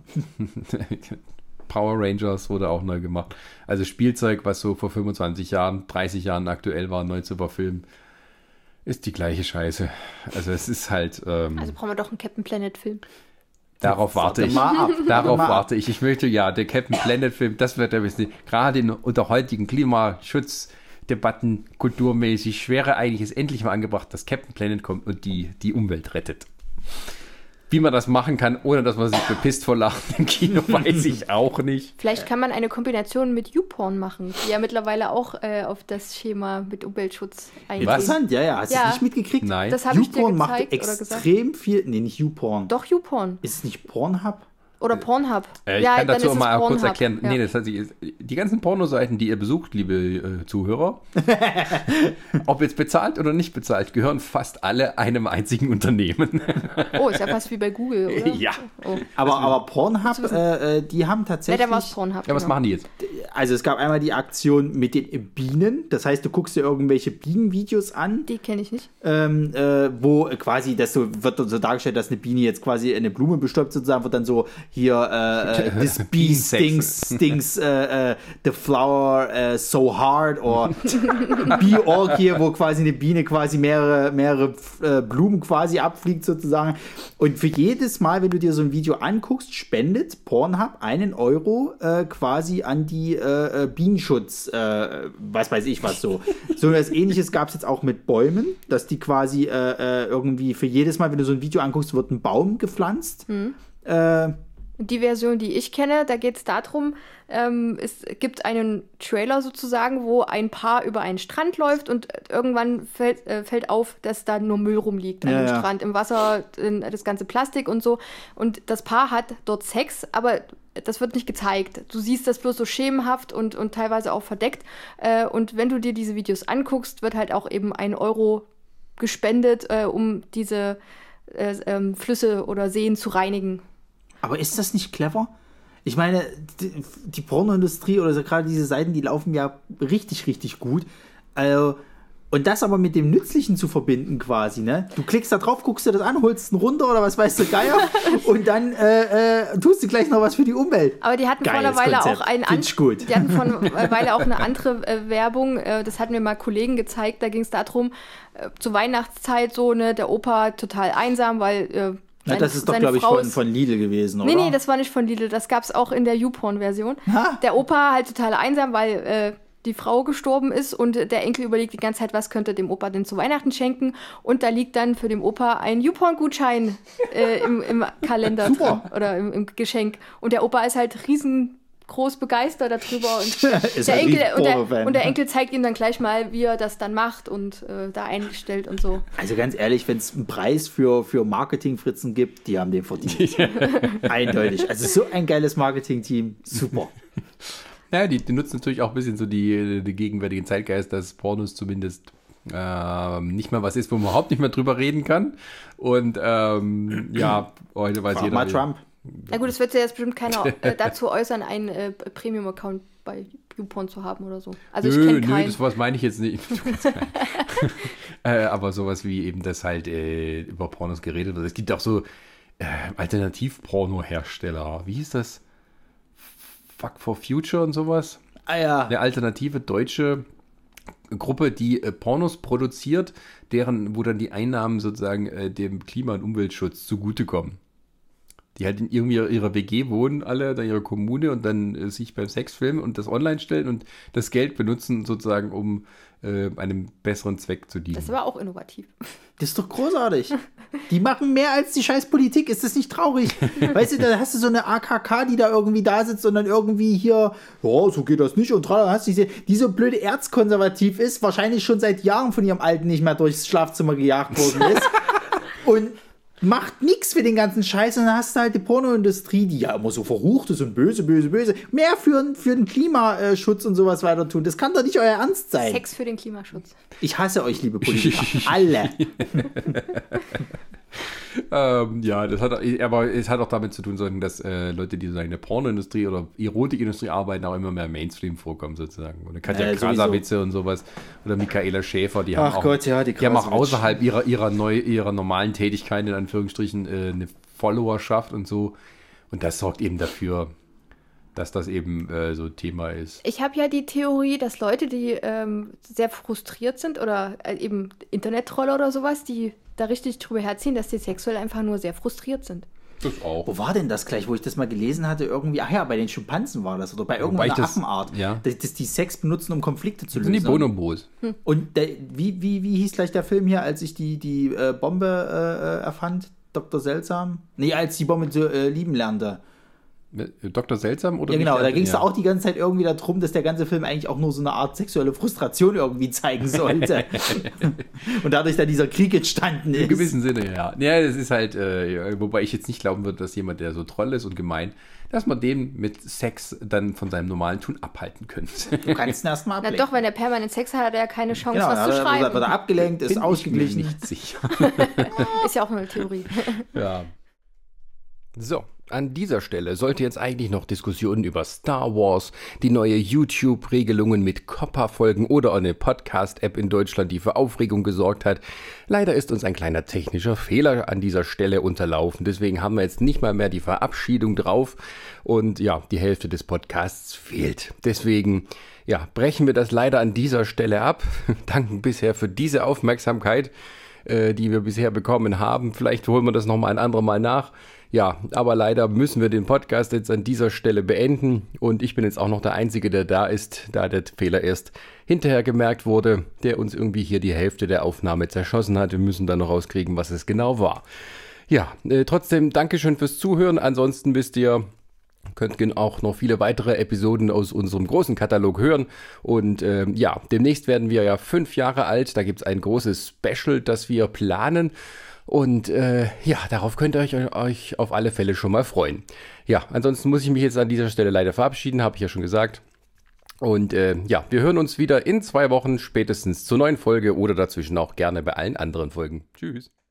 Power Rangers wurde auch neu gemacht. Also Spielzeug, was so vor fünfundzwanzig Jahren, dreißig Jahren aktuell war, neu zu verfilmen, ist die gleiche Scheiße. Also es ist halt... Ähm, also brauchen wir doch einen Captain Planet Film. Darauf warte, warte ich. Mal ab. Darauf mal warte ab. ich. Ich möchte, ja, der Captain Planet Film, das wird ja wissen, gerade in, unter heutigen Klimaschutzdebatten kulturmäßig wäre eigentlich es endlich mal angebracht, dass Captain Planet kommt und die, die Umwelt rettet. Wie man das machen kann, ohne dass man sich bepisst vor Lachen im Kino, weiß ich auch nicht. Vielleicht kann man eine Kombination mit YouPorn machen, die ja mittlerweile auch äh, auf das Schema mit Umweltschutz eingehen. Interessant, ja, ja. Hast du ja. das nicht mitgekriegt? Nein. Das habe ich dir YouPorn gezeigt macht oder extrem gesagt. viel. Nee, nicht YouPorn. Doch, YouPorn. Ist es nicht Pornhub? Oder Pornhub. Äh, ich ja, kann dazu dann auch mal kurz Pornhub. erklären. Ja. Nee, das heißt, die ganzen Pornoseiten, die ihr besucht, liebe äh, Zuhörer, ob jetzt bezahlt oder nicht bezahlt, gehören fast alle einem einzigen Unternehmen. Oh, ist ja fast wie bei Google, oder? Ja. Oh. Aber, aber Pornhub, äh, die haben Ja, tatsächlich... der war Pornhub. Ja, was genau. machen die jetzt? Also es gab einmal die Aktion mit den Bienen. Das heißt, du guckst dir irgendwelche Bienenvideos an, Die kenne ich nicht. ähm, äh, wo quasi das so wird dann so dargestellt, dass eine Biene jetzt quasi eine Blume bestäubt sozusagen, wird dann so hier äh, äh, this bee Bienensex. stings, stings äh, äh, the flower äh, so hard or Bee Orchid, wo quasi eine Biene quasi mehrere, mehrere äh, Blumen quasi abfliegt sozusagen. Und für jedes Mal, wenn du dir so ein Video anguckst, spendet Pornhub einen Euro äh, quasi an die äh, äh, Bienenschutz, äh, was weiß ich was so. So etwas Ähnliches gab es jetzt auch mit Bäumen, dass die quasi äh, äh, irgendwie für jedes Mal, wenn du so ein Video anguckst, wird ein Baum gepflanzt. Mhm. Äh, Die Version, die ich kenne, da geht es darum, ähm, es gibt einen Trailer sozusagen, wo ein Paar über einen Strand läuft und irgendwann fällt, äh, fällt auf, dass da nur Müll rumliegt an Ja, dem ja. Strand, im Wasser, in, das ganze Plastik und so. Und das Paar hat dort Sex, aber das wird nicht gezeigt. Du siehst das bloß so schemenhaft und, und teilweise auch verdeckt. Äh, und wenn du dir diese Videos anguckst, wird halt auch eben ein Euro gespendet, äh, um diese äh, ähm, Flüsse oder Seen zu reinigen. Aber ist das nicht clever? Ich meine, die, die Pornoindustrie oder so, gerade diese Seiten, die laufen ja richtig, richtig gut. Also, und das aber mit dem Nützlichen zu verbinden quasi, ne? Du klickst da drauf, guckst dir das an, holst ihn runter oder was weißt du, Geier und dann äh, äh, tust du gleich noch was für die Umwelt. Aber die hatten vor einer Geiles Weile Konzept. auch einen Find ich gut. Die hatten vor einer Weile auch eine andere äh, Werbung. Äh, das hatten mir mal Kollegen gezeigt. Da ging es darum, äh, zur Weihnachtszeit so, ne, der Opa total einsam, weil äh, Na, seine- das ist doch, seine glaube ich, Frau von, ist- von Lidl gewesen, oder? Nee, nee, das war nicht von Lidl. Das gab es auch in der YouPorn-Version. Ha? Der Opa halt total einsam, weil äh, die Frau gestorben ist und der Enkel überlegt die ganze Zeit, was könnte dem Opa denn zu Weihnachten schenken. Und da liegt dann für den Opa ein YouPorn-Gutschein äh, im, im Kalender Super. drin oder im, im Geschenk. Und der Opa ist halt riesengroß begeistert darüber. Und, Ist der ein Enkel, und, der, Riesenporno-Fan. und der Enkel zeigt ihm dann gleich mal, wie er das dann macht und äh, da eingestellt und so. Also ganz ehrlich, wenn es einen Preis für, für Marketingfritzen gibt, die haben den verdient. Eindeutig. Also so ein geiles Marketing-Team, super. Ja, die, die nutzen natürlich auch ein bisschen so die, die gegenwärtigen Zeitgeist, dass Pornos zumindest ähm, nicht mal was ist, wo man überhaupt nicht mehr drüber reden kann. Und ähm, ja, heute weiß Frag jeder. mal Trump. Na gut, es wird ja jetzt bestimmt keiner äh, dazu äußern, einen äh, Premium-Account bei YouPorn zu haben oder so. Also ich nö, kenne nö, keinen. das was meine ich jetzt nicht. Du kennst keinen. äh, aber sowas wie eben, dass halt äh, über Pornos geredet wird. Es gibt auch so äh, Alternativ-Porno-Hersteller. Wie hieß das? Fuck for Future und sowas. Ah ja. Eine alternative deutsche Gruppe, die äh, Pornos produziert, deren, wo dann die Einnahmen sozusagen äh, dem Klima- und Umweltschutz zugutekommen. Die halt in irgendwie ihrer W G wohnen, alle, in ihrer Kommune und dann äh, sich beim Sex filmen und das online stellen und das Geld benutzen sozusagen, um äh, einem besseren Zweck zu dienen. Das ist aber auch innovativ. Das ist doch großartig. Die machen mehr als die scheiß Politik. Ist das nicht traurig? Weißt du, da hast du so eine A K K, die da irgendwie da sitzt und dann irgendwie hier, ja, so geht das nicht. Und dran hast du diese, die so blöde erzkonservativ ist, wahrscheinlich schon seit Jahren von ihrem Alten nicht mehr durchs Schlafzimmer gejagt worden ist. Und macht nichts für den ganzen Scheiß. Und dann hast du halt die Pornoindustrie, die ja immer so verrucht ist und böse, böse, böse, mehr für, für den Klimaschutz und sowas weiter tun. Das kann doch nicht euer Ernst sein. Sex für den Klimaschutz. Ich hasse euch, liebe Politiker. Alle. ähm, ja, das hat, aber es hat auch damit zu tun, dass äh, Leute, die so in der Pornoindustrie oder Erotikindustrie arbeiten, auch immer mehr Mainstream vorkommen sozusagen. Oder Katja Ja, Krasavice und sowas. Oder Michaela Schäfer, die haben Ach auch, Gott, ja, die die haben auch Krasowitsch. außerhalb ihrer, ihrer, neu, ihrer normalen Tätigkeit, in Anführungsstrichen, äh, eine Followerschaft und so. Und das sorgt eben dafür, dass das eben äh, so Thema ist. Ich habe ja die Theorie, dass Leute, die ähm, sehr frustriert sind oder äh, eben Internettroller oder sowas, die da richtig drüber herziehen, dass die sexuell einfach nur sehr frustriert sind. Das auch. Wo war denn das gleich, wo ich das mal gelesen hatte? Irgendwie, ach ja, bei den Schimpansen war das oder bei irgendeiner das- Affenart, ja. dass, dass die Sex benutzen, um Konflikte zu Das sind lösen. die Bonobos. Und der, wie, wie, wie hieß gleich der Film hier, als ich die, die äh, Bombe äh, erfand? Doktor Seltsam? Nee, als die Bombe zu äh, lieben lernte. Doktor Seltsam? Oder Ja, genau, da ging es ja. auch die ganze Zeit irgendwie darum, dass der ganze Film eigentlich auch nur so eine Art sexuelle Frustration irgendwie zeigen sollte. Und dadurch dann dieser Krieg entstanden ist. Im gewissen Sinne, ja. Ja, das ist halt, äh, wobei ich jetzt nicht glauben würde, dass jemand, der so toll ist und gemein, dass man den mit Sex dann von seinem normalen Tun abhalten könnte. Du kannst ihn erstmal Na ablenken. doch, wenn er permanent Sex hat, hat er ja keine Chance, Genau, was dann zu wird er- schreiben. wird er abgelenkt, ist Bin ich mir ausgeglichen. nicht sicher. Ist ja auch nur eine Theorie. Ja. So, an dieser Stelle sollte jetzt eigentlich noch Diskussionen über Star Wars, die neue YouTube-Regelungen mit C O P P A-Folgen oder eine Podcast-App in Deutschland, die für Aufregung gesorgt hat. Leider ist uns ein kleiner technischer Fehler an dieser Stelle unterlaufen. Deswegen haben wir jetzt nicht mal mehr die Verabschiedung drauf. Und ja, die Hälfte des Podcasts fehlt. Deswegen, ja, brechen wir das leider an dieser Stelle ab. Danken bisher für diese Aufmerksamkeit, äh, die wir bisher bekommen haben. Vielleicht holen wir das nochmal ein andermal nach. Ja, aber leider müssen wir den Podcast jetzt an dieser Stelle beenden und ich bin jetzt auch noch der Einzige, der da ist, da der Fehler erst hinterher gemerkt wurde, der uns irgendwie hier die Hälfte der Aufnahme zerschossen hat. Wir müssen dann noch rauskriegen, was es genau war. Ja, äh, trotzdem Dankeschön fürs Zuhören. Ansonsten wisst ihr, könnt auch noch viele weitere Episoden aus unserem großen Katalog hören. Und ähm, ja, demnächst werden wir ja fünf Jahre alt. Da gibt es ein großes Special, das wir planen. Und äh, ja, darauf könnt ihr euch, euch auf alle Fälle schon mal freuen. Ja, ansonsten muss ich mich jetzt an dieser Stelle leider verabschieden, habe ich ja schon gesagt. Und äh, ja, wir hören uns wieder in zwei Wochen spätestens zur neuen Folge oder dazwischen auch gerne bei allen anderen Folgen. Tschüss.